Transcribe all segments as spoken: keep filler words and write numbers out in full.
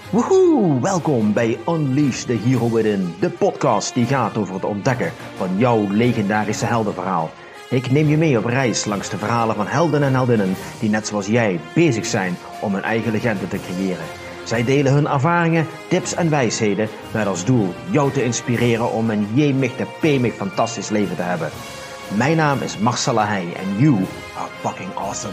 Woehoe, welkom bij Unleash the Hero Within, de podcast die gaat over het ontdekken van jouw legendarische heldenverhaal. Ik neem je mee op reis langs de verhalen van helden en heldinnen die net zoals jij bezig zijn om hun eigen legende te creëren. Zij delen hun ervaringen, tips en wijsheden met als doel jou te inspireren om een jemig de pemig fantastisch leven te hebben. Mijn naam is Marcella Heij en you are fucking awesome.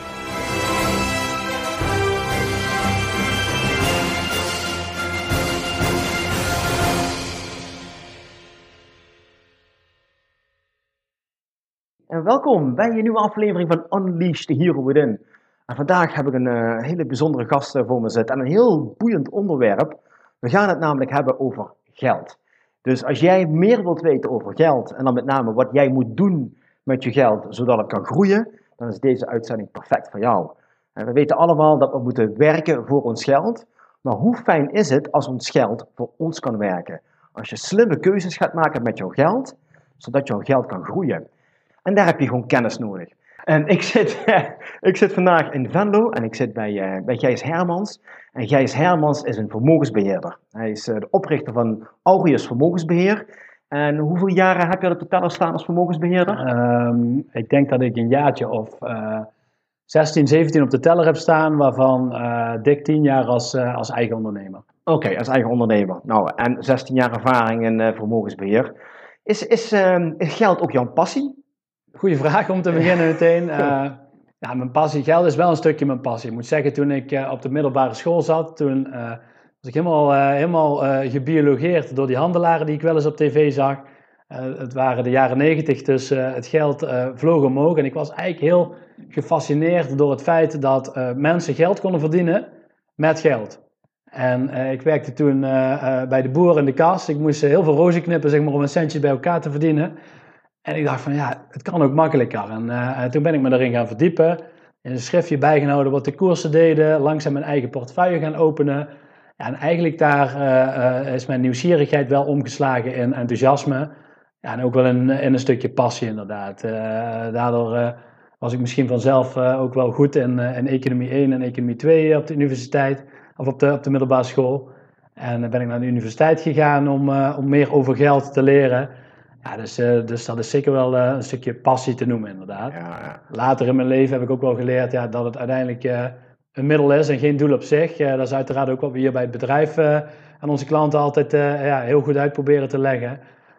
En welkom bij een nieuwe aflevering van Unleash the Hero Within. En vandaag heb ik een uh, hele bijzondere gast voor me zitten en een heel boeiend onderwerp. We gaan het namelijk hebben over geld. Dus als jij meer wilt weten over geld en dan met name wat jij moet doen met je geld zodat het kan groeien, dan is deze uitzending perfect voor jou. En we weten allemaal dat we moeten werken voor ons geld, maar hoe fijn is het als ons geld voor ons kan werken? Als je slimme keuzes gaat maken met jouw geld, zodat jouw geld kan groeien. En daar heb je gewoon kennis nodig. En ik zit, ik zit vandaag in Venlo en ik zit bij, uh, bij Gijs Hermans. En Gijs Hermans is een vermogensbeheerder. Hij is uh, de oprichter van Aureus Vermogensbeheer. En hoeveel jaren heb je er totaal staan als vermogensbeheerder? Um, ik denk dat ik een jaartje of uh, zestien, zeventien op de teller heb staan, waarvan uh, dik tien jaar als, uh, als eigen ondernemer. Oké, okay, als eigen ondernemer. Nou, en zestien jaar ervaring in uh, vermogensbeheer. Is, is, uh, is geld ook jouw passie? Goeie vraag om te beginnen meteen. Uh, ja, mijn passie, geld is wel een stukje mijn passie. Ik moet zeggen, toen ik uh, op de middelbare school zat, toen uh, was ik helemaal, uh, helemaal uh, gebiologeerd door die handelaren die ik wel eens op tv zag. Uh, het waren de jaren negentig, dus uh, het geld uh, vloog omhoog. En ik was eigenlijk heel gefascineerd door het feit dat uh, mensen geld konden verdienen met geld. En uh, ik werkte toen uh, uh, bij de boer in de kas. Ik moest uh, heel veel rozen knippen, zeg maar, om een centje bij elkaar te verdienen. En ik dacht van ja, het kan ook makkelijker. En uh, toen ben ik me daarin gaan verdiepen. Een schriftje bijgehouden wat de koersen deden. Langzaam mijn eigen portefeuille gaan openen. Ja, en eigenlijk daar uh, uh, is mijn nieuwsgierigheid wel omgeslagen in enthousiasme. Ja, en ook wel in, in een stukje passie inderdaad. Uh, daardoor uh, was ik misschien vanzelf uh, ook wel goed in, uh, in economie één en economie twee op de universiteit. Of op de, op de middelbare school. En dan ben ik naar de universiteit gegaan om, uh, om meer over geld te leren. Ja, dus, uh, dus dat is zeker wel uh, een stukje passie te noemen inderdaad. Ja, ja. Later in mijn leven heb ik ook wel geleerd ja, dat het uiteindelijk uh, een middel is en geen doel op zich. Uh, dat is uiteraard ook wat we hier bij het bedrijf uh, aan onze klanten altijd uh, ja, heel goed uit proberen te leggen.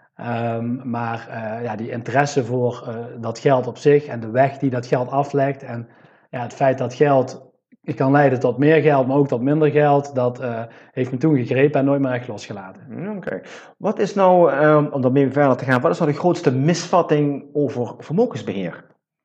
Um, maar uh, ja, die interesse voor uh, dat geld op zich en de weg die dat geld aflegt. En ja, het feit dat geld ik kan leiden tot meer geld, maar ook tot minder geld. Dat uh, heeft me toen gegrepen en nooit meer echt losgelaten. Oké. Okay. Wat is nou, um, om daarmee verder te gaan, wat is nou de grootste misvatting over vermogensbeheer?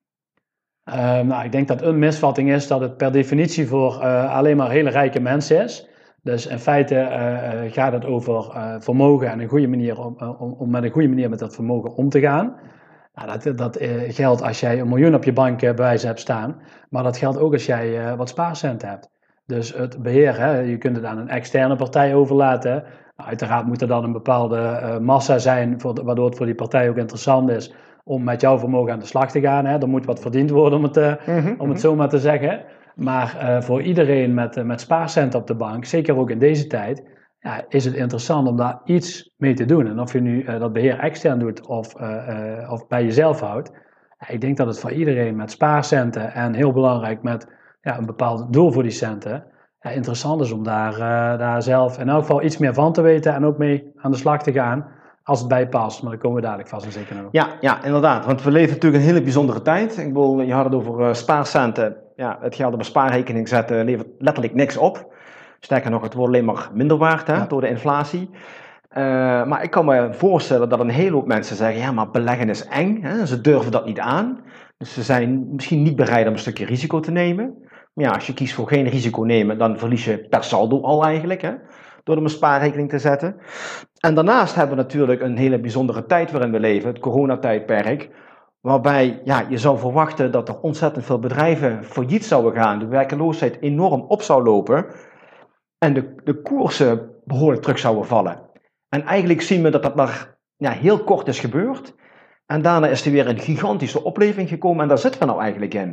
Uh, nou, ik denk dat een misvatting is dat het per definitie voor uh, alleen maar hele rijke mensen is. Dus in feite uh, gaat het over uh, vermogen en een goede manier om, om, om met een goede manier met dat vermogen om te gaan. Nou, dat dat uh, geldt als jij een miljoen op je bank uh, bij wijze hebt staan, maar dat geldt ook als jij uh, wat spaarcenten hebt. Dus het beheer, hè, je kunt het aan een externe partij overlaten. Nou, uiteraard moet er dan een bepaalde uh, massa zijn, voor de, waardoor het voor die partij ook interessant is om met jouw vermogen aan de slag te gaan. Hè. Er moet wat verdiend worden, om het, uh, mm-hmm. om het zo maar te zeggen. Maar uh, voor iedereen met, uh, met spaarcenten op de bank, zeker ook in deze tijd, ja, is het interessant om daar iets mee te doen. En of je nu uh, dat beheer extern doet of, uh, uh, of bij jezelf houdt. Ja, ik denk dat het voor iedereen met spaarcenten en heel belangrijk met ja, een bepaald doel voor die centen, ja, interessant is om daar, uh, daar zelf in elk geval iets meer van te weten en ook mee aan de slag te gaan als het bij past. Maar daar komen we dadelijk vast en zeker nog. Ja, ja, inderdaad. Want we leven natuurlijk een hele bijzondere tijd. Ik bedoel, je had het over uh, spaarcenten. Ja, het geld op een spaarrekening zetten levert letterlijk niks op. Sterker nog, het wordt alleen maar minder waard hè, ja. door de inflatie. Uh, maar ik kan me voorstellen dat een hele hoop mensen zeggen, ja, maar beleggen is eng. Hè? Ze durven dat niet aan. Dus ze zijn misschien niet bereid om een stukje risico te nemen. Maar ja, als je kiest voor geen risico nemen, dan verlies je per saldo al eigenlijk. Hè? Door op een spaarrekening te zetten. En daarnaast hebben we natuurlijk een hele bijzondere tijd waarin we leven. Het coronatijdperk. Waarbij ja, je zou verwachten dat er ontzettend veel bedrijven failliet zouden gaan. De werkeloosheid enorm op zou lopen. En de, de koersen behoorlijk terug zouden vallen. En eigenlijk zien we dat dat maar ja, heel kort is gebeurd. En daarna is er weer een gigantische opleving gekomen. En daar zitten we nou eigenlijk in.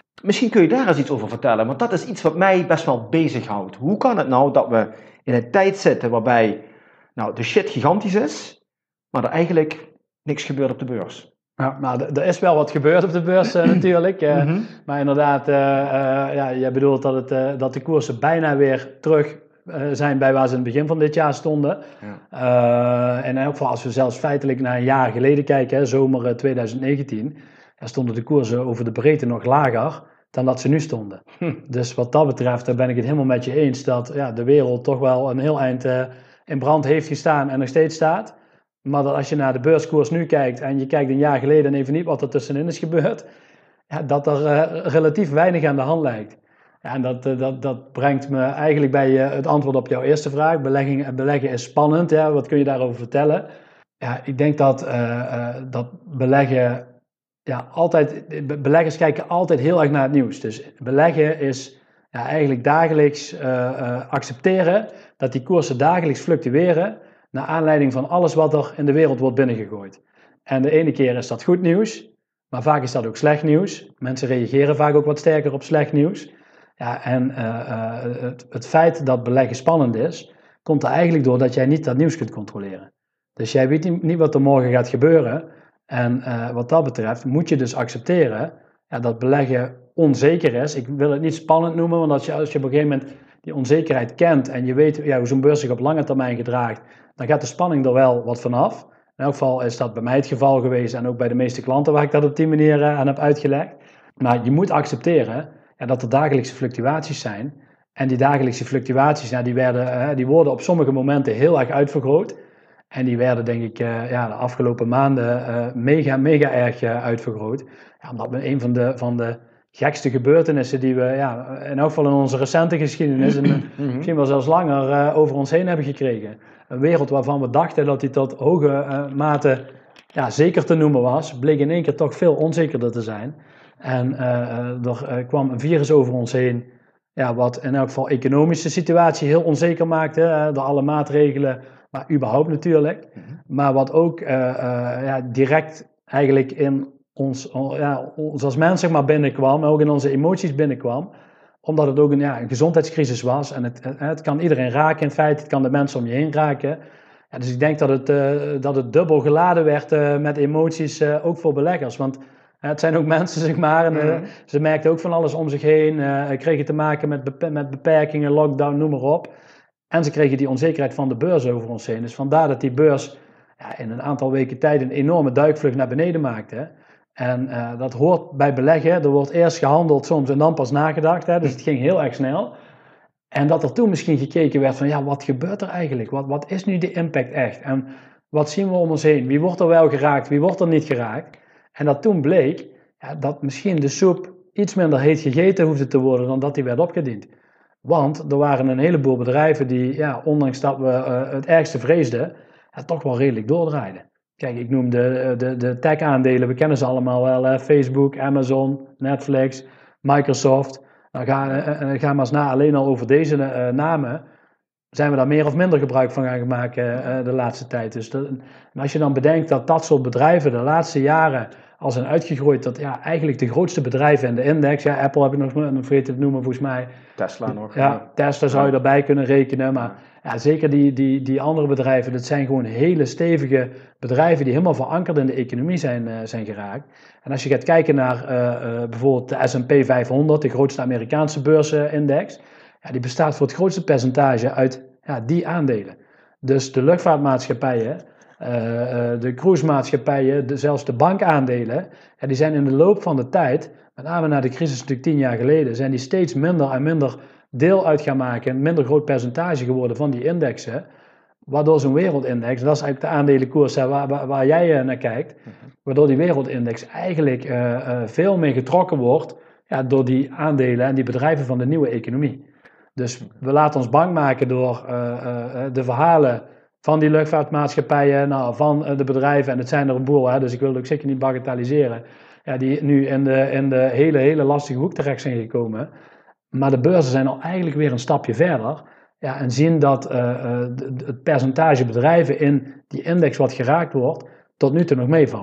Misschien kun je daar eens iets over vertellen, want dat is iets wat mij best wel bezighoudt. Hoe kan het nou dat we in een tijd zitten waarbij nou, de shit gigantisch is, maar er eigenlijk niks gebeurt op de beurs? Ja, nou, er is wel wat gebeurd op de beurs uh, natuurlijk. Uh, mm-hmm. Maar inderdaad, uh, uh, ja, je bedoelt dat, het, uh, dat de koersen bijna weer terug uh, zijn bij waar ze in het begin van dit jaar stonden. Ja. Uh, en in elk geval als we zelfs feitelijk naar een jaar geleden kijken, hè, zomer uh, twintig negentien, ja, stonden de koersen over de breedte nog lager dan dat ze nu stonden. Hm. Dus wat dat betreft, daar ben ik het helemaal met je eens dat ja, de wereld toch wel een heel eind uh, in brand heeft gestaan en nog steeds staat. Maar dat als je naar de beurskoers nu kijkt en je kijkt een jaar geleden en even niet wat er tussenin is gebeurd, ja, dat er uh, relatief weinig aan de hand lijkt. Ja, en dat, uh, dat, dat brengt me eigenlijk bij uh, het antwoord op jouw eerste vraag. Belegging, beleggen is spannend, ja, wat kun je daarover vertellen? Ja, ik denk dat, uh, uh, dat beleggen, ja, altijd, beleggers kijken altijd heel erg naar het nieuws. Dus beleggen is ja, eigenlijk dagelijks uh, uh, accepteren dat die koersen dagelijks fluctueren naar aanleiding van alles wat er in de wereld wordt binnengegooid. En de ene keer is dat goed nieuws, maar vaak is dat ook slecht nieuws. Mensen reageren vaak ook wat sterker op slecht nieuws. Ja, en uh, uh, het, het feit dat beleggen spannend is, komt er eigenlijk door dat jij niet dat nieuws kunt controleren. Dus jij weet niet, niet wat er morgen gaat gebeuren. En uh, wat dat betreft moet je dus accepteren ja, dat beleggen onzeker is. Ik wil het niet spannend noemen, want als je, als je op een gegeven moment die onzekerheid kent en je weet ja, hoe zo'n beurs zich op lange termijn gedraagt, dan gaat de spanning er wel wat vanaf. In elk geval is dat bij mij het geval geweest en ook bij de meeste klanten waar ik dat op die manier uh, aan heb uitgelegd. Maar je moet accepteren ja, dat er dagelijkse fluctuaties zijn. En die dagelijkse fluctuaties ja, die werden, uh, die worden op sommige momenten heel erg uitvergroot. En die werden denk ik uh, ja, de afgelopen maanden uh, mega, mega erg uh, uitvergroot. Ja, omdat we een van de, van de gekste gebeurtenissen die we ja, in elk geval in onze recente geschiedenis en mm-hmm. misschien wel zelfs langer uh, over ons heen hebben gekregen. Een wereld waarvan we dachten dat die tot hoge uh, mate ja, zeker te noemen was, bleek in één keer toch veel onzekerder te zijn. En uh, er uh, kwam een virus over ons heen, ja, wat in elk geval de economische situatie heel onzeker maakte, uh, door alle maatregelen, maar überhaupt natuurlijk. Mm-hmm. Maar wat ook uh, uh, ja, direct eigenlijk in ons, ja, ons als mens zeg maar, binnenkwam, en ook in onze emoties binnenkwam, omdat het ook een, ja, een gezondheidscrisis was. En het, het kan iedereen raken in feite, het kan de mensen om je heen raken. Ja, dus ik denk dat het, uh, dat het dubbel geladen werd uh, met emoties, uh, ook voor beleggers. Want uh, het zijn ook mensen, zeg maar, en, uh, mm-hmm. ze merkten ook van alles om zich heen, uh, kregen te maken met, bepe- met beperkingen, lockdown, noem maar op. En ze kregen die onzekerheid van de beurs over ons heen. Dus vandaar dat die beurs ja, in een aantal weken tijd een enorme duikvlucht naar beneden maakte. En uh, dat hoort bij beleggen. Er wordt eerst gehandeld soms en dan pas nagedacht. Hè? Dus het ging heel erg snel. En dat er toen misschien gekeken werd van ja, wat gebeurt er eigenlijk? Wat, wat is nu de impact echt? En wat zien we om ons heen? Wie wordt er wel geraakt? Wie wordt er niet geraakt? En dat toen bleek ja, dat misschien de soep iets minder heet gegeten hoefde te worden dan dat die werd opgediend. Want er waren een heleboel bedrijven die, ja, ondanks dat we uh, het ergste vreesden, ja, toch wel redelijk doordraaiden. Kijk, ik noem de, de, de tech-aandelen, we kennen ze allemaal wel, hè? Facebook, Amazon, Netflix, Microsoft. Nou, ga, uh, ga maar eens na, alleen al over deze uh, namen zijn we daar meer of minder gebruik van gaan maken uh, de laatste tijd. Dus dat, en als je dan bedenkt dat dat soort bedrijven de laatste jaren al zijn uitgegroeid tot ja, eigenlijk de grootste bedrijven in de index. Ja, Apple heb ik nog, nog vergeten te noemen volgens mij. Tesla nog. Ja, ja. Tesla zou je daarbij kunnen rekenen. Maar ja, zeker die, die, die andere bedrijven, dat zijn gewoon hele stevige bedrijven die helemaal verankerd in de economie zijn, uh, zijn geraakt. En als je gaat kijken naar uh, uh, bijvoorbeeld de S en P vijfhonderd, de grootste Amerikaanse beursindex, ja, die bestaat voor het grootste percentage uit ja, die aandelen. Dus de luchtvaartmaatschappijen, uh, uh, de cruisemaatschappijen, de, zelfs de bankaandelen, ja, die zijn in de loop van de tijd, met name na de crisis natuurlijk tien jaar geleden, zijn die steeds minder en minder deel uit gaan maken, een minder groot percentage geworden van die indexen, waardoor zo'n wereldindex, dat is eigenlijk de aandelenkoers waar, waar, waar jij uh, naar kijkt, waardoor die wereldindex eigenlijk uh, uh, veel meer getrokken wordt ja, door die aandelen en die bedrijven van de nieuwe economie. Dus we laten ons bang maken door uh, uh, de verhalen van die luchtvaartmaatschappijen, nou, van uh, de bedrijven, en het zijn er een boel, hè, dus ik wil het ook zeker niet bagatelliseren, ja, die nu in de, in de hele, hele lastige hoek terecht zijn gekomen. Maar de beurzen zijn al eigenlijk weer een stapje verder. Ja, en zien dat uh, uh, de, het percentage bedrijven in die index wat geraakt wordt, tot nu toe nog meevalt.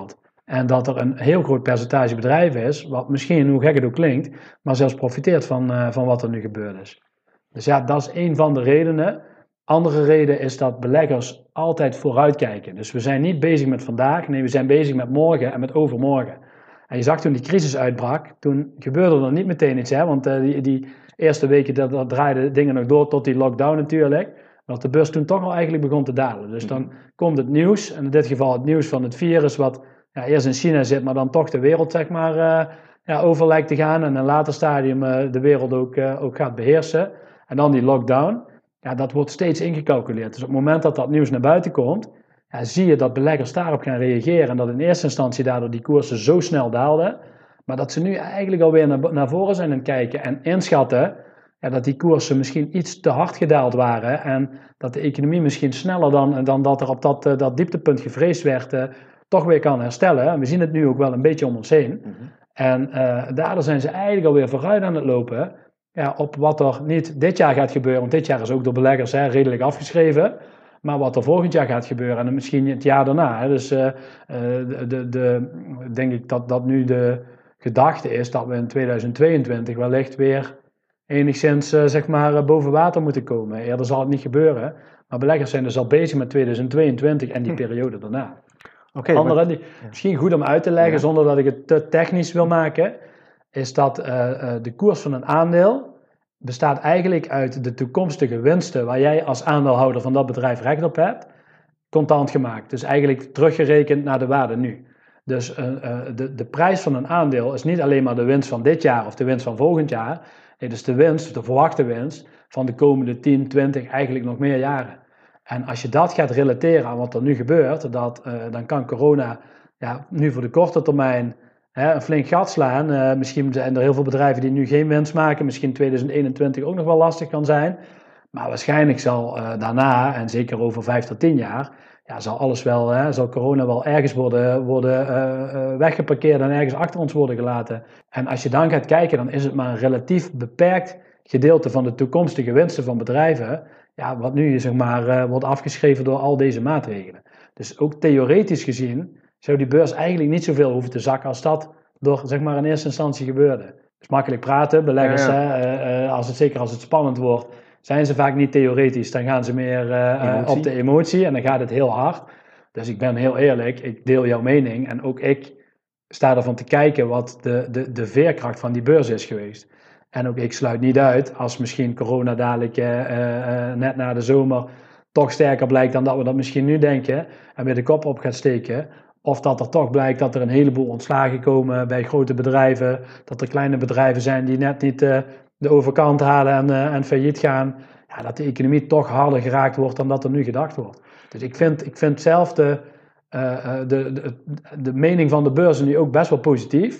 En dat er een heel groot percentage bedrijven is, wat misschien, hoe gek het ook klinkt, maar zelfs profiteert van, uh, van wat er nu gebeurd is. Dus ja, dat is een van de redenen. Andere reden is dat beleggers altijd vooruitkijken. Dus we zijn niet bezig met vandaag, nee, we zijn bezig met morgen en met overmorgen. En je zag toen die crisis uitbrak, toen gebeurde er niet meteen iets, hè, want uh, die, die eerste weken dat, dat draaiden dingen nog door tot die lockdown natuurlijk. Maar dat de beurs toen toch al eigenlijk begon te dalen. Dus dan komt het nieuws, en in dit geval het nieuws van het virus, wat ja, eerst in China zit, maar dan toch de wereld zeg maar uh, ja, over lijkt te gaan. En in een later stadium uh, de wereld ook, uh, ook gaat beheersen. En dan die lockdown, ja, dat wordt steeds ingecalculeerd. Dus op het moment dat dat nieuws naar buiten komt, ja, zie je dat beleggers daarop gaan reageren. En dat in eerste instantie daardoor die koersen zo snel daalden. Maar dat ze nu eigenlijk alweer naar, naar voren zijn aan het kijken en inschatten ja, dat die koersen misschien iets te hard gedaald waren. En dat de economie misschien sneller dan, dan dat er op dat, uh, dat dieptepunt gevreesd werd, uh, toch weer kan herstellen. En we zien het nu ook wel een beetje om ons heen. Mm-hmm. En uh, daardoor zijn ze eigenlijk alweer vooruit aan het lopen. Ja, op wat er niet dit jaar gaat gebeuren. Want dit jaar is ook door beleggers hè, redelijk afgeschreven. Maar wat er volgend jaar gaat gebeuren en misschien het jaar daarna. Hè. Dus uh, uh, de, de, de, denk ik dat, dat nu de gedachte is dat we in tweeduizend tweeëntwintig wellicht weer enigszins uh, zeg maar, boven water moeten komen. Eerder zal het niet gebeuren. Maar beleggers zijn dus al bezig met tweeduizend tweeëntwintig en die periode daarna. Okay, Andere, die, ja. Misschien goed om uit te leggen, ja. Zonder dat ik het te technisch wil maken, is dat uh, uh, de koers van een aandeel bestaat eigenlijk uit de toekomstige winsten waar jij als aandeelhouder van dat bedrijf recht op hebt, contant gemaakt. Dus eigenlijk teruggerekend naar de waarde nu. Dus uh, uh, de, de prijs van een aandeel is niet alleen maar de winst van dit jaar of de winst van volgend jaar. Nee, dus de winst, de verwachte winst van de komende tien, twintig, eigenlijk nog meer jaren. En als je dat gaat relateren aan wat er nu gebeurt, dat, uh, dan kan corona ja, nu voor de korte termijn hè, een flink gat slaan. Uh, misschien zijn er heel veel bedrijven die nu geen winst maken. Misschien tweeduizend eenentwintig ook nog wel lastig kan zijn. Maar waarschijnlijk zal uh, daarna, en zeker over vijf tot tien jaar, ja, zal alles wel, hè, zal corona wel ergens worden, worden uh, uh, weggeparkeerd en ergens achter ons worden gelaten. En als je dan gaat kijken, dan is het maar een relatief beperkt gedeelte van de toekomstige winsten van bedrijven, ja, wat nu zeg maar, uh, wordt afgeschreven door al deze maatregelen. Dus ook theoretisch gezien zou die beurs eigenlijk niet zoveel hoeven te zakken als dat door zeg maar, in eerste instantie gebeurde. Dus makkelijk praten, beleggers, ja, ja. Hè, uh, als het, zeker als het spannend wordt, zijn ze vaak niet theoretisch. Dan gaan ze meer uh, op de emotie en dan gaat het heel hard. Dus ik ben heel eerlijk, ik deel jouw mening en ook ik sta ervan te kijken wat de, de, de veerkracht van die beurs is geweest. En ook ik sluit niet uit als misschien corona dadelijk uh, uh, net na de zomer toch sterker blijkt dan dat we dat misschien nu denken en weer de kop op gaat steken. Of dat er toch blijkt dat er een heleboel ontslagen komen bij grote bedrijven. Dat er kleine bedrijven zijn die net niet uh, de overkant halen en, uh, en failliet gaan. Ja, dat de economie toch harder geraakt wordt dan dat er nu gedacht wordt. Dus ik vind, ik vind zelf de, uh, de, de, de mening van de beurzen nu ook best wel positief.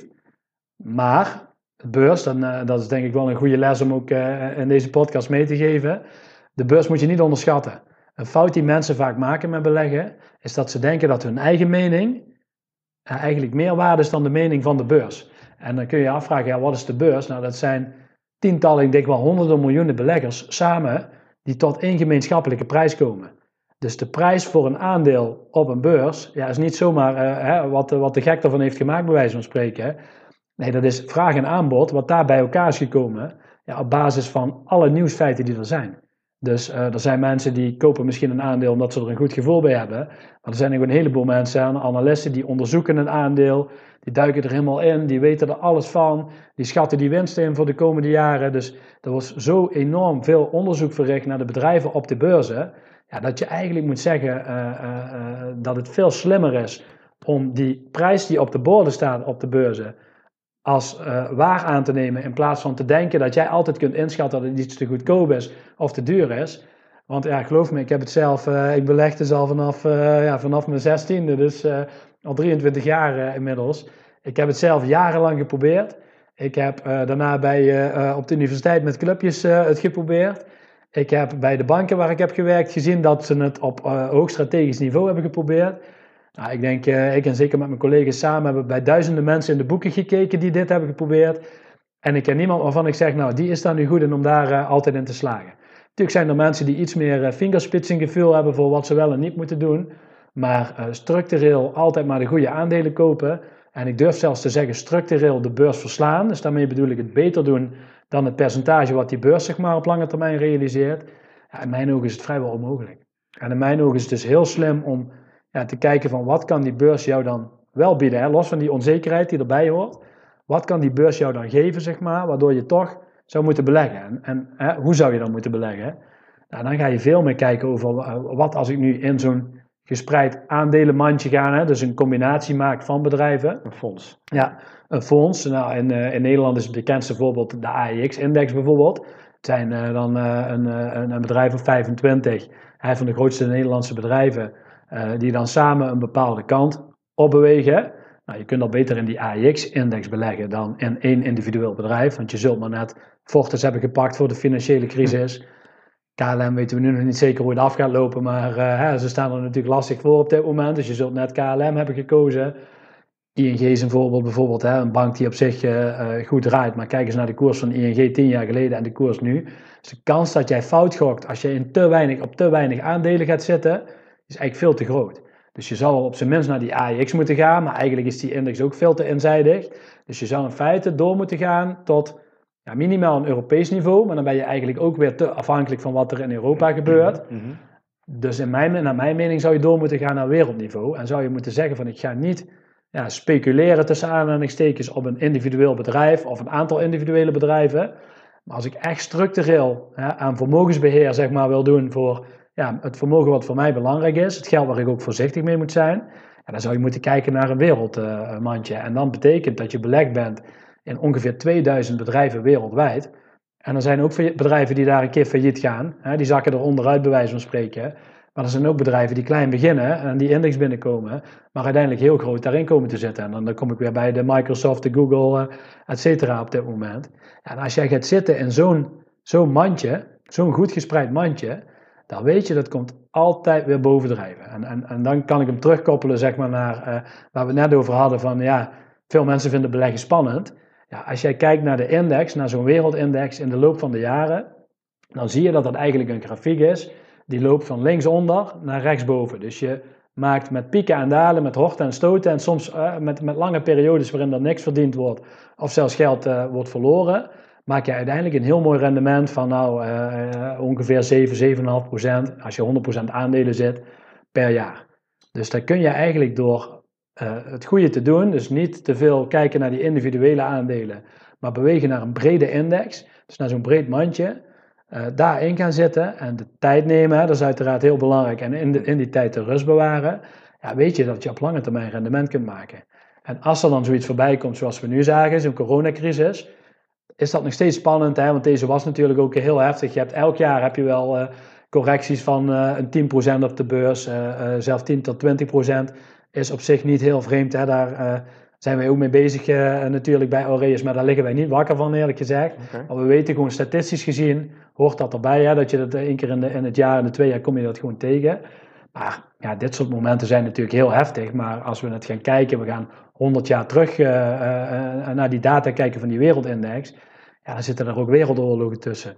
Maar de beurs, en uh, dat is denk ik wel een goede les om ook uh, in deze podcast mee te geven. De beurs moet je niet onderschatten. Een fout die mensen vaak maken met beleggen, is dat ze denken dat hun eigen mening uh, eigenlijk meer waard is dan de mening van de beurs. En dan kun je je afvragen, ja, wat is de beurs? Nou, dat zijn tientallen, ik denk wel honderden miljoenen beleggers samen, die tot één gemeenschappelijke prijs komen. Dus de prijs voor een aandeel op een beurs, ja, is niet zomaar uh, hè, wat, wat de gek ervan heeft gemaakt, bij wijze van spreken. Hè. Nee, dat is vraag en aanbod, wat daar bij elkaar is gekomen, ja, op basis van alle nieuwsfeiten die er zijn. Dus uh, er zijn mensen die kopen misschien een aandeel omdat ze er een goed gevoel bij hebben. Maar er zijn ook een heleboel mensen, analisten, die onderzoeken een aandeel. Die duiken er helemaal in, die weten er alles van. Die schatten die winsten in voor de komende jaren. Dus er wordt zo enorm veel onderzoek verricht naar de bedrijven op de beurzen. Ja, dat je eigenlijk moet zeggen uh, uh, uh, dat het veel slimmer is om die prijs die op de borden staat op de beurzen als uh, waar aan te nemen, in plaats van te denken dat jij altijd kunt inschatten dat het iets te goedkoop is of te duur is. Want ja, geloof me, ik heb het zelf, uh, ik beleg dus al vanaf, uh, ja, vanaf mijn zestiende, dus uh, al drieëntwintig jaar uh, inmiddels. Ik heb het zelf jarenlang geprobeerd. Ik heb uh, daarna bij, uh, op de universiteit met clubjes uh, het geprobeerd. Ik heb bij de banken waar ik heb gewerkt gezien dat ze het op uh, hoog strategisch niveau hebben geprobeerd. Nou, ik denk, uh, ik en zeker met mijn collega's samen hebben bij duizenden mensen in de boeken gekeken die dit hebben geprobeerd. En ik ken niemand waarvan ik zeg, nou, die is daar nu goed in om daar uh, altijd in te slagen. Natuurlijk zijn er mensen die iets meer uh, vingerspitsengevoel hebben voor wat ze wel en niet moeten doen. Maar uh, structureel altijd maar de goede aandelen kopen. En ik durf zelfs te zeggen structureel de beurs verslaan. Dus daarmee bedoel ik het beter doen dan het percentage wat die beurs zeg maar, op lange termijn realiseert. Ja, in mijn ogen is het vrijwel onmogelijk. En in mijn ogen is het dus heel slim om ja, te kijken van wat kan die beurs jou dan wel bieden. Hè? Los van die onzekerheid die erbij hoort. Wat kan die beurs jou dan geven, zeg maar, waardoor je toch zou moeten beleggen. En, en hè, hoe zou je dan moeten beleggen? Nou, dan ga je veel meer kijken over wat als ik nu in zo'n gespreid aandelenmandje ga, hè, dus een combinatie maak van bedrijven. Een fonds. Ja, een fonds. Nou, in, uh, in Nederland is het bekendste voorbeeld de A E X-index bijvoorbeeld. Het zijn uh, dan uh, een, een, een bedrijf of vijfentwintig, hè, van de grootste Nederlandse bedrijven, uh, die dan samen een bepaalde kant opbewegen. Nou, je kunt al beter in die A E X-index beleggen dan in één individueel bedrijf, want je zult maar net Fortis hebben gepakt voor de financiële crisis. K L M weten we nu nog niet zeker hoe het af gaat lopen, maar uh, hè, ze staan er natuurlijk lastig voor op dit moment, dus je zult net K L M hebben gekozen. I N G is een voorbeeld, bijvoorbeeld, hè, een bank die op zich uh, goed draait, maar kijk eens naar de koers van I N G tien jaar geleden en de koers nu. Dus de kans dat jij fout gokt als je in te weinig, op te weinig aandelen gaat zitten, is eigenlijk veel te groot. Dus je zou wel op zijn minst naar die A E X moeten gaan, maar eigenlijk is die index ook veel te eenzijdig. Dus je zou in feite door moeten gaan tot ja, minimaal een Europees niveau, maar dan ben je eigenlijk ook weer te afhankelijk van wat er in Europa gebeurt. Mm-hmm. Dus in mijn, naar mijn mening zou je door moeten gaan naar wereldniveau en zou je moeten zeggen van ik ga niet ja, speculeren tussen aanhalingstekens op een individueel bedrijf of een aantal individuele bedrijven. Maar als ik echt structureel ja, aan vermogensbeheer zeg maar, wil doen voor ja, het vermogen wat voor mij belangrijk is, het geld waar ik ook voorzichtig mee moet zijn, ja, dan zou je moeten kijken naar een wereldmandje. Uh, en dan betekent dat je belegd bent in ongeveer tweeduizend bedrijven wereldwijd. En er zijn ook bedrijven die daar een keer failliet gaan. Hè, die zakken er onderuit bij wijze van spreken. Maar er zijn ook bedrijven die klein beginnen en die index binnenkomen, maar uiteindelijk heel groot daarin komen te zitten. En dan, dan kom ik weer bij de Microsoft, de Google, uh, et cetera op dit moment. Ja, en als jij gaat zitten in zo'n, zo'n mandje, zo'n goed gespreid mandje, dan weet je dat komt altijd weer bovendrijven. En, en, en dan kan ik hem terugkoppelen zeg maar, naar uh, waar we het net over hadden van ja, veel mensen vinden beleggen spannend. Ja, als jij kijkt naar de index, naar zo'n wereldindex in de loop van de jaren, dan zie je dat dat eigenlijk een grafiek is die loopt van linksonder naar rechtsboven. Dus je maakt met pieken en dalen, met horten en stoten en soms uh, met, met lange periodes waarin er niks verdiend wordt of zelfs geld uh, wordt verloren, maak je uiteindelijk een heel mooi rendement van nou, uh, uh, ongeveer zeven, zeven komma vijf procent als je honderd procent aandelen zit per jaar. Dus daar kun je eigenlijk door uh, het goede te doen, dus niet te veel kijken naar die individuele aandelen, maar bewegen naar een brede index, dus naar zo'n breed mandje, uh, daarin gaan zitten en de tijd nemen, hè, dat is uiteraard heel belangrijk, en in, de, in die tijd de rust bewaren, ja, weet je dat je op lange termijn rendement kunt maken. En als er dan zoiets voorbij komt zoals we nu zagen, zo'n coronacrisis, is dat nog steeds spannend, hè? Want deze was natuurlijk ook heel heftig. Je hebt, elk jaar heb je wel uh, correcties van uh, een tien procent op de beurs, uh, uh, zelfs tien tot twintig procent is op zich niet heel vreemd. Hè? Daar uh, zijn wij ook mee bezig uh, natuurlijk bij Aureus, maar daar liggen wij niet wakker van eerlijk gezegd. Okay. Maar we weten gewoon statistisch gezien, hoort dat erbij, hè? Dat je dat één keer in, de, in het jaar, in de twee jaar kom je dat gewoon tegen. Maar ja, dit soort momenten zijn natuurlijk heel heftig, maar als we het gaan kijken, we gaan honderd jaar terug uh, uh, uh, naar die data kijken van die wereldindex, ja, dan zitten er ook wereldoorlogen tussen.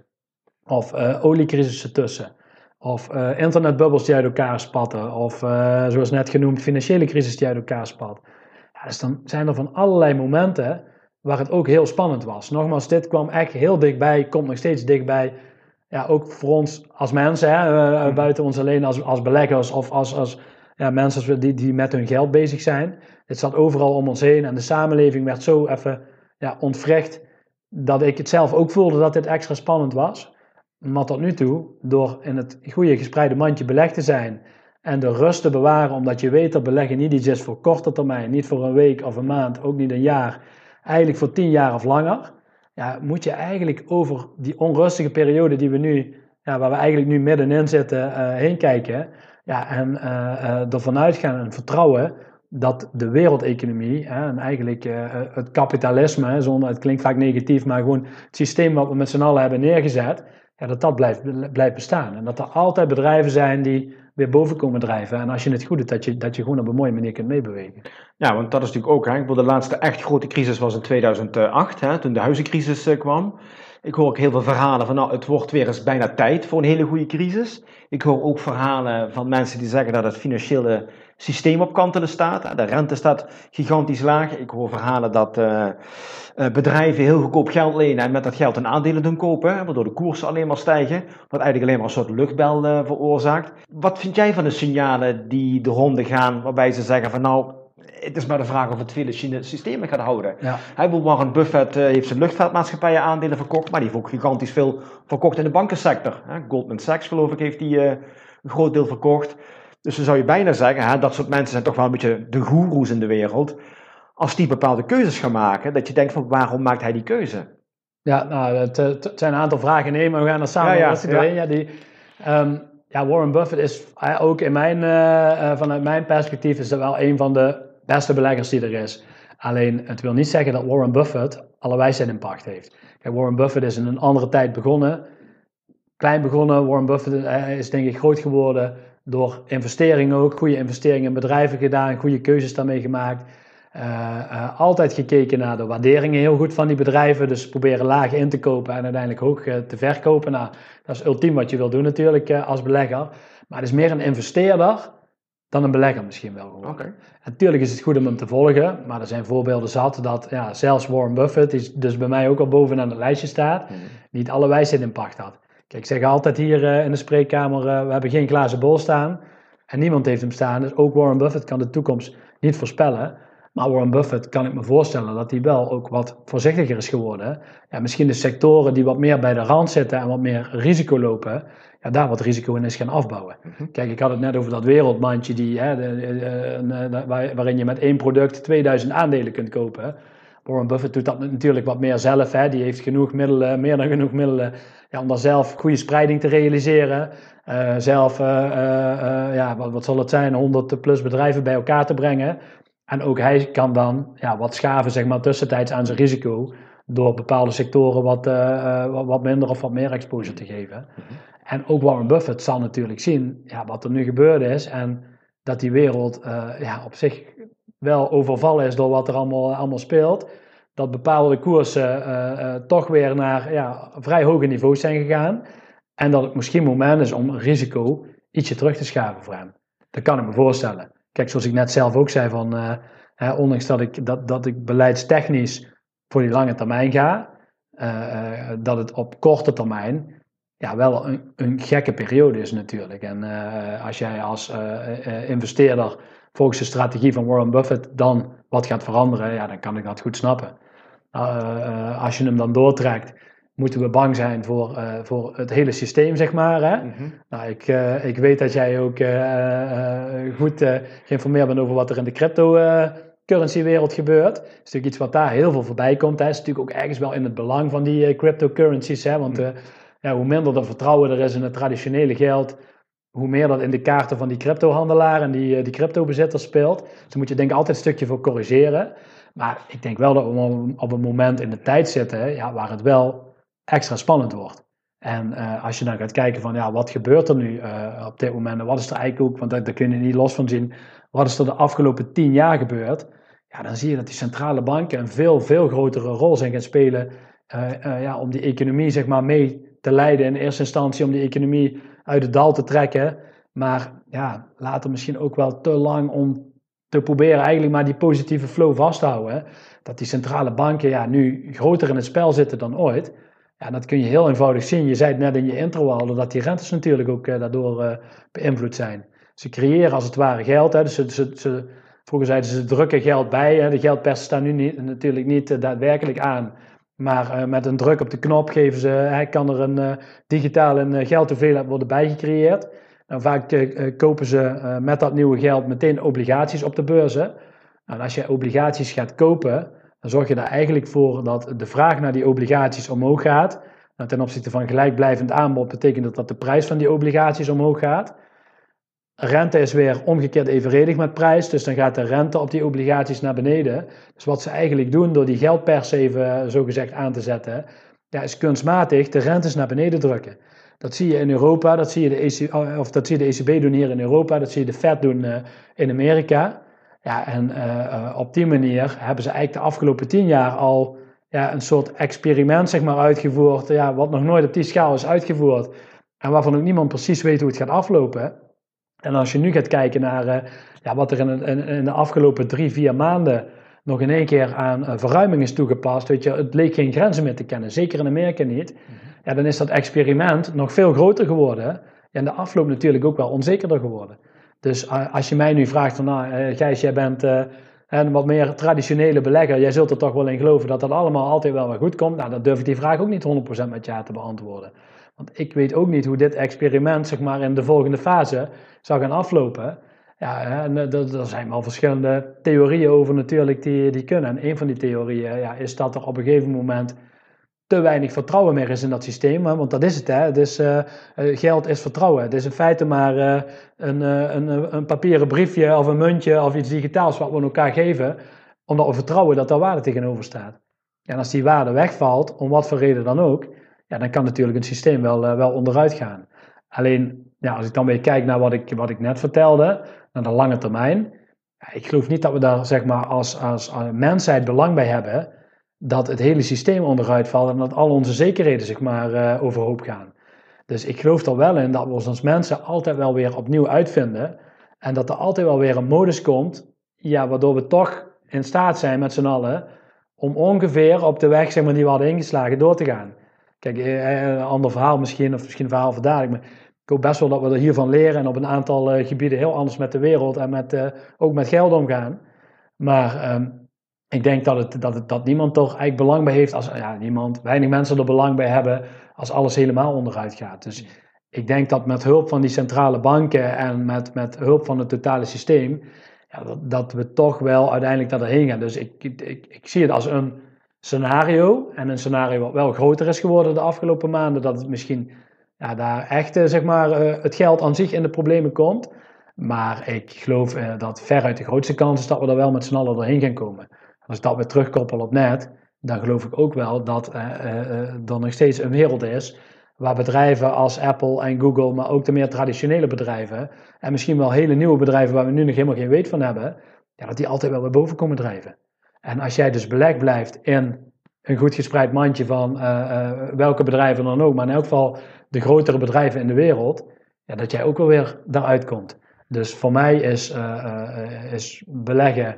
Of uh, oliecrisissen tussen. Of uh, internetbubbels die uit elkaar spatten. Of uh, zoals net genoemd, financiële crisis die uit elkaar spat. Ja, dus dan zijn er van allerlei momenten waar het ook heel spannend was. Nogmaals, dit kwam echt heel dichtbij, komt nog steeds dichtbij. Ja, ook voor ons als mensen, hè, uh, buiten ons alleen als, als beleggers of als, als ja, mensen die, die met hun geld bezig zijn. Het zat overal om ons heen en de samenleving werd zo even ja, ontwricht dat ik het zelf ook voelde dat dit extra spannend was. Maar tot nu toe, door in het goede gespreide mandje belegd te zijn en de rust te bewaren, omdat je weet dat beleggen niet iets is voor korte termijn, niet voor een week of een maand, ook niet een jaar, eigenlijk voor tien jaar of langer, ja, moet je eigenlijk over die onrustige periode die we nu, ja, waar we eigenlijk nu middenin zitten, uh, heen kijken, ja, en uh, uh, ervan uitgaan en vertrouwen dat de wereldeconomie hè, en eigenlijk uh, het kapitalisme, zonder, het klinkt vaak negatief, maar gewoon het systeem wat we met z'n allen hebben neergezet, ja, dat dat blijft, blijft bestaan. En dat er altijd bedrijven zijn die weer boven komen drijven. En als je het goed doet, dat je, dat je gewoon op een mooie manier kunt meebewegen. Ja, want dat is natuurlijk ook, hè, ik bedoel, de laatste echt grote crisis was in tweeduizend acht, hè, toen de huizencrisis uh, kwam. Ik hoor ook heel veel verhalen van, nou, het wordt weer eens bijna tijd voor een hele goede crisis. Ik hoor ook verhalen van mensen die zeggen dat het financiële systeem op kantelen staat. De rente staat gigantisch laag. Ik hoor verhalen dat uh, bedrijven heel goedkoop geld lenen en met dat geld een aandelen doen kopen, waardoor de koersen alleen maar stijgen, wat eigenlijk alleen maar een soort luchtbel uh, veroorzaakt. Wat vind jij van de signalen die de ronde gaan, waarbij ze zeggen van, nou, het is maar de vraag of het financiële systeem gaat houden. Ja. Hij wil Warren Buffett uh, heeft zijn luchtvaartmaatschappijen aandelen verkocht, maar die heeft ook gigantisch veel verkocht in de bankensector. Hè? Goldman Sachs geloof ik heeft die uh, een groot deel verkocht. Dus dan zou je bijna zeggen, hè, dat soort mensen zijn toch wel een beetje de goeroes in de wereld. Als die bepaalde keuzes gaan maken, dat je denkt van waarom maakt hij die keuze? Ja, nou, het, het zijn een aantal vragen in, maar we gaan er samen ja, ja, ja, ja. Ja, die, um, ja, Warren Buffett is ook in mijn, uh, vanuit mijn perspectief is dat wel een van de beste beleggers die er is. Alleen, het wil niet zeggen dat Warren Buffett alle wijsheid in pacht heeft. Kijk, Warren Buffett is in een andere tijd begonnen. Klein begonnen, Warren Buffett is denk ik groot geworden door investeringen ook. Goede investeringen in bedrijven gedaan, goede keuzes daarmee gemaakt. Uh, uh, altijd gekeken naar de waarderingen heel goed van die bedrijven. Dus proberen laag in te kopen en uiteindelijk hoog uh, te verkopen. Nou, dat is ultiem wat je wil doen natuurlijk uh, als belegger. Maar het is meer een investeerder dan een belegger misschien wel geworden. Okay. Natuurlijk is het goed om hem te volgen, maar er zijn voorbeelden zat dat ja, zelfs Warren Buffett, die dus bij mij ook al bovenaan het lijstje staat, mm. niet alle wijsheid in pacht had. Kijk, ik zeg altijd hier uh, in de spreekkamer, uh, we hebben geen glazen bol staan en niemand heeft hem staan. Dus ook Warren Buffett kan de toekomst niet voorspellen. Maar Warren Buffett kan ik me voorstellen dat hij wel ook wat voorzichtiger is geworden. Ja, misschien de sectoren die wat meer bij de rand zitten en wat meer risico lopen, ja, daar wat risico in is gaan afbouwen. Mm-hmm. Kijk, ik had het net over dat wereldmandje die, hè, de, de, de, de, waarin je met één product tweeduizend aandelen kunt kopen. Warren Buffett doet dat natuurlijk wat meer zelf. Hè. Die heeft genoeg middelen, meer dan genoeg middelen ja, om daar zelf goede spreiding te realiseren. Uh, zelf, uh, uh, uh, ja, wat, wat zal het zijn, honderd plus bedrijven bij elkaar te brengen. En ook hij kan dan ja, wat schaven zeg maar, tussentijds aan zijn risico door bepaalde sectoren wat, uh, wat minder of wat meer exposure te geven. Mm-hmm. En ook Warren Buffett zal natuurlijk zien ja, wat er nu gebeurd is en dat die wereld uh, ja, op zich wel overvallen is door wat er allemaal, allemaal speelt. Dat bepaalde koersen uh, uh, toch weer naar ja, vrij hoge niveaus zijn gegaan. En dat het misschien moment is om risico ietsje terug te schaven voor hem. Dat kan ik me voorstellen. Kijk, zoals ik net zelf ook zei, van, uh, hè, ondanks dat ik, dat, dat ik beleidstechnisch voor die lange termijn ga, uh, uh, dat het op korte termijn ja, wel een, een gekke periode is natuurlijk. En uh, als jij als uh, uh, investeerder volgens de strategie van Warren Buffett dan wat gaat veranderen, ja, dan kan ik dat goed snappen. Uh, uh, als je hem dan doortrekt, moeten we bang zijn voor, uh, voor het hele systeem, zeg maar. Hè? Mm-hmm. Nou, ik, uh, ik weet dat jij ook uh, uh, goed uh, geïnformeerd bent over wat er in de cryptocurrency-wereld gebeurt. Dat is natuurlijk iets wat daar heel veel voorbij komt. Hè? Het is natuurlijk ook ergens wel in het belang van die uh, cryptocurrencies. Hè? Want uh, ja, hoe minder er vertrouwen er is in het traditionele geld, hoe meer dat in de kaarten van die cryptohandelaar en die, uh, die cryptobezitters speelt. Dus daar moet je denk ik altijd een stukje voor corrigeren. Maar ik denk wel dat we op een moment in de tijd zitten ja, waar het wel extra spannend wordt. En uh, als je dan gaat kijken van ja, wat gebeurt er nu uh, op dit moment en wat is er eigenlijk ook, want daar, daar kun je niet los van zien, wat is er de afgelopen tien jaar gebeurd, ja, dan zie je dat die centrale banken een veel, veel grotere rol zijn gaan spelen uh, uh, ja, om die economie zeg maar mee te leiden in eerste instantie, om die economie uit het dal te trekken, maar ja, later misschien ook wel te lang om te proberen eigenlijk maar die positieve flow vast te houden. Hè? Dat die centrale banken ja, nu groter in het spel zitten dan ooit. Ja, dat kun je heel eenvoudig zien. Je zei het net in je intro al, dat die rentes natuurlijk ook uh, daardoor uh, beïnvloed zijn. Ze creëren als het ware geld. Hè, dus ze, ze, ze, vroeger zeiden ze, ze drukken geld bij. Hè, de geldpersen staan nu niet, natuurlijk niet uh, daadwerkelijk aan. Maar uh, met een druk op de knop geven ze, hè, kan er een uh, digitaal een uh, geldhoeveelheid worden bijgecreëerd. Nou, vaak uh, kopen ze uh, met dat nieuwe geld meteen obligaties op de beurzen. En als je obligaties gaat kopen, dan zorg je er eigenlijk voor dat de vraag naar die obligaties omhoog gaat. Nou, ten opzichte van gelijkblijvend aanbod betekent dat dat de prijs van die obligaties omhoog gaat. Rente is weer omgekeerd evenredig met prijs, dus dan gaat de rente op die obligaties naar beneden. Dus wat ze eigenlijk doen door die geldpers even zogezegd aan te zetten, ja, is kunstmatig de rentes naar beneden drukken. Dat zie je in Europa, dat zie je de, E C, of dat zie je de E C B doen hier in Europa, dat zie je de Fed doen uh, in Amerika. Ja, en uh, uh, op die manier hebben ze eigenlijk de afgelopen tien jaar al ja, een soort experiment zeg maar, uitgevoerd, ja, wat nog nooit op die schaal is uitgevoerd en waarvan ook niemand precies weet hoe het gaat aflopen. En als je nu gaat kijken naar uh, ja, wat er in, in, in de afgelopen drie, vier maanden nog in één keer aan uh, verruiming is toegepast, weet je, het leek geen grenzen meer te kennen, zeker in Amerika niet. Mm-hmm. Ja, dan is dat experiment nog veel groter geworden en de afloop natuurlijk ook wel onzekerder geworden. Dus uh, als je mij nu vraagt van, nou uh, Gijs, jij bent uh, een wat meer traditionele belegger, jij zult er toch wel in geloven dat dat allemaal altijd wel weer goed komt. Nou, dan durf ik die vraag ook niet honderd procent met ja te beantwoorden. Want ik weet ook niet hoe dit experiment, zeg maar, in de volgende fase zou gaan aflopen. Ja, en er zijn wel verschillende theorieën over natuurlijk die, die kunnen. En een van die theorieën ja, is dat er op een gegeven moment te weinig vertrouwen meer is in dat systeem. Hè? Want dat is het, hè. Het is, uh, geld is vertrouwen. Het is in feite maar uh, een, uh, een, een papieren briefje of een muntje of iets digitaals wat we aan elkaar geven, omdat we vertrouwen dat daar waarde tegenover staat. En als die waarde wegvalt, om wat voor reden dan ook, ja, dan kan natuurlijk een systeem wel, uh, wel onderuit gaan. Alleen, ja, als ik dan weer kijk naar wat ik, wat ik net vertelde, naar de lange termijn, ja, ik geloof niet dat we daar zeg maar, als, als, als mensheid belang bij hebben dat het hele systeem onderuit valt en dat al onze zekerheden zeg maar, uh, overhoop gaan. Dus ik geloof er wel in dat we ons als mensen altijd wel weer opnieuw uitvinden en dat er altijd wel weer een modus komt, ja, waardoor we toch in staat zijn met z'n allen om ongeveer op de weg zeg maar, die we hadden ingeslagen door te gaan. Kijk, een ander verhaal misschien, of misschien een verhaal voor dadelijk, maar ik hoop best wel dat we er hiervan leren en op een aantal uh, gebieden heel anders met de wereld en met, uh, ook met geld omgaan. Maar um, ik denk dat, het, dat, het, dat niemand toch eigenlijk belang bij heeft, als ja, niemand, weinig mensen er belang bij hebben als alles helemaal onderuit gaat. Dus ik denk dat met hulp van die centrale banken en met, met hulp van het totale systeem, ja, dat, dat we toch wel uiteindelijk naar erheen gaan. Dus ik, ik, ik, ik zie het als een scenario, en een scenario wat wel groter is geworden de afgelopen maanden, dat het misschien ja, daar echt uh, zeg maar, uh, het geld aan zich in de problemen komt. Maar ik geloof uh, dat veruit de grootste kans is dat we er wel met z'n allen doorheen gaan komen. Als ik dat weer terugkoppel op net, dan geloof ik ook wel dat uh, uh, er nog steeds een wereld is waar bedrijven als Apple en Google, maar ook de meer traditionele bedrijven, en misschien wel hele nieuwe bedrijven waar we nu nog helemaal geen weet van hebben, ja, dat die altijd wel weer boven komen drijven. En als jij dus belegd blijft in een goed gespreid mandje van uh, uh, welke bedrijven dan ook, maar in elk geval de grotere bedrijven in de wereld, ja, dat jij ook wel weer daaruit komt. Dus voor mij is, uh, uh, is beleggen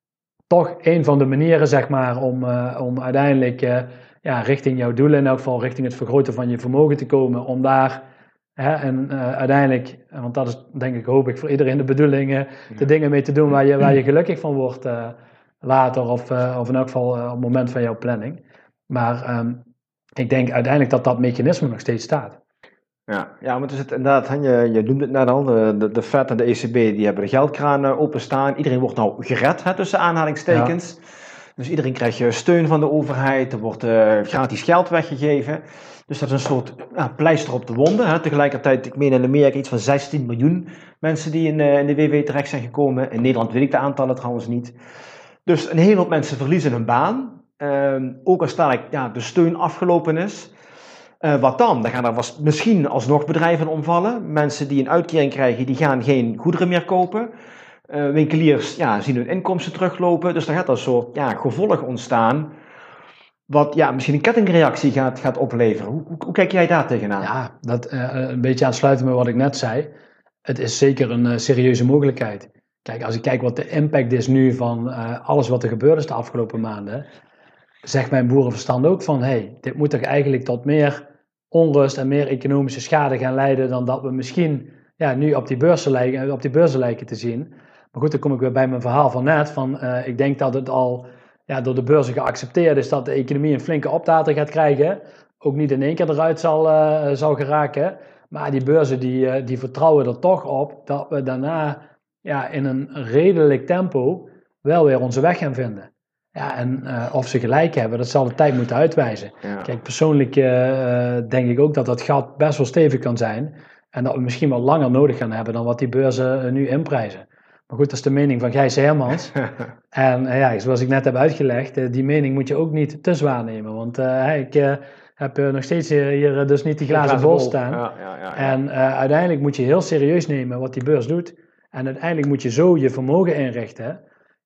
toch een van de manieren, zeg maar, om, uh, om uiteindelijk uh, ja, richting jouw doelen, in elk geval richting het vergroten van je vermogen te komen, om daar hè, en uh, uiteindelijk, want dat is denk ik, hoop ik voor iedereen de bedoeling, uh, de dingen mee te doen waar je, waar je gelukkig van wordt uh, later of, uh, of in elk geval uh, op het moment van jouw planning. Maar um, ik denk uiteindelijk dat dat mechanisme nog steeds staat. Ja, ja, maar het is het inderdaad, je, je noemt het net al, de, de, de Fed en de E C B die hebben de geldkraan uh, openstaan. Iedereen wordt nou gered, hè, tussen aanhalingstekens. Ja. Dus iedereen krijgt steun van de overheid, er wordt uh, gratis geld weggegeven. Dus dat is een soort ja, pleister op de wonden. Hè. Tegelijkertijd, ik meen in Amerika iets van zestien miljoen mensen die in, uh, in de W W terecht zijn gekomen. In Nederland weet ik de aantallen trouwens niet. Dus een hele hoop mensen verliezen hun baan. Uh, ook als dadelijk ja, de steun afgelopen is. Uh, wat dan? Dan gaan er was, misschien alsnog bedrijven omvallen. Mensen die een uitkering krijgen, die gaan geen goederen meer kopen. Uh, winkeliers ja, zien hun inkomsten teruglopen. Dus dan gaat er een soort ja, gevolg ontstaan. Wat ja, misschien een kettingreactie gaat, gaat opleveren. Hoe, hoe, hoe kijk jij daar tegenaan? Ja, dat uh, een beetje aansluiten met wat ik net zei. Het is zeker een uh, serieuze mogelijkheid. Kijk, als ik kijk wat de impact is nu van uh, alles wat er gebeurd is de afgelopen maanden, zegt mijn boerenverstand ook van, hey, dit moet toch eigenlijk tot meer onrust en meer economische schade gaan leiden dan dat we misschien ja, nu op die, beurzen lijken, op die beurzen lijken te zien. Maar goed, dan kom ik weer bij mijn verhaal van net, van uh, ik denk dat het al ja, door de beurzen geaccepteerd is dat de economie een flinke optater gaat krijgen. Ook niet in één keer eruit zal, uh, zal geraken. Maar die beurzen die, uh, die vertrouwen er toch op dat we daarna ja, in een redelijk tempo wel weer onze weg gaan vinden. Ja, en uh, of ze gelijk hebben, dat zal de tijd moeten uitwijzen. Ja. Kijk, persoonlijk uh, denk ik ook dat dat gat best wel stevig kan zijn. En dat we misschien wel langer nodig gaan hebben dan wat die beurzen uh, nu inprijzen. Maar goed, dat is de mening van Gijs Hermans. En uh, ja, zoals ik net heb uitgelegd, uh, die mening moet je ook niet te zwaar nemen. Want uh, ik uh, heb uh, nog steeds hier, hier dus niet die glazen, glazen bol staan. Ja, ja, ja, ja. En uh, uiteindelijk moet je heel serieus nemen wat die beurs doet. En uiteindelijk moet je zo je vermogen inrichten,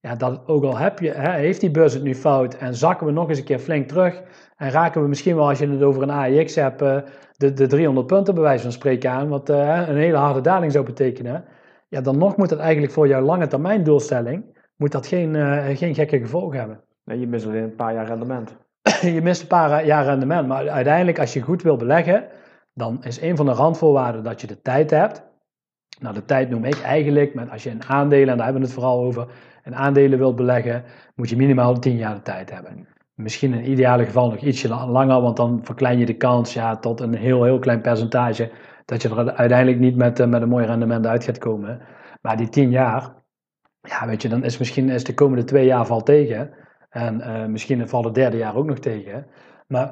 ja, dat ook al heb je, hè, heeft die beurs het nu fout en zakken we nog eens een keer flink terug en raken we misschien wel, als je het over een A E X hebt, uh, de, de driehonderd punten bij wijze van spreken aan, wat uh, een hele harde daling zou betekenen. Ja, dan nog moet het eigenlijk voor jouw lange termijn doelstelling, moet dat geen, uh, geen gekke gevolgen hebben. Nee, je mist alleen een paar jaar rendement. Je mist een paar jaar rendement, maar uiteindelijk als je goed wil beleggen, dan is een van de randvoorwaarden dat je de tijd hebt. Nou, de tijd noem ik eigenlijk, met als je in aandelen, en daar hebben we het vooral over, in aandelen wilt beleggen, moet je minimaal tien jaar de tijd hebben. Misschien in ideale geval nog ietsje langer, want dan verklein je de kans ja, tot een heel, heel klein percentage, dat je er uiteindelijk niet met, met een mooi rendement uit gaat komen. Maar die tien jaar, ja, weet je, dan is misschien is de komende twee jaar valt tegen. En uh, misschien valt het derde jaar ook nog tegen. Maar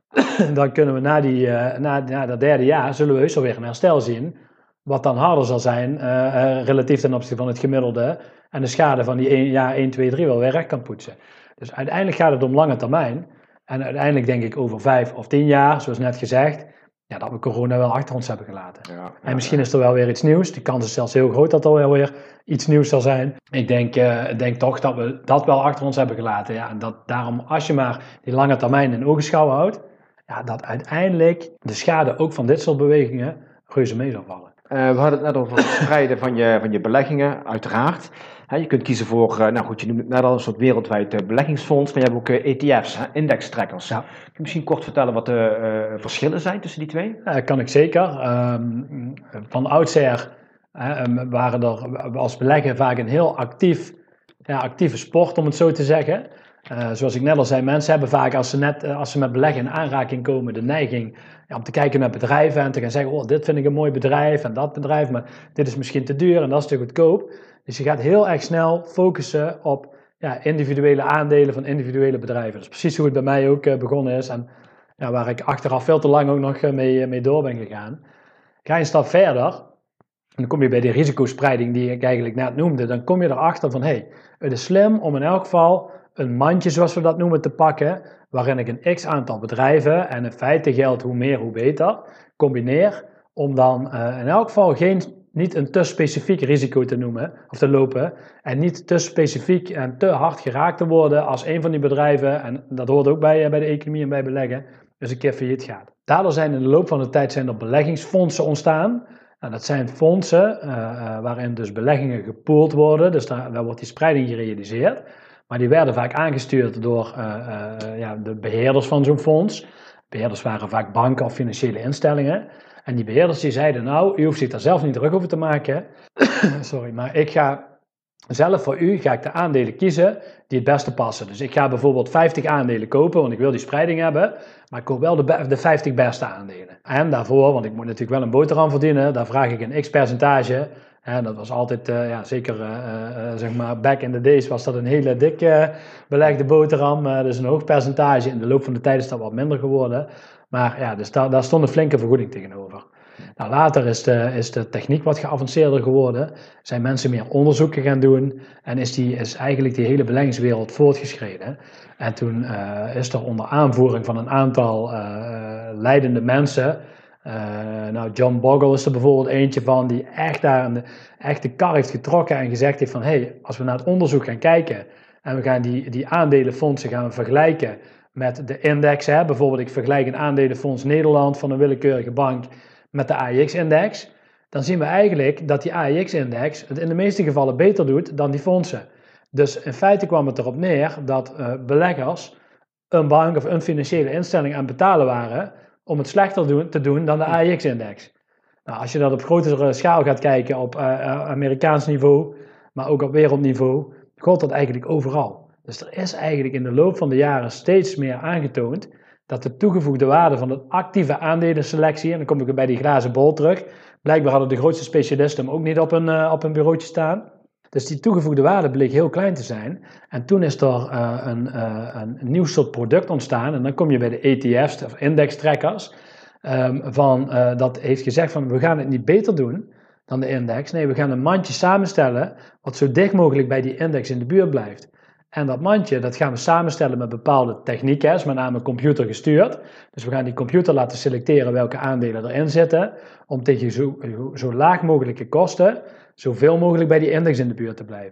dan kunnen we na, die, uh, na, na dat derde jaar, zullen we heus alweer een herstel zien. Wat dan harder zal zijn, uh, uh, relatief ten opzichte van het gemiddelde. En de schade van die een, jaar één, twee, drie wel weer recht kan poetsen. Dus uiteindelijk gaat het om lange termijn. En uiteindelijk denk ik over vijf of tien jaar, zoals net gezegd, ja, dat we corona wel achter ons hebben gelaten. Ja, ja, en misschien ja. is er wel weer iets nieuws. Die kans is zelfs heel groot dat er wel weer iets nieuws zal zijn. Ik denk, uh, denk toch dat we dat wel achter ons hebben gelaten. Ja, en dat daarom, als je maar die lange termijn in ogenschouw houdt, ja, dat uiteindelijk de schade ook van dit soort bewegingen reuze mee zal vallen. Uh, we hadden het net over het spreiden van je, van je beleggingen, uiteraard. He, je kunt kiezen voor, uh, nou goed, je noemt het net al een soort wereldwijd uh, beleggingsfonds, maar je hebt ook uh, E T F's, indextrackers. Ja. Kun je misschien kort vertellen wat de uh, verschillen zijn tussen die twee? Ja, kan ik zeker. Um, van oudsher uh, waren er als beleggen vaak een heel actief, ja, actieve sport, om het zo te zeggen. Uh, zoals ik net al zei, mensen hebben vaak als ze, net, uh, als ze met beleggen in aanraking komen de neiging ja, om te kijken naar bedrijven en te gaan zeggen, oh, dit vind ik een mooi bedrijf en dat bedrijf, maar dit is misschien te duur en dat is te goedkoop. Dus je gaat heel erg snel focussen op ja, individuele aandelen van individuele bedrijven. Dat is precies hoe het bij mij ook uh, begonnen is en ja, waar ik achteraf veel te lang ook nog uh, mee, mee door ben gegaan. Ga je een stap verder, en dan kom je bij die risicospreiding die ik eigenlijk net noemde, dan kom je erachter van, hé, hey, het is slim om in elk geval een mandje, zoals we dat noemen, te pakken, waarin ik een x-aantal bedrijven, en in feite geldt hoe meer hoe beter, combineer, om dan uh, in elk geval geen, niet een te specifiek risico te noemen, of te lopen, en niet te specifiek en te hard geraakt te worden als een van die bedrijven, en dat hoort ook bij, bij de economie en bij beleggen, dus een keer failliet gaat. Daardoor zijn in de loop van de tijd zijn er beleggingsfondsen ontstaan. Nou, dat zijn fondsen uh, uh, waarin dus beleggingen gepoeld worden, dus daar, daar wordt die spreiding gerealiseerd. Maar die werden vaak aangestuurd door uh, uh, ja, de beheerders van zo'n fonds. Beheerders waren vaak banken of financiële instellingen. En die beheerders die zeiden, nou, u hoeft zich daar zelf niet druk over te maken. Sorry, maar ik ga zelf voor u ga ik de aandelen kiezen die het beste passen. Dus ik ga bijvoorbeeld vijftig aandelen kopen, want ik wil die spreiding hebben. Maar ik koop wel de, de vijftig beste aandelen. En daarvoor, want ik moet natuurlijk wel een boterham verdienen, daar vraag ik een x-percentage. En dat was altijd, uh, ja, zeker uh, uh, zeg maar back in the days was dat een hele dik uh, belegde boterham. Uh, dus een hoog percentage. In de loop van de tijd is dat wat minder geworden. Maar ja, dus daar, daar stond een flinke vergoeding tegenover. Nou, later is de, is de techniek wat geavanceerder geworden. Zijn mensen meer onderzoeken gaan doen. En is, die, is eigenlijk die hele beleggingswereld voortgeschreden. En toen uh, is er onder aanvoering van een aantal uh, leidende mensen... Uh, nou, John Bogle is er bijvoorbeeld eentje van die echt daar de, echt de kar heeft getrokken en gezegd heeft van hé, hey, als we naar het onderzoek gaan kijken en we gaan die, die aandelenfondsen gaan vergelijken met de index, hè, bijvoorbeeld ik vergelijk een aandelenfonds Nederland van een willekeurige bank met de A E X-index, dan zien we eigenlijk dat die A E X-index het in de meeste gevallen beter doet dan die fondsen. Dus in feite kwam het erop neer dat uh, beleggers een bank of een financiële instelling aan het betalen waren om het slechter doen, te doen dan de A E X-index. Nou, als je dat op grotere schaal gaat kijken, op uh, Amerikaans niveau, maar ook op wereldniveau, geldt dat eigenlijk overal. Dus er is eigenlijk in de loop van de jaren steeds meer aangetoond dat de toegevoegde waarde van de actieve aandelenselectie, en dan kom ik weer bij die glazen bol terug, blijkbaar hadden de grootste specialisten hem ook niet op een, uh, op een bureautje staan. Dus die toegevoegde waarde bleek heel klein te zijn. En toen is er uh, een, uh, een nieuw soort product ontstaan. En dan kom je bij de E T F's, of indextrackers. Um, van, uh, dat heeft gezegd van, we gaan het niet beter doen dan de index. Nee, we gaan een mandje samenstellen wat zo dicht mogelijk bij die index in de buurt blijft. En dat mandje, dat gaan we samenstellen met bepaalde technieken, met name computergestuurd. Dus we gaan die computer laten selecteren welke aandelen erin zitten, om tegen zo, zo laag mogelijke kosten zoveel mogelijk bij die index in de buurt te blijven.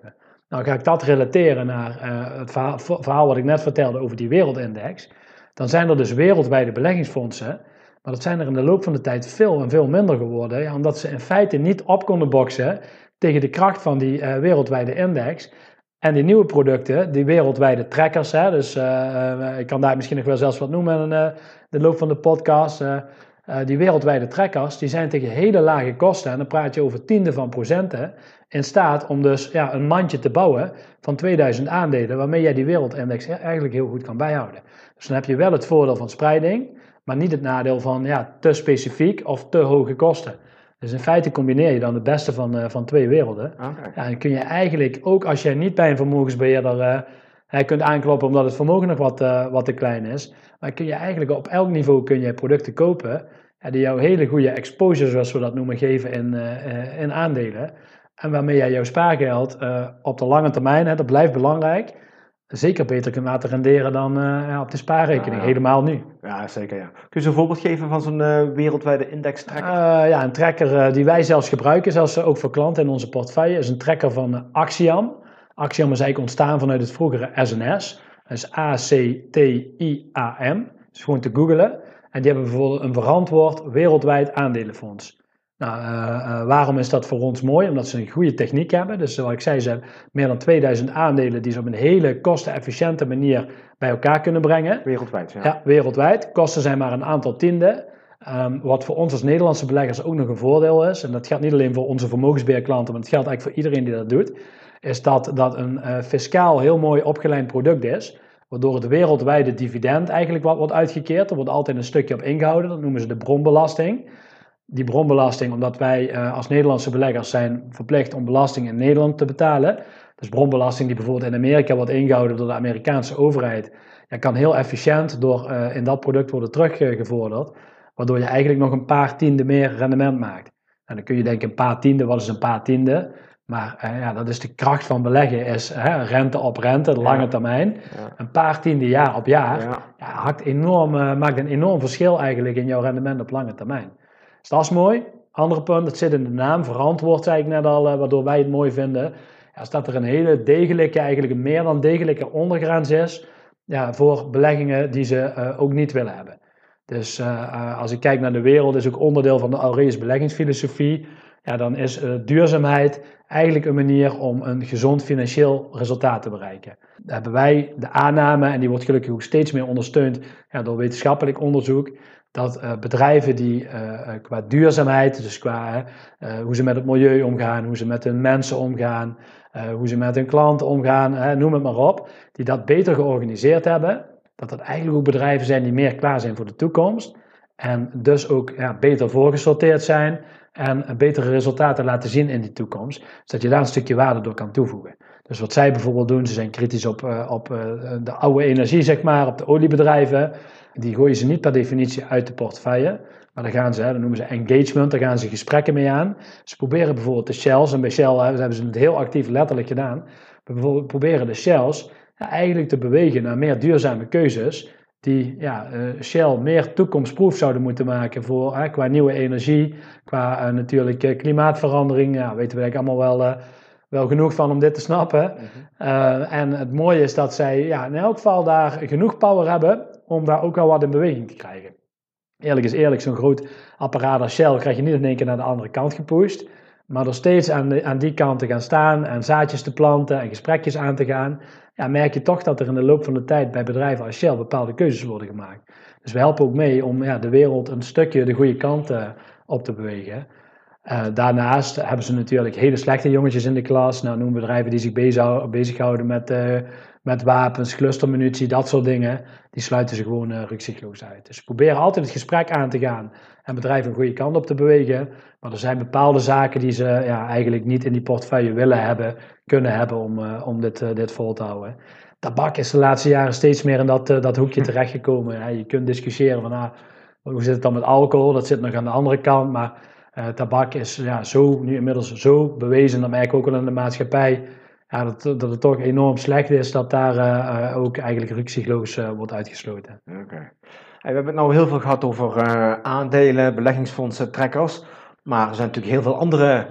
Nou ga ik dat relateren naar uh, het verhaal, verhaal wat ik net vertelde over die wereldindex. Dan zijn er dus wereldwijde beleggingsfondsen, maar dat zijn er in de loop van de tijd veel en veel minder geworden, ja, omdat ze in feite niet op konden boksen tegen de kracht van die uh, wereldwijde index. En die nieuwe producten, die wereldwijde trackers, hè, dus uh, ik kan daar misschien nog wel zelfs wat noemen in uh, de loop van de podcast. Uh, uh, die wereldwijde trackers, die zijn tegen hele lage kosten, en dan praat je over tienden van procenten, in staat om dus ja, een mandje te bouwen van tweeduizend aandelen, waarmee jij die wereldindex eigenlijk heel goed kan bijhouden. Dus dan heb je wel het voordeel van spreiding, maar niet het nadeel van ja, te specifiek of te hoge kosten. Dus in feite combineer je dan het beste van, uh, van twee werelden. Okay. Ja, en kun je eigenlijk, ook als jij niet bij een vermogensbeheerder uh, hij kunt aankloppen omdat het vermogen nog wat, uh, wat te klein is, maar kun je eigenlijk op elk niveau kun je producten kopen ja, die jou hele goede exposure, zoals we dat noemen, geven in, uh, in aandelen. En waarmee jij jouw spaargeld uh, op de lange termijn, hè, dat blijft belangrijk, zeker beter kunt laten renderen dan uh, ja, op de spaarrekening, ja. helemaal nu. Ja, zeker ja. Kun je een voorbeeld geven van zo'n uh, wereldwijde index tracker? Uh, ja, een tracker uh, die wij zelfs gebruiken, zelfs uh, ook voor klanten in onze portefeuille, is een tracker van uh, Axiom. Axiom is eigenlijk ontstaan vanuit het vroegere S N S. Dat is A C T I A M. Dat is gewoon te googlen. En die hebben bijvoorbeeld een verantwoord wereldwijd aandelenfonds. Nou, uh, uh, waarom is dat voor ons mooi? Omdat ze een goede techniek hebben. Dus zoals ik zei, ze hebben meer dan tweeduizend aandelen die ze op een hele kostenefficiënte manier bij elkaar kunnen brengen. Wereldwijd, ja. Ja, wereldwijd. Kosten zijn maar een aantal tienden. Um, wat voor ons als Nederlandse beleggers ook nog een voordeel is, en dat geldt niet alleen voor onze vermogensbeheerklanten, maar het geldt eigenlijk voor iedereen die dat doet, is dat dat een uh, fiscaal heel mooi opgeleid product is, waardoor het wereldwijde dividend eigenlijk wat wordt uitgekeerd. Er wordt altijd een stukje op ingehouden, dat noemen ze de bronbelasting. Die bronbelasting, omdat wij uh, als Nederlandse beleggers zijn verplicht om belasting in Nederland te betalen. Dus bronbelasting die bijvoorbeeld in Amerika wordt ingehouden door de Amerikaanse overheid, ja, kan heel efficiënt door uh, in dat product worden teruggevorderd, waardoor je eigenlijk nog een paar tienden meer rendement maakt. En dan kun je denken, een paar tienden, wat is een paar tienden? Maar uh, ja, dat is de kracht van beleggen, is hè, rente op rente, de lange ja. termijn. Ja. Een paar tienden jaar op jaar ja. Ja, hakt enorm, uh, maakt een enorm verschil eigenlijk in jouw rendement op lange termijn. Dus dat is mooi. Andere punt, dat zit in de naam, verantwoord zei ik net al, uh, waardoor wij het mooi vinden. Ja, is dat er een hele degelijke, eigenlijk een meer dan degelijke ondergrens is ja, voor beleggingen die ze uh, ook niet willen hebben. Dus uh, uh, als ik kijk naar de wereld, is ook onderdeel van de Aureus beleggingsfilosofie. Ja, dan is uh, duurzaamheid eigenlijk een manier om een gezond financieel resultaat te bereiken. Daar hebben wij de aanname, en die wordt gelukkig ook steeds meer ondersteund ja, door wetenschappelijk onderzoek, dat uh, bedrijven die uh, qua duurzaamheid, dus qua uh, hoe ze met het milieu omgaan, hoe ze met hun mensen omgaan, uh, hoe ze met hun klanten omgaan, uh, noem het maar op, die dat beter georganiseerd hebben, dat dat eigenlijk ook bedrijven zijn die meer klaar zijn voor de toekomst en dus ook ja, beter voorgesorteerd zijn en betere resultaten laten zien in die toekomst, zodat je daar een stukje waarde door kan toevoegen. Dus wat zij bijvoorbeeld doen, ze zijn kritisch op, uh, op uh, de oude energie, zeg maar, op de oliebedrijven. Die gooien ze niet per definitie uit de portefeuille, maar dan gaan ze, hè, dat noemen ze engagement, daar gaan ze gesprekken mee aan. Ze proberen bijvoorbeeld de Shells, en bij Shell hè, hebben ze het heel actief letterlijk gedaan, bijvoorbeeld proberen de Shells ja, eigenlijk te bewegen naar meer duurzame keuzes, die ja, uh, Shell meer toekomstproof zouden moeten maken voor, uh, qua nieuwe energie, qua uh, natuurlijk uh, klimaatverandering, ja, weten we eigenlijk allemaal wel, uh, wel genoeg van om dit te snappen. Mm-hmm. Uh, en het mooie is dat zij ja, in elk geval daar genoeg power hebben om daar ook wel wat in beweging te krijgen. Eerlijk is eerlijk, zo'n groot apparaat als Shell krijg je niet in één keer naar de andere kant gepusht, maar door steeds aan, de, aan die kant te gaan staan en zaadjes te planten en gesprekjes aan te gaan, ja, merk je toch dat er in de loop van de tijd bij bedrijven als Shell bepaalde keuzes worden gemaakt. Dus we helpen ook mee om ja, de wereld een stukje de goede kant uh, op te bewegen. Uh, daarnaast hebben ze natuurlijk hele slechte jongetjes in de klas. Nou, noem bedrijven die zich bezig, bezighouden met, uh, met wapens, clustermunitie, dat soort dingen. Die sluiten ze gewoon uh, rukzichtloos uit. Dus we proberen altijd het gesprek aan te gaan en bedrijven een goede kant op te bewegen. Maar er zijn bepaalde zaken die ze ja, eigenlijk niet in die portefeuille willen hebben, kunnen hebben om, uh, om dit, uh, dit vol te houden. Tabak is de laatste jaren steeds meer in dat, uh, dat hoekje terechtgekomen. Ja, je kunt discussiëren van ah, hoe zit het dan met alcohol, dat zit nog aan de andere kant, maar Uh, tabak is ja, zo, nu inmiddels zo bewezen, dat merk ik ook wel in de maatschappij, ja, dat, dat het toch enorm slecht is dat daar uh, ook eigenlijk rukzichtloos uh, wordt uitgesloten. Oké. Okay. Hey, we hebben het nou heel veel gehad over uh, aandelen, beleggingsfondsen, trackers, maar er zijn natuurlijk heel veel andere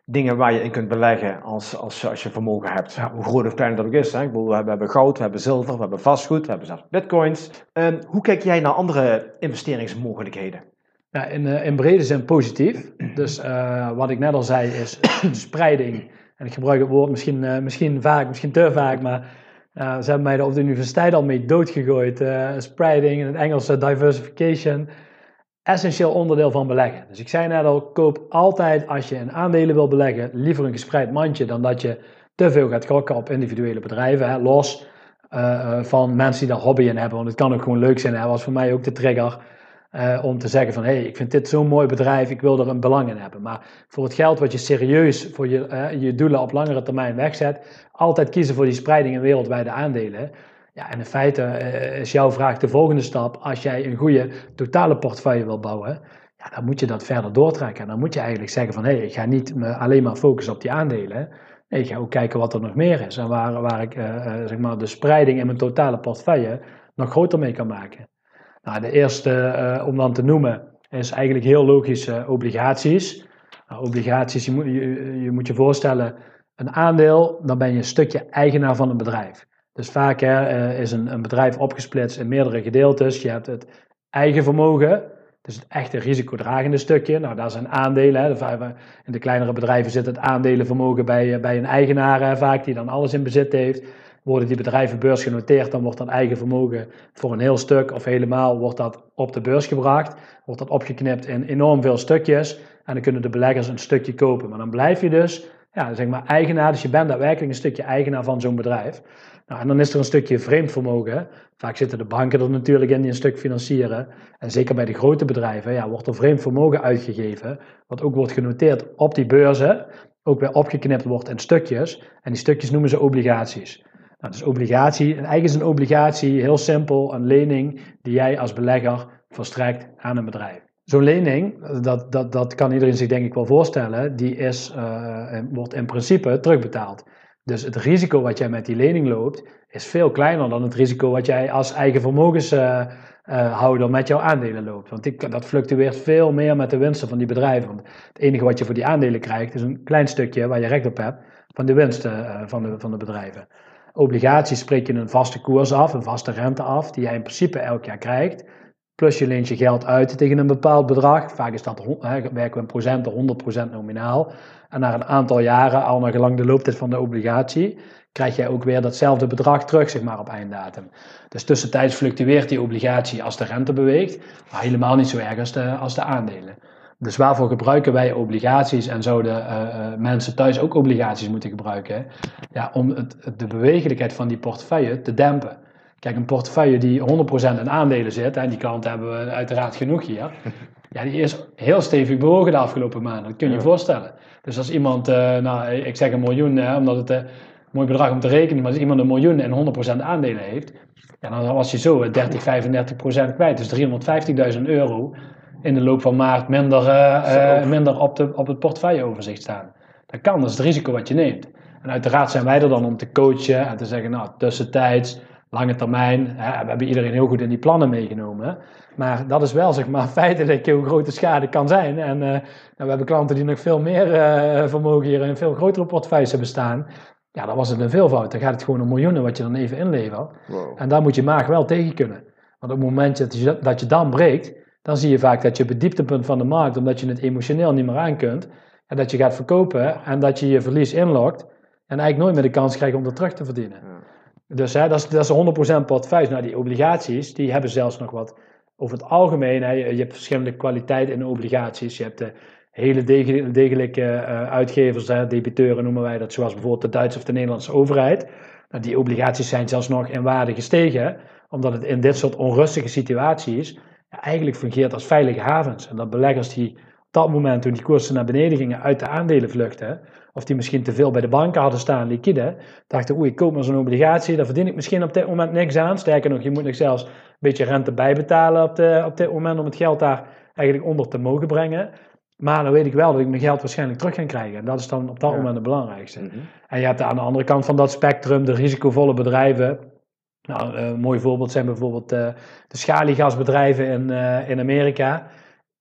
dingen waar je in kunt beleggen als, als, als je vermogen hebt. Ja, hoe groot of klein dat ook is. Hè? Ik bedoel, we hebben, we hebben goud, we hebben zilver, we hebben vastgoed, we hebben zelfs bitcoins. Um, hoe kijk jij naar andere investeringsmogelijkheden? Ja, in, uh, in brede zin positief. Dus uh, wat ik net al zei is spreiding. En ik gebruik het woord misschien, uh, misschien vaak, misschien te vaak, maar uh, ze hebben mij er op de universiteit al mee doodgegooid. Uh, spreiding, in het Engels uh, diversification. Essentieel onderdeel van beleggen. Dus ik zei net al, koop altijd als je in aandelen wil beleggen, liever een gespreid mandje dan dat je te veel gaat gokken op individuele bedrijven. Hè, los uh, van mensen die daar hobby in hebben. Want het kan ook gewoon leuk zijn. Dat was voor mij ook de trigger. Uh, om te zeggen van, hé, hey, ik vind dit zo'n mooi bedrijf, ik wil er een belang in hebben. Maar voor het geld wat je serieus voor je, uh, je doelen op langere termijn wegzet, altijd kiezen voor die spreiding in wereldwijde aandelen. Ja, en in feite uh, is jouw vraag de volgende stap. Als jij een goede totale portefeuille wil bouwen, ja, dan moet je dat verder doortrekken. En dan moet je eigenlijk zeggen van, hé, hey, ik ga niet me alleen maar focussen op die aandelen. Nee, ik ga ook kijken wat er nog meer is. En waar, waar ik uh, uh, zeg maar de spreiding in mijn totale portefeuille nog groter mee kan maken. Nou, de eerste uh, om dan te noemen is eigenlijk heel logisch uh, obligaties. Nou, obligaties, je moet je, je moet je voorstellen, een aandeel, dan ben je een stukje eigenaar van een bedrijf. Dus vaak hè, uh, is een, een bedrijf opgesplitst in meerdere gedeeltes. Je hebt het eigen vermogen, dus het echte risicodragende stukje. Nou, daar zijn aandelen. Hè. De, in de kleinere bedrijven zit het aandelenvermogen bij, bij een eigenaar hè, vaak, die dan alles in bezit heeft. Worden die bedrijven beursgenoteerd, dan wordt dat eigen vermogen voor een heel stuk of helemaal wordt dat op de beurs gebracht. Wordt dat opgeknipt in enorm veel stukjes en dan kunnen de beleggers een stukje kopen. Maar dan blijf je dus ja, zeg maar eigenaar, dus je bent daadwerkelijk een stukje eigenaar van zo'n bedrijf. Nou, en dan is er een stukje vreemd vermogen. Vaak zitten de banken er natuurlijk in die een stuk financieren. En zeker bij de grote bedrijven ja, wordt er vreemd vermogen uitgegeven, wat ook wordt genoteerd op die beurzen, ook weer opgeknipt wordt in stukjes. En die stukjes noemen ze obligaties. Nou, dus obligatie, en eigenlijk is een obligatie heel simpel een lening die jij als belegger verstrekt aan een bedrijf. Zo'n lening, dat, dat, dat kan iedereen zich denk ik wel voorstellen, die is, uh, wordt in principe terugbetaald. Dus het risico wat jij met die lening loopt is veel kleiner dan het risico wat jij als eigen vermogenshouder uh, uh, met jouw aandelen loopt. Want die, dat fluctueert veel meer met de winsten van die bedrijven. Want het enige wat je voor die aandelen krijgt is een klein stukje waar je recht op hebt van de winsten uh, van, de, van de bedrijven. Obligaties spreek je een vaste koers af, een vaste rente af, die jij in principe elk jaar krijgt. Plus je leent je geld uit tegen een bepaald bedrag. Vaak is dat, hè, werken we in procenten, honderd procent nominaal. En na een aantal jaren, al naar gelang de looptijd van de obligatie, krijg jij ook weer datzelfde bedrag terug, zeg maar, op einddatum. Dus tussentijds fluctueert die obligatie als de rente beweegt, maar helemaal niet zo erg als de, als de aandelen. Dus waarvoor gebruiken wij obligaties en zouden uh, mensen thuis ook obligaties moeten gebruiken? Ja, om het, de bewegelijkheid van die portefeuille te dempen. Kijk, een portefeuille die honderd procent in aandelen zit, en die kant hebben we uiteraard genoeg hier, ja, die is heel stevig bewogen de afgelopen maanden, dat kun je je voorstellen. Dus als iemand, uh, nou, ik zeg een miljoen, uh, omdat het uh, een mooi bedrag om te rekenen, maar als iemand een miljoen en honderd procent aandelen heeft, ja, dan was je zo dertig, vijfendertig procent kwijt, dus driehonderdvijftigduizend euro in de loop van maart minder, uh, uh, minder op, de, op het portefeuilleoverzicht staan. Dat kan, dat is het risico wat je neemt. En uiteraard zijn wij er dan om te coachen en te zeggen, nou, tussentijds, lange termijn, hè, we hebben iedereen heel goed in die plannen meegenomen. Maar dat is wel, zeg maar, feitelijk hoe groot de schade kan zijn. En uh, nou, we hebben klanten die nog veel meer uh, vermogen hier in veel grotere portefeuilles hebben staan. Ja, dan was het een veelvoud. Dan gaat het gewoon om miljoenen wat je dan even inlevert. Wow. En daar moet je maag wel tegen kunnen. Want op het moment dat je, dat je dan breekt, dan zie je vaak dat je op het dieptepunt van de markt, omdat je het emotioneel niet meer aan kunt, en dat je gaat verkopen en dat je je verlies inlokt en eigenlijk nooit meer de kans krijgt om dat terug te verdienen. Ja. Dus hè, dat is, dat is honderd procent portefeuille. Nou, die obligaties, die hebben zelfs nog wat over het algemeen. Hè, je, je hebt verschillende kwaliteiten in de obligaties. Je hebt de hele degelijke, degelijke uh, uitgevers, hè, debiteuren noemen wij dat, zoals bijvoorbeeld de Duitse of de Nederlandse overheid. Nou, die obligaties zijn zelfs nog in waarde gestegen, omdat het in dit soort onrustige situaties ja, eigenlijk fungeert als veilige havens. En dat beleggers die op dat moment, toen die koersen naar beneden gingen, uit de aandelen vluchten, of die misschien te veel bij de banken hadden staan, liquide, dachten, oei, ik koop maar zo'n obligatie, daar verdien ik misschien op dit moment niks aan. Sterker nog, je moet nog zelfs een beetje rente bijbetalen op, de, op dit moment om het geld daar eigenlijk onder te mogen brengen. Maar dan weet ik wel dat ik mijn geld waarschijnlijk terug ga krijgen. En dat is dan op dat ja. moment het belangrijkste. Mm-hmm. En je hebt aan de andere kant van dat spectrum de risicovolle bedrijven. Nou, een mooi voorbeeld zijn bijvoorbeeld uh, de schaliegasbedrijven in, uh, in Amerika.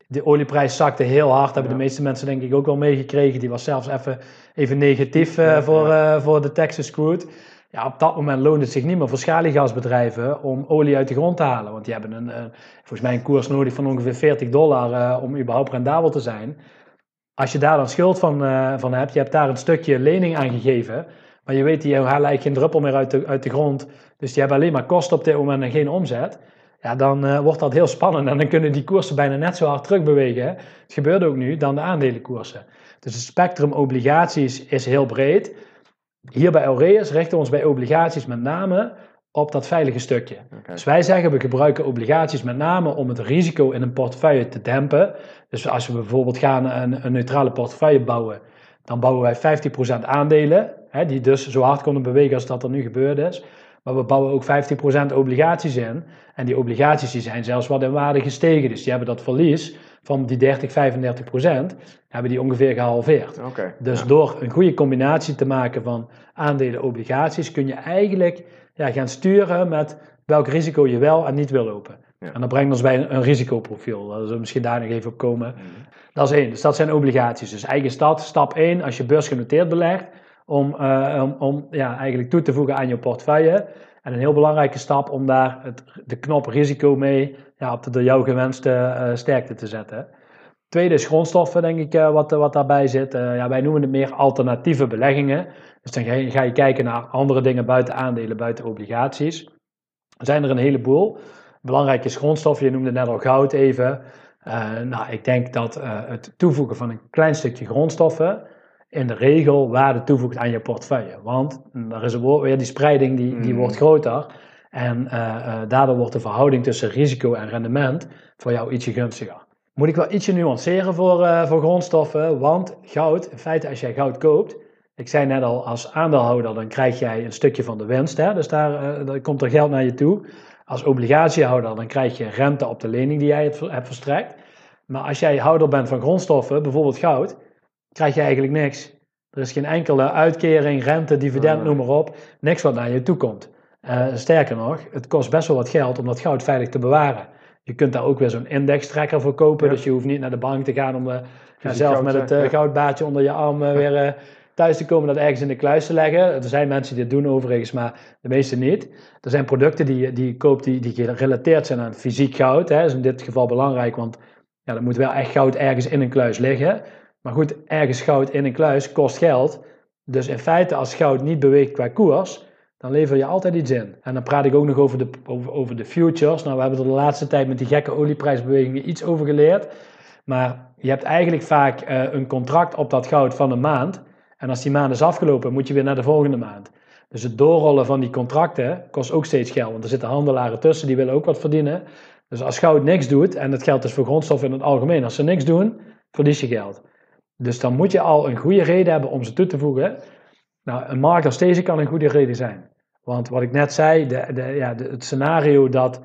De olieprijs zakte heel hard, hebben Ja. de meeste mensen denk ik ook wel meegekregen. Die was zelfs even, even negatief uh, Ja, voor, ja. uh, voor de Texas crude. Ja, op dat moment loont het zich niet meer voor schaliegasbedrijven om olie uit de grond te halen. Want die hebben een, uh, volgens mij een koers nodig van ongeveer veertig dollar uh, om überhaupt rendabel te zijn. Als je daar dan schuld van, uh, van hebt, je hebt daar een stukje lening aan gegeven, maar je weet, die halen eigenlijk geen druppel meer uit de, uit de grond. Dus die hebben alleen maar kosten op dit moment en geen omzet. Ja, dan uh, wordt dat heel spannend en dan kunnen die koersen bijna net zo hard terugbewegen. Hè? Het gebeurt ook nu dan de aandelenkoersen. Dus het spectrum obligaties is heel breed. Hier bij Aureus richten we ons bij obligaties met name op dat veilige stukje. Okay. Dus wij zeggen, we gebruiken obligaties met name om het risico in een portefeuille te dempen. Dus als we bijvoorbeeld gaan een, een neutrale portefeuille bouwen, dan bouwen wij vijftien procent aandelen, hè, die dus zo hard konden bewegen als dat er nu gebeurd is. Maar we bouwen ook vijftien procent obligaties in. En die obligaties die zijn zelfs wat in waarde gestegen. Dus die hebben dat verlies van die dertig, vijfendertig procent, hebben die ongeveer gehalveerd. Okay, dus ja. door een goede combinatie te maken van aandelen obligaties, kun je eigenlijk ja, gaan sturen met welk risico je wel en niet wil lopen. Ja. En dat brengt ons bij een, een risicoprofiel. Daar zullen we misschien daar nog even op komen. Mm-hmm. Dat is één. Dus dat zijn obligaties. Dus eigen stad, stap één, als je beursgenoteerd belegt, om, uh, om, om ja, eigenlijk toe te voegen aan je portefeuille. En een heel belangrijke stap om daar het, de knop risico mee ja, op de door jou gewenste uh, sterkte te zetten. Tweede is grondstoffen, denk ik, uh, wat, wat daarbij zit. Uh, ja, wij noemen het meer alternatieve beleggingen. Dus dan ga je, ga je kijken naar andere dingen buiten aandelen, buiten obligaties. Er zijn er een heleboel. Belangrijk is grondstoffen, je noemde net al goud even. Uh, nou, ik denk dat uh, het toevoegen van een klein stukje grondstoffen in de regel waarde toevoegt aan je portefeuille. Want er is een, weer die spreiding die, die mm. wordt groter. En uh, uh, daardoor wordt de verhouding tussen risico en rendement voor jou ietsje gunstiger. Moet ik wel ietsje nuanceren voor, uh, voor grondstoffen, want goud, in feite als jij goud koopt, ik zei net al, als aandeelhouder dan krijg jij een stukje van de winst, hè? Dus daar, uh, daar komt er geld naar je toe. Als obligatiehouder dan krijg je rente op de lening die jij hebt verstrekt. Maar als jij houder bent van grondstoffen, bijvoorbeeld goud, krijg je eigenlijk niks. Er is geen enkele uitkering, rente, dividend, noem maar op, niks wat naar je toe komt. Uh, sterker nog, het kost best wel wat geld om dat goud veilig te bewaren. Je kunt daar ook weer zo'n indextrekker voor kopen, ja. Dus je hoeft niet naar de bank te gaan om uh, ja, zelf met het uh, ja. goudbaatje onder je arm uh, weer uh, thuis te komen, dat ergens in de kluis te leggen. Er zijn mensen die dit doen overigens, maar de meeste niet. Er zijn producten die, die je koopt die, die gerelateerd zijn aan fysiek goud. Dat is in dit geval belangrijk, want ja, er moet wel echt goud ergens in een kluis liggen. Maar goed, ergens goud in een kluis kost geld. Dus in feite, als goud niet beweegt qua koers, dan lever je altijd iets in. En dan praat ik ook nog over de, over, over de futures. Nou, we hebben er de laatste tijd met die gekke olieprijsbewegingen iets over geleerd. Maar je hebt eigenlijk vaak uh, een contract op dat goud van een maand. En als die maand is afgelopen, moet je weer naar de volgende maand. Dus het doorrollen van die contracten kost ook steeds geld. Want er zitten handelaren tussen, die willen ook wat verdienen. Dus als goud niks doet, en dat geldt dus voor grondstoffen in het algemeen. Als ze niks doen, verlies je geld. Dus dan moet je al een goede reden hebben om ze toe te voegen. Nou, een markt als deze kan een goede reden zijn. Want wat ik net zei, de, de, ja, de, het scenario dat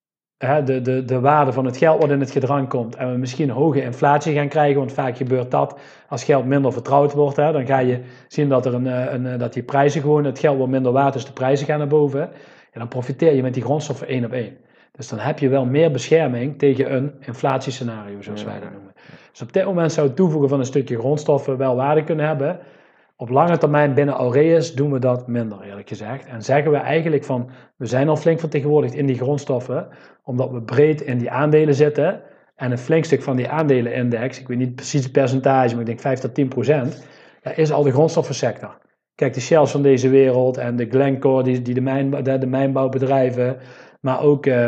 hè, de, de, de waarde van het geld wat in het gedrang komt en we misschien hoge inflatie gaan krijgen, want vaak gebeurt dat als geld minder vertrouwd wordt. Hè, dan ga je zien dat, er een, een, dat die prijzen gewoon, het geld wordt minder waard, dus de prijzen gaan naar boven. En dan profiteer je met die grondstoffen één op één. Dus dan heb je wel meer bescherming tegen een inflatiescenario, zoals ja, wij dat noemen. Dus op dit moment zou het toevoegen van een stukje grondstoffen wel waarde kunnen hebben. Op lange termijn binnen Aureus doen we dat minder, eerlijk gezegd. En zeggen we eigenlijk van, we zijn al flink vertegenwoordigd in die grondstoffen, omdat we breed in die aandelen zitten. En een flink stuk van die aandelenindex, ik weet niet precies het percentage, maar ik denk vijf tot tien procent, ja, is al de grondstoffensector. Kijk, de Shells van deze wereld en de Glencore, die, die de, mijn, de, de mijnbouwbedrijven, maar ook uh, uh,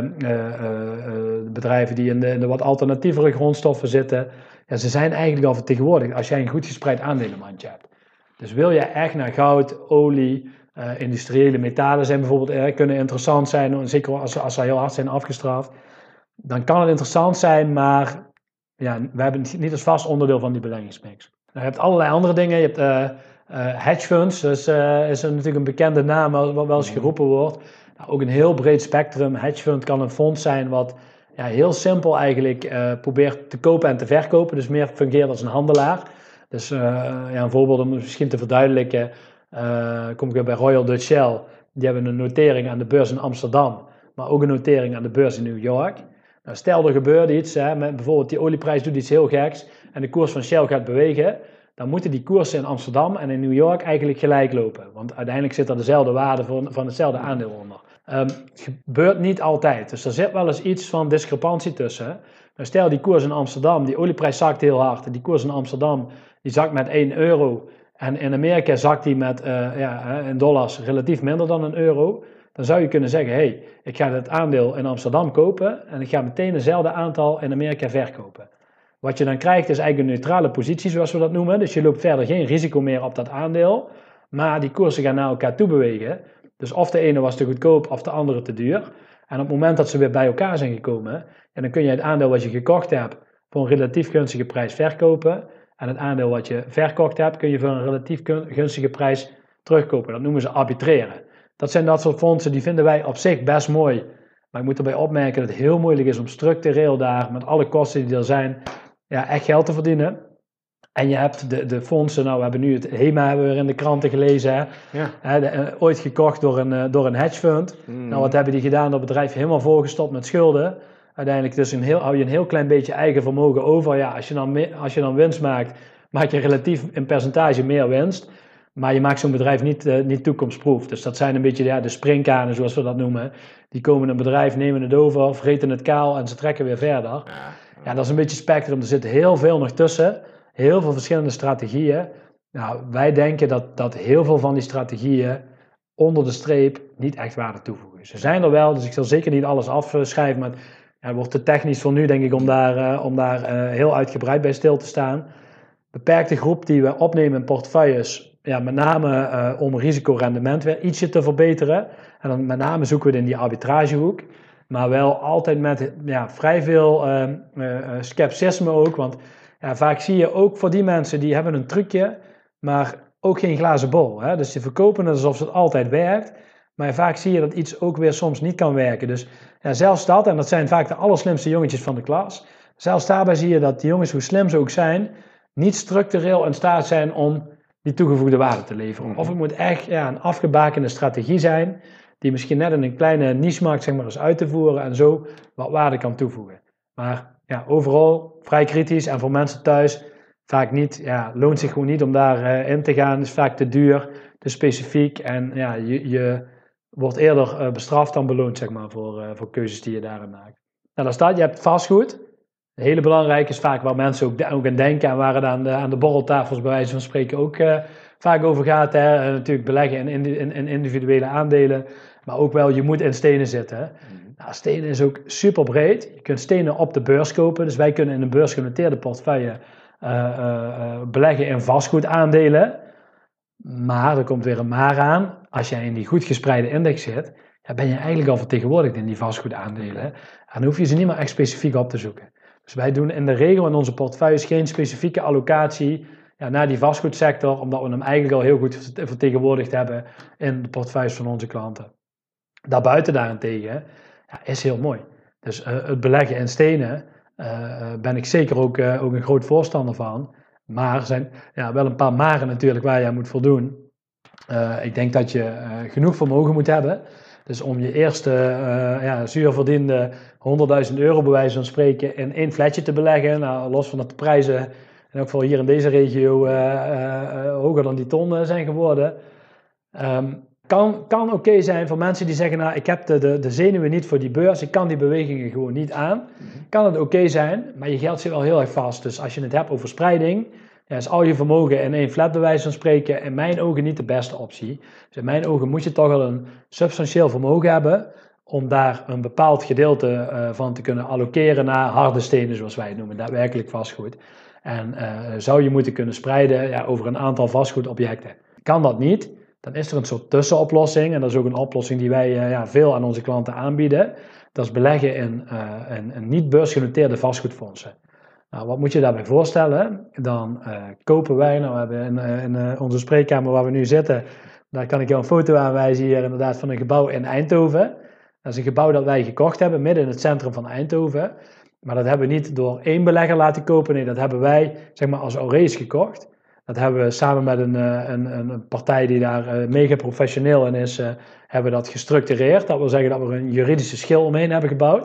uh, bedrijven die in de, in de wat alternatievere grondstoffen zitten. Ja, ze zijn eigenlijk al vertegenwoordigd als jij een goed gespreid aandelenmandje hebt. Dus wil je echt naar goud, olie, uh, industriële metalen zijn bijvoorbeeld, eh, kunnen interessant zijn, zeker als, als ze heel hard zijn afgestraft. Dan kan het interessant zijn, maar ja, we hebben het niet als vast onderdeel van die beleggingsmix. Je hebt allerlei andere dingen. Je hebt uh, uh, hedge funds, dus uh, is een, natuurlijk een bekende naam wat wel eens geroepen wordt. Nou, ook een heel breed spectrum. Hedge fund kan een fonds zijn wat ja, heel simpel eigenlijk uh, probeert te kopen en te verkopen. Dus meer fungeert als een handelaar. Dus uh, ja, een voorbeeld om misschien te verduidelijken. Uh, kom ik weer bij Royal Dutch Shell. Die hebben een notering aan de beurs in Amsterdam. Maar ook een notering aan de beurs in New York. Nou, stel er gebeurt iets, hè, met bijvoorbeeld die olieprijs doet iets heel geks en de koers van Shell gaat bewegen, dan moeten die koersen in Amsterdam en in New York eigenlijk gelijk lopen. Want uiteindelijk zit er dezelfde waarde van, van hetzelfde aandeel onder. Um, het gebeurt niet altijd, dus er zit wel eens iets van discrepantie tussen. Nou, stel die koers in Amsterdam, die olieprijs zakt heel hard. Die koers in Amsterdam die zakt met één euro en in Amerika zakt die met uh, ja, in dollars relatief minder dan een euro. Dan zou je kunnen zeggen, hé, hey, ik ga het aandeel in Amsterdam kopen en ik ga meteen hetzelfde aantal in Amerika verkopen. Wat je dan krijgt is eigenlijk een neutrale positie, zoals we dat noemen. Dus je loopt verder geen risico meer op dat aandeel, maar die koersen gaan naar elkaar toe bewegen. Dus of de ene was te goedkoop of de andere te duur. En op het moment dat ze weer bij elkaar zijn gekomen, en dan kun je het aandeel wat je gekocht hebt voor een relatief gunstige prijs verkopen. En het aandeel wat je verkocht hebt, kun je voor een relatief gunstige prijs terugkopen. Dat noemen ze arbitreren. Dat zijn dat soort fondsen, die vinden wij op zich best mooi. Maar ik moet erbij opmerken dat het heel moeilijk is om structureel daar, met alle kosten die er zijn, ja, echt geld te verdienen. En je hebt de, de fondsen, nou we hebben nu het HEMA hebben we weer in de kranten gelezen, hè? Ja. Hè, de, uh, ooit gekocht door een, uh, door een hedgefund. Mm. Nou wat hebben die gedaan? Dat bedrijf helemaal volgestopt met schulden. Uiteindelijk dus een heel, hou je een heel klein beetje eigen vermogen over. Ja, als je dan, als je dan winst maakt, maak je relatief in percentage meer winst. Maar je maakt zo'n bedrijf niet, uh, niet toekomstproof. Dus dat zijn een beetje ja, de springkanen, zoals we dat noemen. Die komen een bedrijf, nemen het over, vreten het kaal en ze trekken weer verder. Ja, ja dat is een beetje spectrum. Er zit heel veel nog tussen. Heel veel verschillende strategieën. Nou, wij denken dat, dat heel veel van die strategieën onder de streep niet echt waarde toevoegen. Ze zijn er wel, dus ik zal zeker niet alles afschrijven. Maar ja, het wordt te technisch voor nu, denk ik, om daar, uh, om daar uh, heel uitgebreid bij stil te staan. Beperkte groep die we opnemen in portefeuilles, ja, met name uh, om risicorendement weer ietsje te verbeteren. En dan met name zoeken we het in die arbitragehoek. Maar wel altijd met ja, vrij veel uh, uh, scepticisme ook, want ja, vaak zie je ook voor die mensen die hebben een trucje, maar ook geen glazen bol. Hè? Dus ze verkopen het alsof het altijd werkt, maar vaak zie je dat iets ook weer soms niet kan werken. Dus ja, zelfs dat, en dat zijn vaak de allerslimste jongetjes van de klas, zelfs daarbij zie je dat die jongens, hoe slim ze ook zijn, niet structureel in staat zijn om die toegevoegde waarde te leveren. Of het moet echt ja, een afgebakende strategie zijn, die misschien net in een kleine niche-markt zeg maar, is uit te voeren en zo wat waarde kan toevoegen. Maar ja, overal vrij kritisch en voor mensen thuis vaak niet, ja, loont zich gewoon niet om daarin uh, in te gaan. Het is vaak te duur, te specifiek en ja, je, je wordt eerder uh, bestraft dan beloond zeg maar, voor, uh, voor keuzes die je daarin maakt. Nou, daar staat, je hebt vastgoed. Het hele belangrijke is vaak waar mensen ook, ook aan denken en waar het aan de, aan de borreltafels bij wijze van spreken ook uh, vaak over gaat. Hè. Uh, natuurlijk beleggen in, in, in individuele aandelen, maar ook wel je moet in stenen zitten. Hè. Nou, stenen is ook super breed. Je kunt stenen op de beurs kopen. Dus wij kunnen in een beursgenoteerde portefeuille uh, uh, uh, beleggen in vastgoedaandelen. Maar er komt weer een maar aan. Als jij in die goed gespreide index zit, ja, ben je eigenlijk al vertegenwoordigd in die vastgoedaandelen. En dan hoef je ze niet meer echt specifiek op te zoeken. Dus wij doen in de regel in onze portefeuilles geen specifieke allocatie ja, naar die vastgoedsector, omdat we hem eigenlijk al heel goed vertegenwoordigd hebben in de portefeuilles van onze klanten. Daarbuiten daarentegen ja, is heel mooi. Dus uh, het beleggen in stenen uh, ben ik zeker ook, uh, ook een groot voorstander van. Maar er zijn ja, wel een paar maren natuurlijk waar je aan moet voldoen. Uh, ik denk dat je uh, genoeg vermogen moet hebben. Dus om je eerste uh, ja, zuur verdiende honderdduizend euro bij wijze van spreken in één flatje te beleggen. Nou, los van dat de prijzen in elk geval hier in deze regio uh, uh, hoger dan die ton uh, zijn geworden. Um, kan kan oké okay zijn voor mensen die zeggen, nou ik heb de, de, de zenuwen niet voor die beurs, ik kan die bewegingen gewoon niet aan. Mm-hmm. Kan het oké okay zijn, maar je geld zit wel heel erg vast. Dus als je het hebt over spreiding, ja, is al je vermogen in één flat bij wijze van spreken in mijn ogen niet de beste optie. Dus in mijn ogen moet je toch wel een substantieel vermogen hebben om daar een bepaald gedeelte uh, van te kunnen allokeren naar harde stenen zoals wij het noemen, daadwerkelijk vastgoed. En uh, zou je moeten kunnen spreiden ja, over een aantal vastgoedobjecten. Kan dat niet, dan is er een soort tussenoplossing en dat is ook een oplossing die wij uh, ja, veel aan onze klanten aanbieden. Dat is beleggen in, uh, in, in niet beursgenoteerde vastgoedfondsen. Nou, wat moet je daarbij voorstellen? Dan uh, kopen wij, nou we hebben in, uh, in uh, onze spreekkamer waar we nu zitten, daar kan ik jou een foto aanwijzen hier inderdaad van een gebouw in Eindhoven. Dat is een gebouw dat wij gekocht hebben midden in het centrum van Eindhoven. Maar dat hebben we niet door één belegger laten kopen, nee, dat hebben wij zeg maar als Aureus gekocht. Dat hebben we samen met een, een, een partij die daar uh, mega professioneel in is, uh, hebben dat gestructureerd. Dat wil zeggen dat we er een juridische schil omheen hebben gebouwd.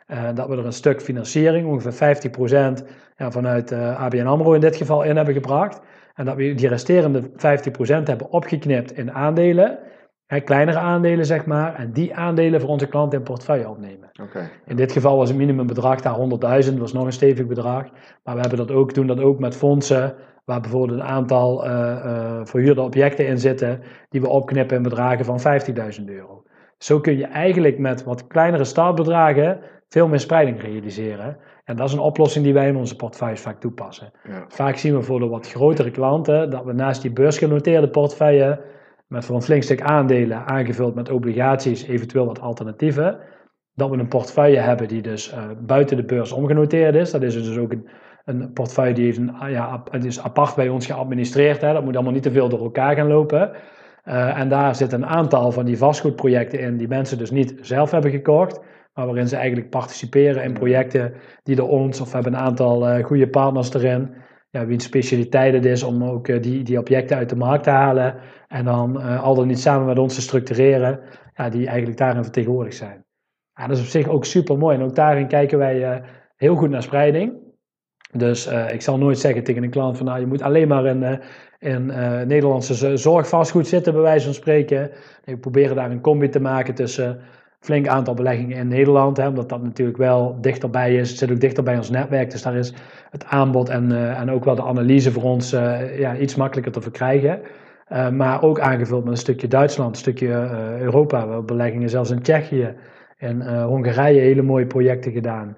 Uh, dat we er een stuk financiering, ongeveer vijftig procent ja, vanuit uh, A B N AMRO in dit geval in hebben gebracht. En dat we die resterende vijftig procent hebben opgeknipt in aandelen. Hè, kleinere aandelen zeg maar. En die aandelen voor onze klanten in portefeuille opnemen. Okay. In dit geval was het minimumbedrag daar honderdduizend. Dat was nog een stevig bedrag. Maar we hebben dat ook, doen dat ook met fondsen. Waar bijvoorbeeld een aantal uh, uh, verhuurde objecten in zitten. Die we opknippen in bedragen van vijftigduizend euro. Zo kun je eigenlijk met wat kleinere startbedragen veel meer spreiding realiseren. En dat is een oplossing die wij in onze portefeuilles vaak toepassen. Ja. Vaak zien we voor de wat grotere klanten dat we naast die beursgenoteerde portefeuille met voor een flink stuk aandelen aangevuld met obligaties, eventueel wat alternatieven, dat we een portefeuille hebben die dus uh, buiten de beurs omgenoteerd is. Dat is dus ook een, een portefeuille die heeft een, ja, het is apart bij ons geadministreerd. Hè. Dat moet allemaal niet te veel door elkaar gaan lopen. Uh, en daar zitten een aantal van die vastgoedprojecten in die mensen dus niet zelf hebben gekocht, maar waarin ze eigenlijk participeren in projecten die door ons, of we hebben een aantal uh, goede partners erin, ja, wiens specialiteit het is om ook uh, die, die objecten uit de markt te halen en dan uh, al dan niet samen met ons te structureren, ja, die eigenlijk daarin vertegenwoordigd zijn. Ja, dat is op zich ook super mooi en ook daarin kijken wij uh, heel goed naar spreiding. Dus uh, ik zal nooit zeggen tegen een klant van nou, je moet alleen maar in, uh, in uh, Nederlandse zorgvastgoed zitten, bij wijze van spreken. We proberen daar een combi te maken tussen een flink aantal beleggingen in Nederland, hè, omdat dat natuurlijk wel dichterbij is. Het zit ook dichter bij ons netwerk, dus daar is het aanbod en, uh, en ook wel de analyse voor ons uh, ja, iets makkelijker te verkrijgen. Uh, maar ook aangevuld met een stukje Duitsland, een stukje uh, Europa. We hebben beleggingen zelfs in Tsjechië en uh, Hongarije hele mooie projecten gedaan.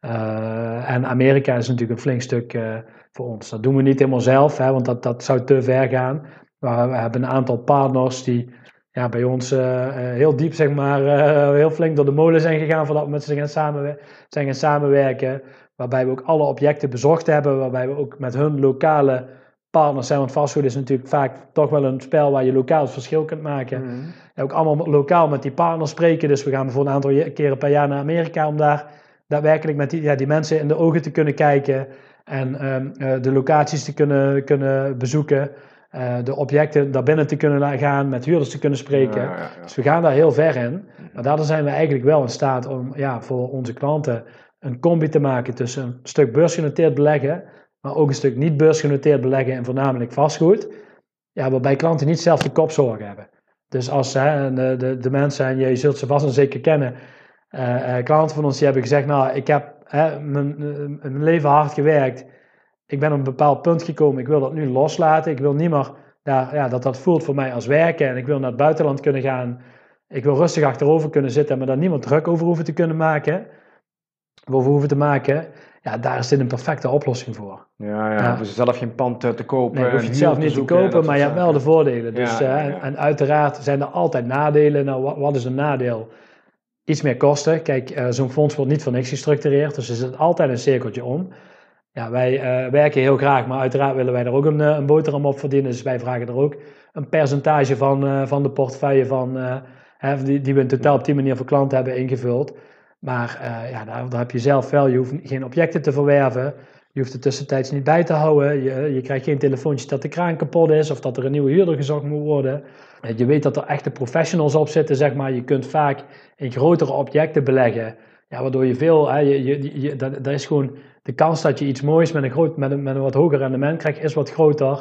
Uh, en Amerika is natuurlijk een flink stuk uh, voor ons. Dat doen we niet helemaal zelf, hè, want dat, dat zou te ver gaan. Maar we hebben een aantal partners die ja, bij ons uh, uh, heel diep, zeg maar, uh, heel flink door de molen zijn gegaan voordat we met ze gaan, samenwer- zijn gaan samenwerken. Waarbij we ook alle objecten bezocht hebben, waarbij we ook met hun lokale partners zijn. Want vastgoed is natuurlijk vaak toch wel een spel waar je lokaal het verschil kunt maken. Mm. En ook allemaal lokaal met die partners spreken. Dus we gaan bijvoorbeeld een aantal keren per jaar naar Amerika om daar daadwerkelijk met die, ja, die mensen in de ogen te kunnen kijken en um, uh, de locaties te kunnen, kunnen bezoeken, uh, de objecten daar binnen te kunnen gaan, met huurders te kunnen spreken. Ja, ja, ja. Dus we gaan daar heel ver in. Maar daardoor zijn we eigenlijk wel in staat om ja, voor onze klanten een combi te maken tussen een stuk beursgenoteerd beleggen, maar ook een stuk niet beursgenoteerd beleggen en voornamelijk vastgoed. Ja, waarbij klanten niet zelf de kopzorgen hebben. Dus als hè, de, de, de mensen, en je zult ze vast en zeker kennen, Uh, uh, klanten van ons die hebben gezegd, nou, ik heb hè, mijn, uh, mijn leven hard gewerkt. Ik ben op een bepaald punt gekomen. Ik wil dat nu loslaten. Ik wil niet meer daar, ja, dat dat voelt voor mij als werken. En ik wil naar het buitenland kunnen gaan. Ik wil rustig achterover kunnen zitten, maar daar niemand druk over hoeven te kunnen maken. Over hoeven te maken. Ja, daar is dit een perfecte oplossing voor. Ja, ja. Dus zelf geen pand te kopen. Nee, hoef je het zelf niet te kopen, maar je hebt wel de voordelen. Dus, ja, ja, ja. Uh, en uiteraard zijn er altijd nadelen. Nou, wat, wat is een nadeel? Iets meer kosten. Kijk, uh, zo'n fonds wordt niet voor niks gestructureerd, dus er zit altijd een cirkeltje om. Ja, wij uh, werken heel graag, maar uiteraard willen wij er ook een, een boterham op verdienen. Dus wij vragen er ook een percentage van, uh, van de portefeuille van, uh, hè, die, die we in totaal op die manier voor klanten hebben ingevuld. Maar uh, ja, daar, daar heb je zelf wel. Je hoeft geen objecten te verwerven. Je hoeft er tussentijds niet bij te houden. Je, je krijgt geen telefoontjes dat de kraan kapot is of dat er een nieuwe huurder gezocht moet worden. Je weet dat er echte professionals op zitten, zeg maar. Je kunt vaak in grotere objecten beleggen. Ja, waardoor je veel, hè, je, je, je, dat, dat is gewoon de kans dat je iets moois met een, groot, met een, met een wat hoger rendement krijgt, is wat groter.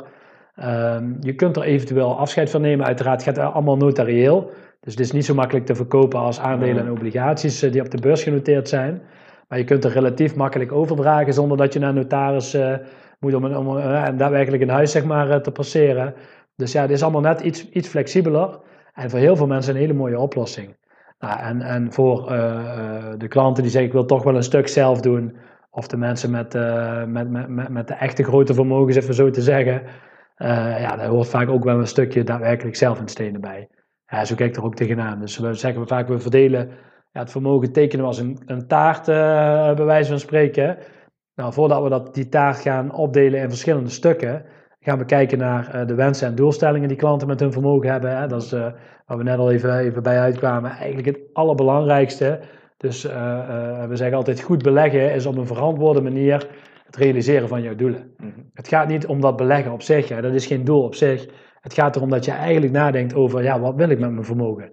Um, je kunt er eventueel afscheid van nemen. Uiteraard gaat het allemaal notarieel. Dus het is niet zo makkelijk te verkopen als aandelen en obligaties die op de beurs genoteerd zijn. Maar je kunt er relatief makkelijk overdragen zonder dat je naar notaris uh, moet om, om uh, en daadwerkelijk een huis zeg maar, uh, te passeren. Dus ja, het is allemaal net iets, iets flexibeler. En voor heel veel mensen een hele mooie oplossing. Nou, en, en voor uh, uh, de klanten die zeggen ik wil toch wel een stuk zelf doen. Of de mensen met, uh, met, met, met, met de echte grote vermogens, even zo te zeggen. Uh, ja, daar hoort vaak ook wel een stukje daadwerkelijk zelf investeren bij. Ja, zo kijk ik er ook tegenaan. Dus we zeggen vaak, we verdelen ja, het vermogen tekenen we als een, een taart, uh, bij wijze van spreken. Nou, voordat we dat, die taart gaan opdelen in verschillende stukken, gaan we kijken naar uh, de wensen en doelstellingen die klanten met hun vermogen hebben. Hè. Dat is uh, waar we net al even, even bij uitkwamen. Eigenlijk het allerbelangrijkste. Dus uh, uh, we zeggen altijd, goed beleggen is op een verantwoorde manier het realiseren van jouw doelen. Mm-hmm. Het gaat niet om dat beleggen op zich. Hè. Dat is geen doel op zich. Het gaat erom dat je eigenlijk nadenkt over, ja, wat wil ik met mijn vermogen?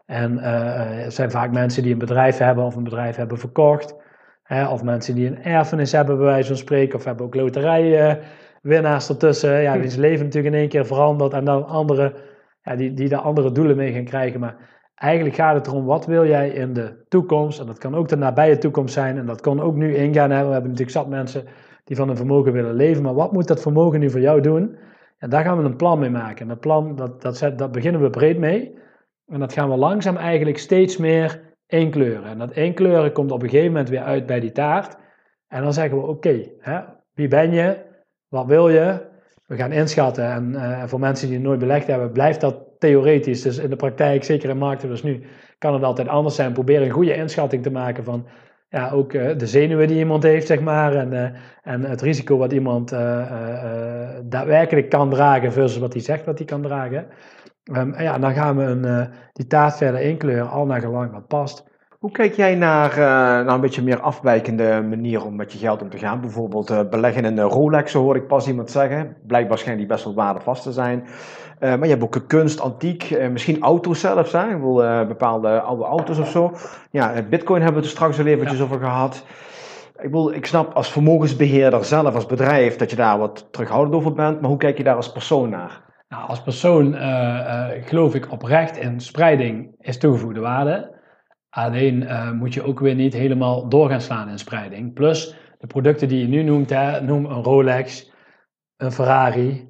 En uh, het zijn vaak mensen die een bedrijf hebben of een bedrijf hebben verkocht. Hè, of mensen die een erfenis hebben, bij wijze van spreken. Of hebben ook loterijwinnaars ertussen. Ja, wiens leven natuurlijk in één keer verandert. En dan anderen, ja, die, die daar andere doelen mee gaan krijgen. Maar eigenlijk gaat het erom, wat wil jij in de toekomst? En dat kan ook de nabije toekomst zijn. En dat kan ook nu ingaan. Hè. We hebben natuurlijk zat mensen die van hun vermogen willen leven. Maar wat moet dat vermogen nu voor jou doen? En daar gaan we een plan mee maken. En dat plan, dat, dat, zet, dat beginnen we breed mee. En dat gaan we langzaam eigenlijk steeds meer inkleuren. En dat inkleuren komt op een gegeven moment weer uit bij die taart. En dan zeggen we, oké, okay, wie ben je? Wat wil je? We gaan inschatten. En uh, voor mensen die het nooit belegd hebben, blijft dat theoretisch. Dus in de praktijk, zeker in markten dus nu, kan het altijd anders zijn. Probeer een goede inschatting te maken van ja, ook uh, de zenuwen die iemand heeft, zeg maar. En, uh, en het risico wat iemand uh, uh, daadwerkelijk kan dragen versus wat hij zegt wat hij kan dragen. Um, en ja, dan gaan we een, uh, die taart verder inkleuren, al naar gelang wat past. Hoe kijk jij naar, uh, naar een beetje meer afwijkende manier om met je geld om te gaan? Bijvoorbeeld uh, beleggen in een Rolex, zo hoor ik pas iemand zeggen. Blijkbaar schijnt die best wel waardevast te zijn. Uh, maar je hebt ook kunst, antiek, uh, misschien auto's zelfs, hè? Ik bedoel, uh, bepaalde oude auto's of zo. Ja, Bitcoin hebben we er straks al eventjes ja. over gehad. Ik bedoel, ik snap als vermogensbeheerder zelf, als bedrijf, dat je daar wat terughoudend over bent. Maar hoe kijk je daar als persoon naar? Nou, als persoon uh, uh, geloof ik oprecht in spreiding is toegevoegde waarde. Alleen uh, moet je ook weer niet helemaal door gaan slaan in spreiding. Plus de producten die je nu noemt, hè, noem een Rolex, een Ferrari.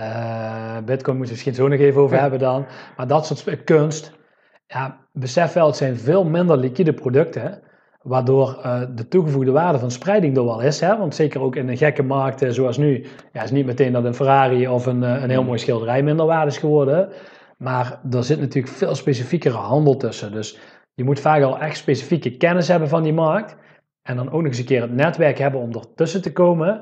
Uh, Bitcoin moet je misschien zo nog even over ja. hebben dan. Maar dat soort kunst, ja, besef wel, het zijn veel minder liquide producten. Waardoor uh, de toegevoegde waarde van spreiding er wel is. Hè? Want zeker ook in een gekke markt zoals nu, ja, is niet meteen dat een Ferrari of een, een heel mooi schilderij minder waard is geworden. Maar er zit natuurlijk veel specifiekere handel tussen. Dus je moet vaak al echt specifieke kennis hebben van die markt. En dan ook nog eens een keer het netwerk hebben om ertussen te komen.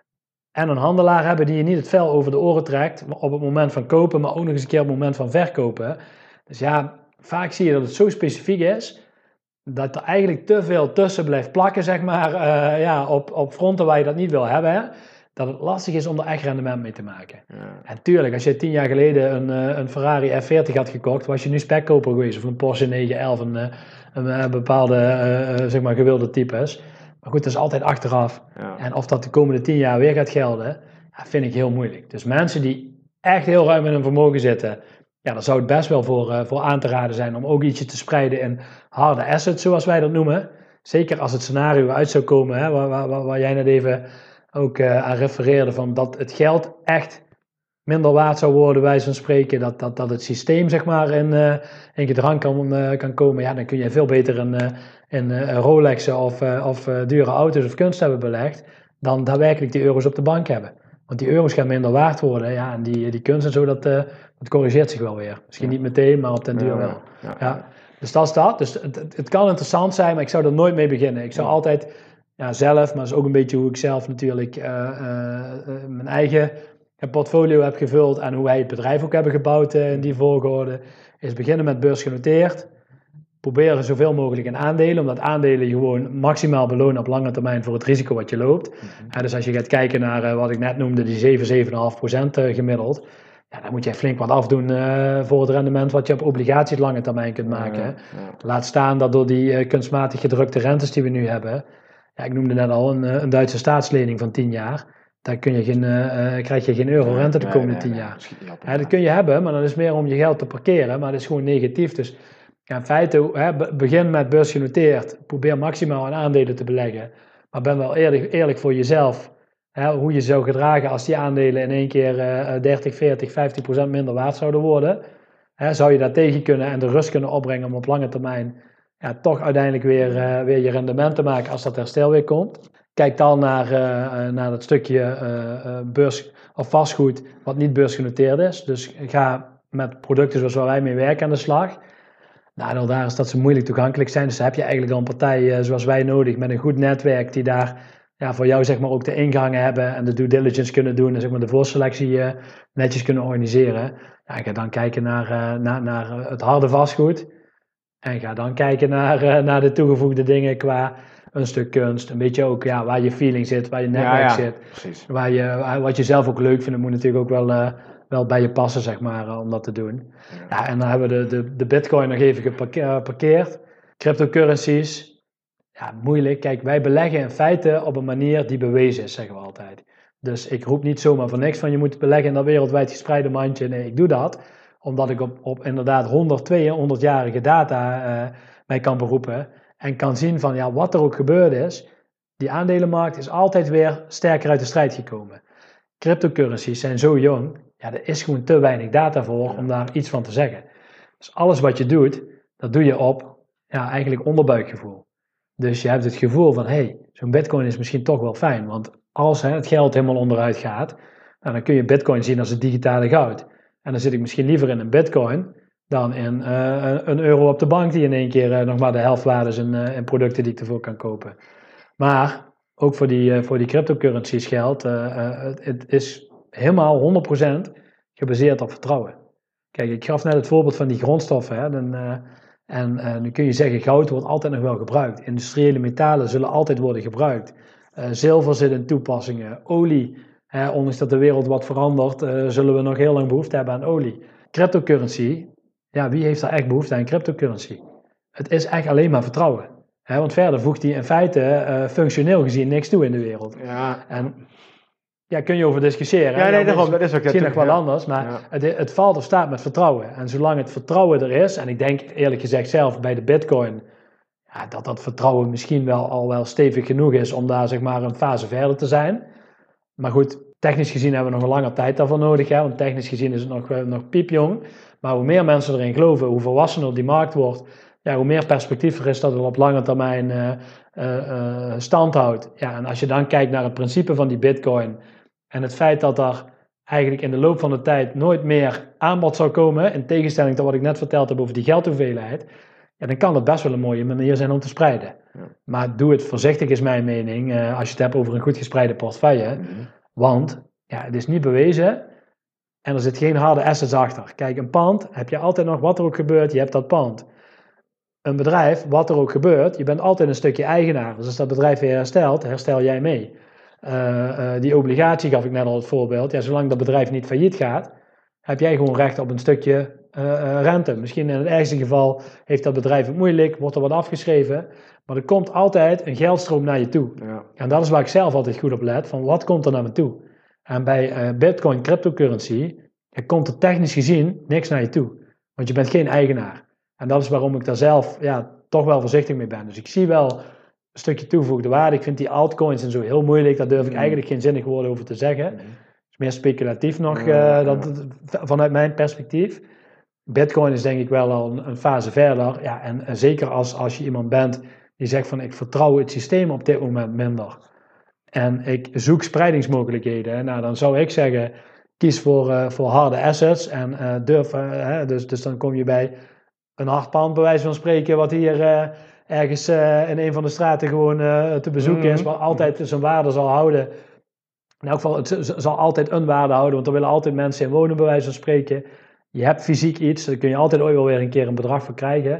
En een handelaar hebben die je niet het vel over de oren trekt op het moment van kopen, maar ook nog eens een keer op het moment van verkopen. Dus ja, vaak zie je dat het zo specifiek is, dat er eigenlijk te veel tussen blijft plakken, zeg maar, uh, ja, op, op fronten waar je dat niet wil hebben. Hè? Dat het lastig is om er echt rendement mee te maken. Ja. En tuurlijk, als je tien jaar geleden een, een Ferrari F veertig had gekocht, was je nu spekkoper geweest, of een Porsche negen elf, een, een, een bepaalde uh, zeg maar gewilde types. Maar goed, dat is altijd achteraf. Ja. En of dat de komende tien jaar weer gaat gelden, ja, vind ik heel moeilijk. Dus mensen die echt heel ruim in hun vermogen zitten, ja, dan zou het best wel voor, uh, voor aan te raden zijn om ook ietsje te spreiden in harde assets, zoals wij dat noemen. Zeker als het scenario uit zou komen, hè, waar, waar, waar jij net even ook uh, aan refereerde, van dat het geld echt minder waard zou worden, wijze van spreken, dat, dat, dat het systeem zeg maar in, uh, in gedrang kan, uh, kan komen. Ja, dan kun je veel beter in, uh, in uh, Rolexen of, uh, of uh, dure auto's of kunst hebben belegd, dan daadwerkelijk die euro's op de bank hebben. Want die euro's gaan minder waard worden, ja, en die, die kunst en zo, dat, uh, dat corrigeert zich wel weer. Misschien niet meteen, maar op den duur wel. Ja, ja. Ja. Dus dat is dat. Dus het, het, het kan interessant zijn, maar ik zou er nooit mee beginnen. Ik zou altijd ja, zelf, maar dat is ook een beetje hoe ik zelf natuurlijk uh, uh, uh, mijn eigen portfolio heb gevuld en hoe wij het bedrijf ook hebben gebouwd uh, in die volgorde, is beginnen met beursgenoteerd. Proberen zoveel mogelijk in aandelen, omdat aandelen je gewoon maximaal belonen op lange termijn voor het risico wat je loopt. Mm-hmm. Uh, dus als je gaat kijken naar uh, wat ik net noemde, die zeven, zeven komma vijf procent uh, gemiddeld, ja, dan moet je flink wat afdoen uh, voor het rendement wat je op obligaties lange termijn kunt maken. Ja, ja. Laat staan dat door die uh, kunstmatig gedrukte rentes die we nu hebben, ja, ik noemde net al een, een Duitse staatslening van tien jaar, daar kun je geen, uh, krijg je geen euro rente de komende tien jaar. Ja, dat kun je hebben, maar dat is meer om je geld te parkeren, maar dat is gewoon negatief. Dus ja, in feite, hè, begin met beursgenoteerd, probeer maximaal aan aandelen te beleggen, maar ben wel eerlijk, eerlijk voor jezelf, hè, hoe je zou gedragen als die aandelen in één keer uh, dertig, veertig, vijftig procent minder waard zouden worden. Hè, zou je daar tegen kunnen en de rust kunnen opbrengen om op lange termijn ja, toch uiteindelijk weer, uh, weer je rendement te maken als dat herstel weer komt. Kijk dan naar, uh, naar dat stukje uh, uh, beurs of vastgoed wat niet beursgenoteerd is. Dus ga met producten zoals waar wij mee werken aan de slag. Nou, daar is dat ze moeilijk toegankelijk zijn. Dus dan heb je eigenlijk al een partij uh, zoals wij nodig met een goed netwerk die daar ja, voor jou zeg maar ook de ingangen hebben en de due diligence kunnen doen en zeg maar de voorselectie uh, netjes kunnen organiseren. Ja, ga dan kijken naar, uh, naar, naar het harde vastgoed en ga dan kijken naar, uh, naar de toegevoegde dingen qua een stuk kunst, een beetje ook ja, waar je feeling zit, waar je netwerk ja, ja, zit, waar je, wat je zelf ook leuk vindt. Het moet natuurlijk ook wel uh, wel bij je passen, zeg maar, uh, om dat te doen. Ja. Ja, en dan hebben we de, de, de bitcoin nog even geparkeerd. Cryptocurrencies, ja, moeilijk. Kijk, wij beleggen in feite op een manier die bewezen is, zeggen we altijd. Dus ik roep niet zomaar voor niks van je moet beleggen in dat wereldwijd gespreide mandje. Nee, ik doe dat omdat ik op, op inderdaad honderd, tweehonderdjarige data uh, mij kan beroepen. En kan zien van ja, wat er ook gebeurd is. Die aandelenmarkt is altijd weer sterker uit de strijd gekomen. Cryptocurrencies zijn zo jong. Ja, er is gewoon te weinig data voor om daar iets van te zeggen. Dus alles wat je doet, dat doe je op ja, eigenlijk onderbuikgevoel. Dus je hebt het gevoel van, hé, hey, zo'n bitcoin is misschien toch wel fijn. Want als hè, het geld helemaal onderuit gaat, nou, dan kun je bitcoin zien als het digitale goud. En dan zit ik misschien liever in een bitcoin dan in uh, een euro op de bank die in één keer uh, nog maar de helft waard is in, uh, in producten die ik ervoor kan kopen. Maar ook voor die, uh, voor die cryptocurrencies geldt, uh, uh, het, het is helemaal honderd procent gebaseerd op vertrouwen. Kijk, ik gaf net het voorbeeld van die grondstoffen. Hè, dan, uh, en uh, nu kun je zeggen, goud wordt altijd nog wel gebruikt. Industriële metalen zullen altijd worden gebruikt. Uh, zilver zit in toepassingen. Olie, hè, ondanks dat de wereld wat verandert, uh, zullen we nog heel lang behoefte hebben aan olie. Cryptocurrency, ja, wie heeft daar echt behoefte aan cryptocurrency? Het is echt alleen maar vertrouwen. Hè, want verder voegt die in feite uh, functioneel gezien niks toe in de wereld. Ja. En ja, kun je over discussiëren. Ja, nee, daarom, dat is ook misschien nog wat ja. anders, maar ja. het, het valt of staat met vertrouwen. En zolang het vertrouwen er is, en ik denk eerlijk gezegd zelf bij de bitcoin, ja, dat dat vertrouwen misschien wel al wel stevig genoeg is om daar zeg maar een fase verder te zijn. Maar goed, technisch gezien hebben we nog een lange tijd daarvoor nodig, hè, want technisch gezien is het nog, uh, nog piepjong. Maar hoe meer mensen erin geloven, hoe volwassener die markt wordt, ja, hoe meer perspectief er is dat het op lange termijn uh, uh, uh, stand houdt. Ja, en als je dan kijkt naar het principe van die bitcoin en het feit dat er eigenlijk in de loop van de tijd nooit meer aanbod zou komen, in tegenstelling tot wat ik net verteld heb over die geldhoeveelheid, ja, dan kan het best wel een mooie manier zijn om te spreiden. Ja. Maar doe het voorzichtig is mijn mening, uh, als je het hebt over een goed gespreide portefeuille. Mm-hmm. Want ja, het is niet bewezen en er zit geen harde assets achter. Kijk, een pand heb je altijd nog, wat er ook gebeurt, je hebt dat pand. Een bedrijf, wat er ook gebeurt, je bent altijd een stukje eigenaar. Dus als dat bedrijf weer herstelt, herstel jij mee. Uh, uh, die obligatie gaf ik net al het voorbeeld. Ja, zolang dat bedrijf niet failliet gaat, heb jij gewoon recht op een stukje uh, uh, rente. Misschien in het ergste geval heeft dat bedrijf het moeilijk, wordt er wat afgeschreven. Maar er komt altijd een geldstroom naar je toe. Ja. En dat is waar ik zelf altijd goed op let, van wat komt er naar me toe? En bij uh, Bitcoin, cryptocurrency, er komt er technisch gezien niks naar je toe. Want je bent geen eigenaar. En dat is waarom ik daar zelf ja, toch wel voorzichtig mee ben. Dus ik zie wel een stukje toegevoegde waarde. Ik vind die altcoins en zo heel moeilijk. Daar durf ik eigenlijk geen zinnig woorden over te zeggen. Het is meer speculatief nog uh, dat, vanuit mijn perspectief. Bitcoin is denk ik wel al een, een fase verder. Ja, en, en zeker als, als je iemand bent die zegt van ik vertrouw het systeem op dit moment minder. En ik zoek spreidingsmogelijkheden. Nou, dan zou ik zeggen, kies voor, uh, voor harde assets. En uh, durf, uh, hè, dus, dus dan kom je bij een hard pand, bij wijze van spreken, wat hier uh, ergens uh, in een van de straten gewoon uh, te bezoeken mm-hmm. is, wat altijd zijn waarde zal houden. In elk geval, het z- zal altijd een waarde houden, want er willen altijd mensen in wonen, bij wijze van spreken. Je hebt fysiek iets, daar kun je altijd ooit wel weer een keer een bedrag voor krijgen.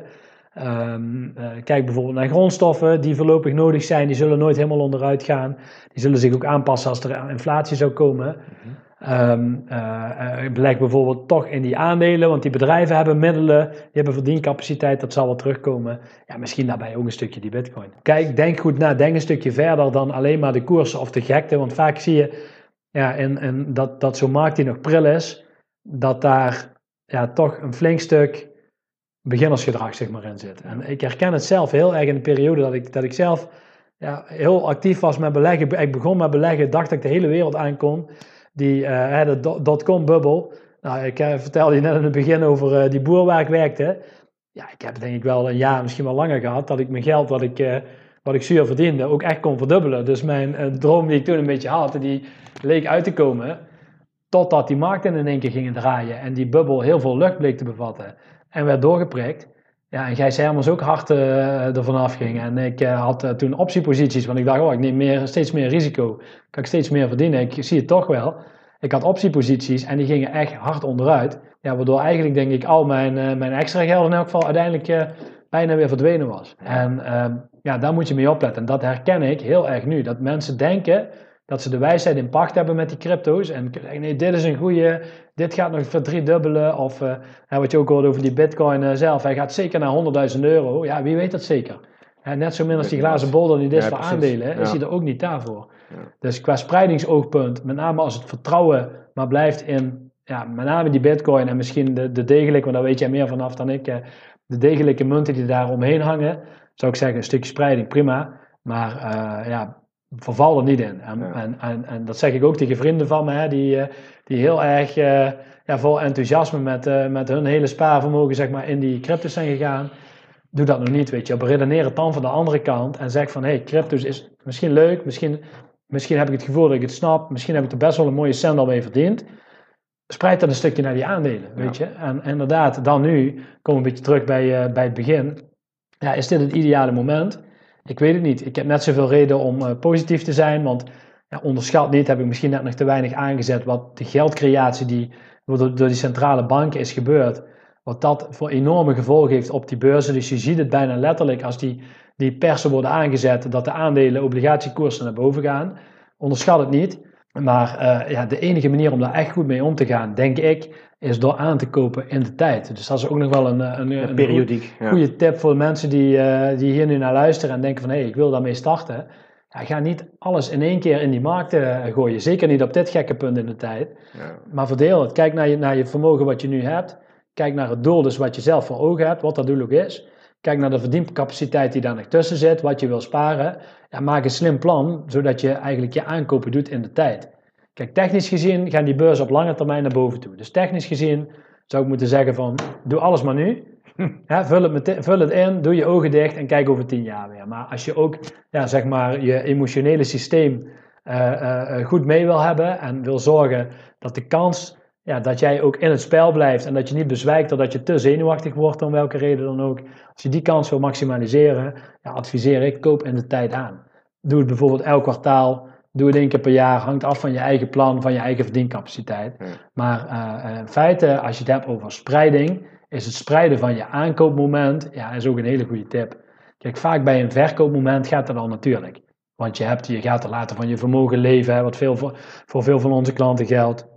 Um, uh, kijk bijvoorbeeld naar grondstoffen die voorlopig nodig zijn, die zullen nooit helemaal onderuit gaan. Die zullen zich ook aanpassen als er inflatie zou komen. Mm-hmm. Um, uh, uh, beleg bijvoorbeeld toch in die aandelen, want die bedrijven hebben middelen, die hebben verdiencapaciteit, dat zal wel terugkomen. Ja, misschien daarbij ook een stukje die bitcoin. Kijk, denk goed na, denk een stukje verder dan alleen maar de koersen of de gekte, want vaak zie je ja, in, in dat, dat zo'n markt die nog pril is, dat daar ja, toch een flink stuk beginnersgedrag zeg maar in zit. En ik herken het zelf heel erg in de periode dat ik, dat ik zelf ja, heel actief was met beleggen. Ik begon met beleggen, dacht dat ik de hele wereld aan kon. Die, uh, de dotcom-bubbel. Nou, ik uh, vertelde je net in het begin over uh, die boer waar ik werkte. Ja, ik heb denk ik wel een jaar, misschien wel langer gehad, dat ik mijn geld wat ik, uh, wat ik zuur verdiende ook echt kon verdubbelen. Dus mijn uh, droom die ik toen een beetje had, die leek uit te komen. Totdat die markten in één keer gingen draaien en die bubbel heel veel lucht bleek te bevatten. En werd doorgeprikt. Ja, en Gijs Hermans ook hard uh, ervan afging. En ik uh, had uh, toen optieposities, want ik dacht, oh, ik neem meer, steeds meer risico. Kan ik steeds meer verdienen. Ik zie het toch wel. Ik had optieposities en die gingen echt hard onderuit. Ja, waardoor eigenlijk denk ik al mijn, uh, mijn extra geld in elk geval uiteindelijk uh, bijna weer verdwenen was. En uh, ja, daar moet je mee opletten. En dat herken ik heel erg nu. Dat mensen denken dat ze de wijsheid in pacht hebben met die crypto's. En zeggen, nee, dit is een goede, dit gaat nog verdriedubbelen. Of uh, wat je ook hoort over die bitcoin uh, zelf, hij gaat zeker naar honderdduizend euro. Ja, wie weet dat zeker. En net zo min als die glazen bol dan niet is ja, voor precies. aandelen, ja. is hij er ook niet daarvoor. Ja. Dus qua spreidingsoogpunt, met name als het vertrouwen maar blijft in, ja, met name die bitcoin en misschien de, de degelijke, want daar weet jij meer vanaf dan ik, uh, de degelijke munten die daar omheen hangen, zou ik zeggen, een stukje spreiding, prima. Maar uh, ja, verval er niet in. En, ja. en, en, en dat zeg ik ook tegen vrienden van me, hè, die, uh, die heel erg uh, ja, vol enthousiasme met, uh, met hun hele spaarvermogen zeg maar, in die crypto's zijn gegaan. Doe dat nog niet, weet je. Beredeneer het dan van de andere kant en zeg van, hé, hey, crypto's is misschien leuk, misschien, misschien heb ik het gevoel dat ik het snap, misschien heb ik er best wel een mooie cent al mee verdiend. Spreid dat een stukje naar die aandelen, weet ja. je. En inderdaad, dan nu, komen we een beetje terug bij, uh, bij het begin. Ja, is dit het ideale moment? Ik weet het niet. Ik heb net zoveel reden om uh, positief te zijn, want ja, onderschat niet, heb ik misschien net nog te weinig aangezet, wat de geldcreatie die door, door die centrale banken is gebeurd, wat dat voor enorme gevolgen heeft op die beurzen. Dus je ziet het bijna letterlijk als die, die persen worden aangezet, dat de aandelen, obligatiekoersen naar boven gaan. Onderschat het niet. Maar uh, ja, de enige manier om daar echt goed mee om te gaan, denk ik, is door aan te kopen in de tijd. Dus dat is ook nog wel een, een, een, een periodiek, een goede ja. tip voor de mensen die, uh, die hier nu naar luisteren en denken van, hé, hey, ik wil daarmee starten. Ja, ga niet alles in één keer in die markt uh, gooien. Zeker niet op dit gekke punt in de tijd. Ja. Maar verdeel het. Kijk naar je, naar je vermogen wat je nu hebt. Kijk naar het doel dus wat je zelf voor ogen hebt, wat dat doel ook is. Kijk naar de verdiencapaciteit die daar nog tussen zit, wat je wil sparen. Ja, maak een slim plan, zodat je eigenlijk je aankopen doet in de tijd. Kijk, technisch gezien gaan die beurzen op lange termijn naar boven toe. Dus technisch gezien zou ik moeten zeggen van, doe alles maar nu. Ja, vul, het met, vul het in, doe je ogen dicht en kijk over tien jaar weer. Maar als je ook, ja, zeg maar, je emotionele systeem uh, uh, goed mee wil hebben en wil zorgen dat de kans, ja, dat jij ook in het spel blijft en dat je niet bezwijkt doordat je te zenuwachtig wordt, om welke reden dan ook. Als je die kans wil maximaliseren, ja, adviseer ik, koop in de tijd aan. Doe het bijvoorbeeld elk kwartaal. Doe het één keer per jaar, hangt af van je eigen plan, van je eigen verdiencapaciteit. Ja. Maar uh, in feite, als je het hebt over spreiding, is het spreiden van je aankoopmoment, ja, is ook een hele goede tip. Kijk, vaak bij een verkoopmoment gaat dat al natuurlijk. Want je, hebt, je gaat er later van je vermogen leven, hè, wat veel voor, voor veel van onze klanten geldt.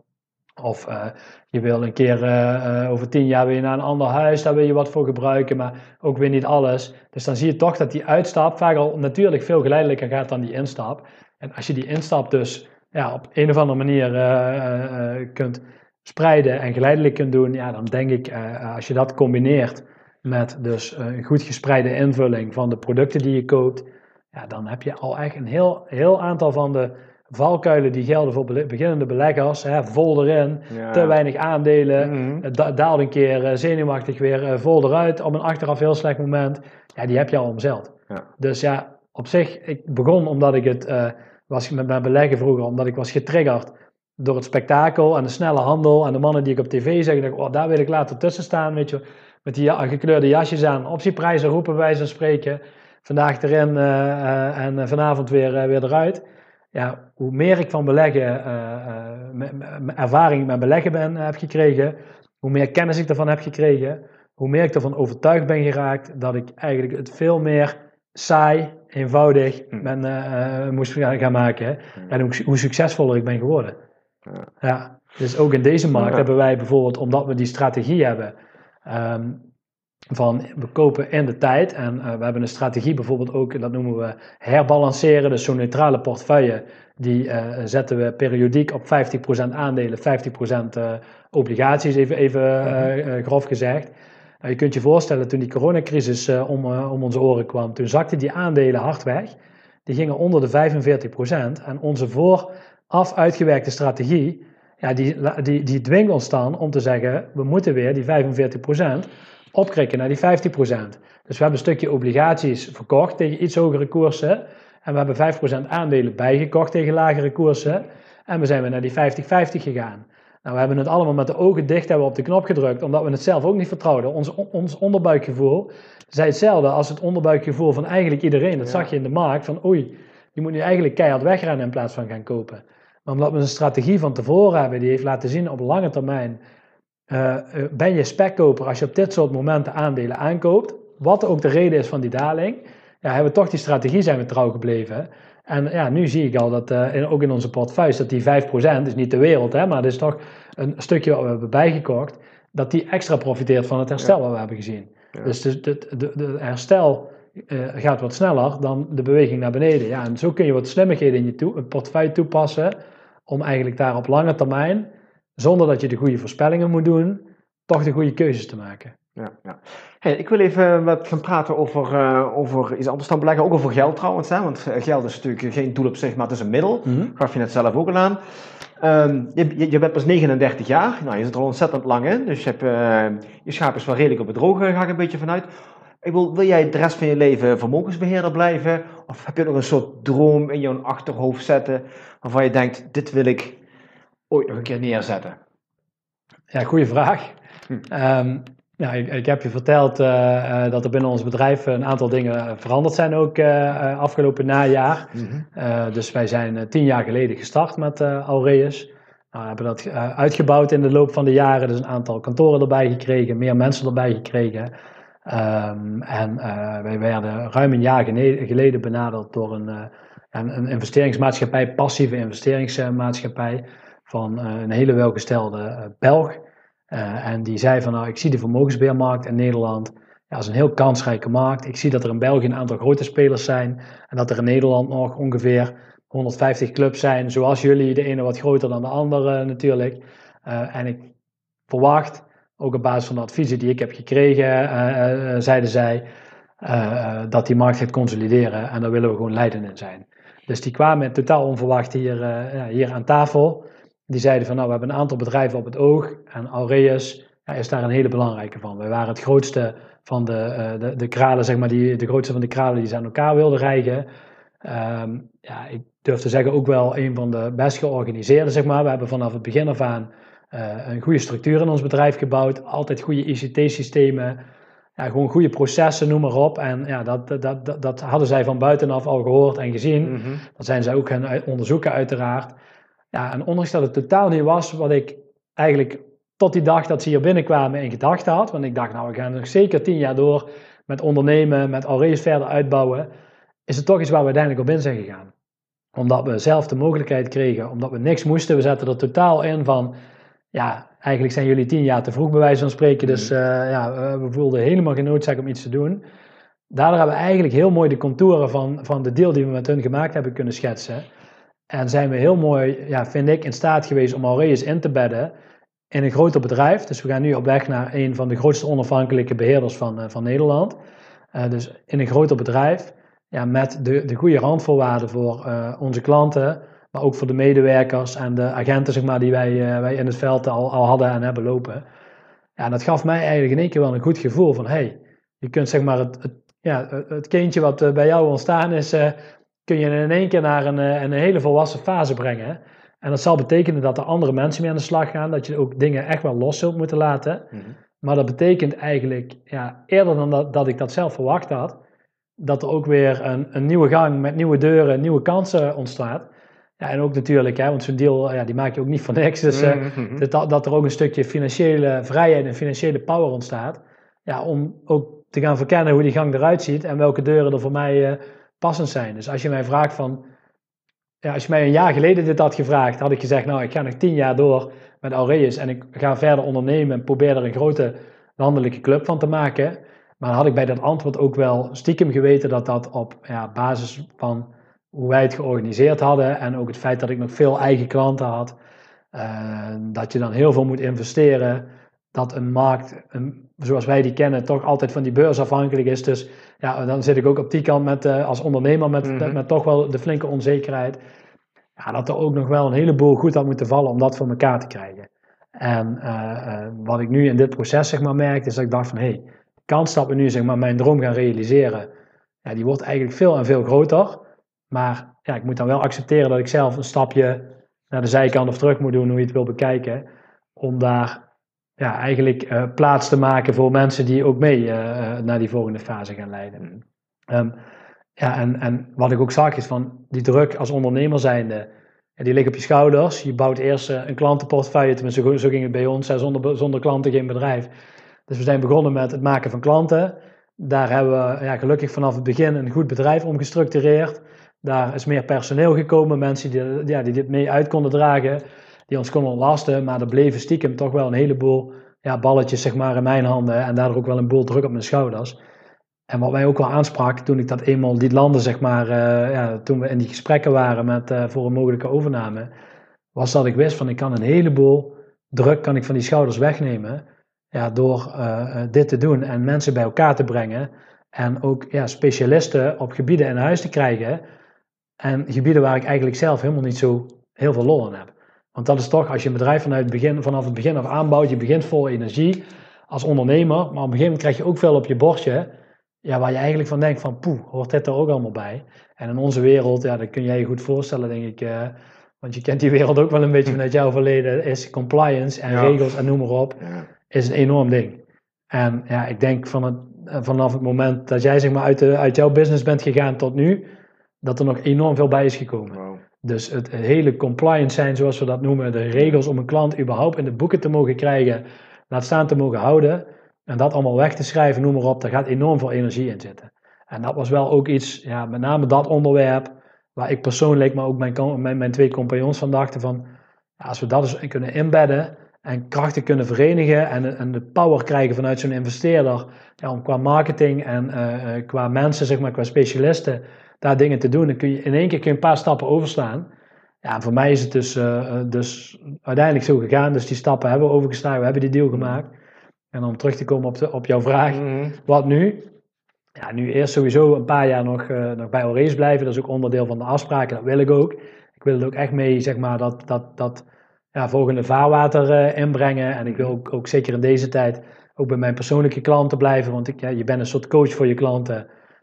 Of uh, je wil een keer uh, uh, over tien jaar weer naar een ander huis, daar wil je wat voor gebruiken, maar ook weer niet alles. Dus dan zie je toch dat die uitstap vaak al natuurlijk veel geleidelijker gaat dan die instap. En als je die instap dus ja, op een of andere manier uh, uh, kunt spreiden en geleidelijk kunt doen, ja, dan denk ik, uh, als je dat combineert met dus uh, een goed gespreide invulling van de producten die je koopt, ja, dan heb je al echt een heel, heel aantal van de valkuilen die gelden voor be- beginnende beleggers, hè, vol erin, ja. te weinig aandelen, mm-hmm. da- daalt een keer uh, zenuwachtig weer uh, vol eruit op een achteraf heel slecht moment, ja, die heb je al omzeild. Ja. Dus ja, op zich, ik begon omdat ik het uh, was met mijn beleggen vroeger, omdat ik was getriggerd door het spektakel en de snelle handel en de mannen die ik op tv zeg, dacht, oh, daar wil ik later tussen staan, weet je, met die ja, gekleurde jasjes aan, optieprijzen roepen bij wijze van spreken, vandaag erin uh, uh, en uh, vanavond weer, uh, weer eruit. Ja, hoe meer ik van beleggen, uh, uh, me, me, ervaring met beleggen ben, uh, heb gekregen, hoe meer kennis ik ervan heb gekregen, hoe meer ik ervan overtuigd ben geraakt dat ik eigenlijk het veel meer saai, eenvoudig ben, uh, uh, moest gaan maken. Hè? En hoe, hoe succesvoller ik ben geworden. Ja. Ja, dus ook in deze markt ja. hebben wij bijvoorbeeld, omdat we die strategie hebben, um, van we kopen in de tijd en uh, we hebben een strategie bijvoorbeeld ook, dat noemen we herbalanceren, dus zo'n neutrale portefeuille, die uh, zetten we periodiek op vijftig procent aandelen, vijftig procent uh, obligaties, even, even uh, uh, grof gezegd. Uh, je kunt je voorstellen, toen die coronacrisis uh, om, uh, om onze oren kwam, toen zakten die aandelen hard weg, die gingen onder de vijfenveertig procent en onze vooraf uitgewerkte strategie, ja, die, die, die dwingt ons dan om te zeggen, we moeten weer die vijfenveertig procent opkrikken naar die vijftig procent. Dus we hebben een stukje obligaties verkocht tegen iets hogere koersen. En we hebben vijf procent aandelen bijgekocht tegen lagere koersen. En we zijn weer naar die vijftig vijftig gegaan. Nou, we hebben het allemaal met de ogen dicht hebben we op de knop gedrukt, omdat we het zelf ook niet vertrouwden. Ons, ons onderbuikgevoel zei hetzelfde als het onderbuikgevoel van eigenlijk iedereen. Dat ja. zag je in de markt, van oei, je moet nu eigenlijk keihard wegrennen in plaats van gaan kopen. Maar omdat we een strategie van tevoren hebben, die heeft laten zien op lange termijn, Uh, ben je spekkoper als je op dit soort momenten aandelen aankoopt, wat ook de reden is van die daling, ja, hebben we toch die strategie, zijn we trouw gebleven. En ja, nu zie ik al dat, uh, in, ook in onze portefeuilles, dat die vijf procent, is niet de wereld, hè, maar het is toch een stukje wat we hebben bijgekocht, dat die extra profiteert van het herstel ja. wat we hebben gezien. Ja. Dus de, de, de, de herstel uh, gaat wat sneller dan de beweging naar beneden. Ja, en zo kun je wat slimmigheden in je toe, portefeuille toepassen, om eigenlijk daar op lange termijn, zonder dat je de goede voorspellingen moet doen, toch de goede keuzes te maken. Ja, ja. Hey, ik wil even wat gaan praten over, uh, over iets anders dan beleggen, ook over geld trouwens, hè? Want geld is natuurlijk geen doel op zich, maar het is een middel, mm-hmm. gaf je net zelf ook al aan. Um, je, je bent pas negenendertig jaar, nou je zit er al ontzettend lang in, dus je, hebt, uh, je schaap is wel redelijk op het droge, ga ik een beetje vanuit. Ik wil, wil jij de rest van je leven vermogensbeheerder blijven, of heb je nog een soort droom in jouw achterhoofd zetten, waarvan je denkt, dit wil ik ooit nog een keer neerzetten? Ja, goede vraag. Hm. Um, Ja, ik, ik heb je verteld uh, uh, dat er binnen ons bedrijf een aantal dingen veranderd zijn ook uh, uh, afgelopen najaar. Mm-hmm. Uh, dus wij zijn uh, tien jaar geleden gestart met uh, Aureus. Nou, we hebben dat uh, uitgebouwd in de loop van de jaren. Dus een aantal kantoren erbij gekregen, meer mensen erbij gekregen. Um, en uh, wij werden ruim een jaar geleden benaderd door een, uh, een, een investeringsmaatschappij, passieve investeringsmaatschappij, van uh, een hele welgestelde uh, Belg. Uh, en die zei van, nou, ik zie de vermogensbeheermarkt in Nederland ja, als een heel kansrijke markt. Ik zie dat er in België een aantal grote spelers zijn en dat er in Nederland nog ongeveer honderdvijftig clubs zijn, zoals jullie, de ene wat groter dan de andere natuurlijk. Uh, en ik verwacht, ook op basis van de adviezen die ik heb gekregen, uh, uh, zeiden zij, uh, dat die markt gaat consolideren en daar willen we gewoon leidend in zijn. Dus die kwamen totaal onverwacht hier, uh, ja, hier aan tafel. Die zeiden van, nou, we hebben een aantal bedrijven op het oog en Aureus ja, is daar een hele belangrijke van. Wij waren het grootste van de, uh, de, de kralen, zeg maar, die, de grootste van de kralen die ze aan elkaar wilden rijgen. Um, ja, ik durf te zeggen ook wel een van de best georganiseerde, zeg maar. We hebben vanaf het begin af aan uh, een goede structuur in ons bedrijf gebouwd, altijd goede I C T-systemen, ja, gewoon goede processen, noem maar op. En ja, dat, dat, dat, dat hadden zij van buitenaf al gehoord en gezien. Mm-hmm. Dat zijn zij ook gaan onderzoeken uiteraard. Ja, en ondanks dat het totaal niet was wat ik eigenlijk tot die dag dat ze hier binnenkwamen in gedachten had. Want ik dacht, nou, we gaan nog zeker tien jaar door met ondernemen, met Aureus verder uitbouwen. Is het toch iets waar we uiteindelijk op in zijn gegaan. Omdat we zelf de mogelijkheid kregen, omdat we niks moesten. We zetten er totaal in van, ja, eigenlijk zijn jullie tien jaar te vroeg bij wijze van spreken. Dus uh, ja, we voelden helemaal geen noodzaak om iets te doen. Daardoor hebben we eigenlijk heel mooi de contouren van, van de deal die we met hun gemaakt hebben kunnen schetsen. En zijn we heel mooi, ja, vind ik, in staat geweest om Aureus in te bedden in een groter bedrijf. Dus we gaan nu op weg naar een van de grootste onafhankelijke beheerders van, uh, van Nederland. Uh, dus in een groter bedrijf, ja, met de, de goede randvoorwaarden voor uh, onze klanten, maar ook voor de medewerkers en de agenten, zeg maar, die wij, uh, wij in het veld al, al hadden en hebben lopen. Ja, en dat gaf mij eigenlijk in één keer wel een goed gevoel van, hey, je kunt zeg maar het, het, ja, het kindje wat uh, bij jou ontstaan is, uh, kun je in één keer naar een, een hele volwassen fase brengen. En dat zal betekenen dat er andere mensen mee aan de slag gaan, dat je ook dingen echt wel los zult moeten laten. Mm-hmm. Maar dat betekent eigenlijk, ja, eerder dan dat, dat ik dat zelf verwacht had, dat er ook weer een, een nieuwe gang met nieuwe deuren, nieuwe kansen ontstaat. Ja, en ook natuurlijk, hè, want zo'n deal, ja, die maak je ook niet voor niks. Dus uh, mm-hmm. dat, dat er ook een stukje financiële vrijheid en financiële power ontstaat. Ja, om ook te gaan verkennen hoe die gang eruit ziet en welke deuren er voor mij uh, passend zijn. Dus als je mij vraagt van, ja, als je mij een jaar geleden dit had gevraagd, had ik gezegd, nou, ik ga nog tien jaar door met Aureus en ik ga verder ondernemen en probeer er een grote landelijke club van te maken. Maar dan had ik bij dat antwoord ook wel stiekem geweten dat dat op ja, basis van hoe wij het georganiseerd hadden en ook het feit dat ik nog veel eigen klanten had, uh, dat je dan heel veel moet investeren, dat een markt, een, zoals wij die kennen, toch altijd van die beurs afhankelijk is. Dus ja, dan zit ik ook op die kant met, uh, als ondernemer met, mm-hmm. met toch wel de flinke onzekerheid. Ja, dat er ook nog wel een heleboel goed had moeten vallen om dat voor elkaar te krijgen. En uh, uh, wat ik nu in dit proces zeg maar merk, is dat ik dacht van, hé, hey, de kans dat we nu zeg maar mijn droom gaan realiseren, ja, die wordt eigenlijk veel en veel groter. Maar ja, ik moet dan wel accepteren dat ik zelf een stapje naar de zijkant of terug moet doen, hoe je het wil bekijken, om daar ja, eigenlijk uh, plaats te maken voor mensen die ook mee uh, naar die volgende fase gaan leiden. Um, ja, en, en wat ik ook zag is van die druk als ondernemer zijnde, ja, die ligt op je schouders. Je bouwt eerst uh, een klantenportefeuille, tenminste zo, zo ging het bij ons, hè, zonder, zonder klanten geen bedrijf. Dus we zijn begonnen met het maken van klanten. Daar hebben we ja, gelukkig vanaf het begin een goed bedrijf om gestructureerd. Daar is meer personeel gekomen, mensen die, ja, die dit mee uit konden dragen, die ons konden ontlasten, maar er bleven stiekem toch wel een heleboel ja, balletjes zeg maar, in mijn handen en daardoor ook wel een boel druk op mijn schouders. En wat mij ook wel aansprak toen ik dat eenmaal die landen, zeg maar, uh, ja, toen we in die gesprekken waren met, uh, voor een mogelijke overname, was dat ik wist van ik kan een heleboel druk kan ik van die schouders wegnemen, ja, door uh, dit te doen en mensen bij elkaar te brengen en ook ja, specialisten op gebieden in huis te krijgen en gebieden waar ik eigenlijk zelf helemaal niet zo heel veel lol in heb. Want dat is toch, als je een bedrijf vanuit het begin, vanaf het begin af aanbouwt, je begint vol energie als ondernemer, maar op een gegeven moment krijg je ook veel op je bordje, ja, waar je eigenlijk van denkt van, poeh, hoort dit er ook allemaal bij? En in onze wereld, ja, dat kun jij je goed voorstellen, denk ik, uh, want je kent die wereld ook wel een beetje vanuit jouw verleden, is compliance en ja. regels en noem maar op, ja. is een enorm ding. En ja, ik denk van het, vanaf het moment dat jij zeg maar uit, de, uit jouw business bent gegaan tot nu, dat er nog enorm veel bij is gekomen. Wow. Dus het hele compliance zijn, zoals we dat noemen, de regels om een klant überhaupt in de boeken te mogen krijgen, laat staan te mogen houden, en dat allemaal weg te schrijven, noem maar op, daar gaat enorm veel energie in zitten. En dat was wel ook iets, ja, met name dat onderwerp, waar ik persoonlijk, maar ook mijn, mijn, mijn twee compagnons van dachten van, ja, als we dat eens kunnen inbedden en krachten kunnen verenigen en, en de power krijgen vanuit zo'n investeerder, ja, om qua marketing en uh, qua mensen, zeg maar, qua specialisten, daar dingen te doen, dan kun je in één keer kun je een paar stappen overslaan. Ja, en voor mij is het dus, uh, dus uiteindelijk zo gegaan, dus die stappen hebben we overgeslagen, we hebben die deal gemaakt. En om terug te komen op, de, op jouw vraag, mm-hmm. wat nu? Ja, nu eerst sowieso een paar jaar nog, uh, nog bij Aureus blijven. Dat is ook onderdeel van de afspraken, dat wil ik ook. Ik wil het ook echt mee, zeg maar, dat, dat, dat ja, volgende vaarwater uh, inbrengen. En ik wil ook, ook zeker in deze tijd ook bij mijn persoonlijke klanten blijven. Want ik, ja, je bent een soort coach voor je klanten.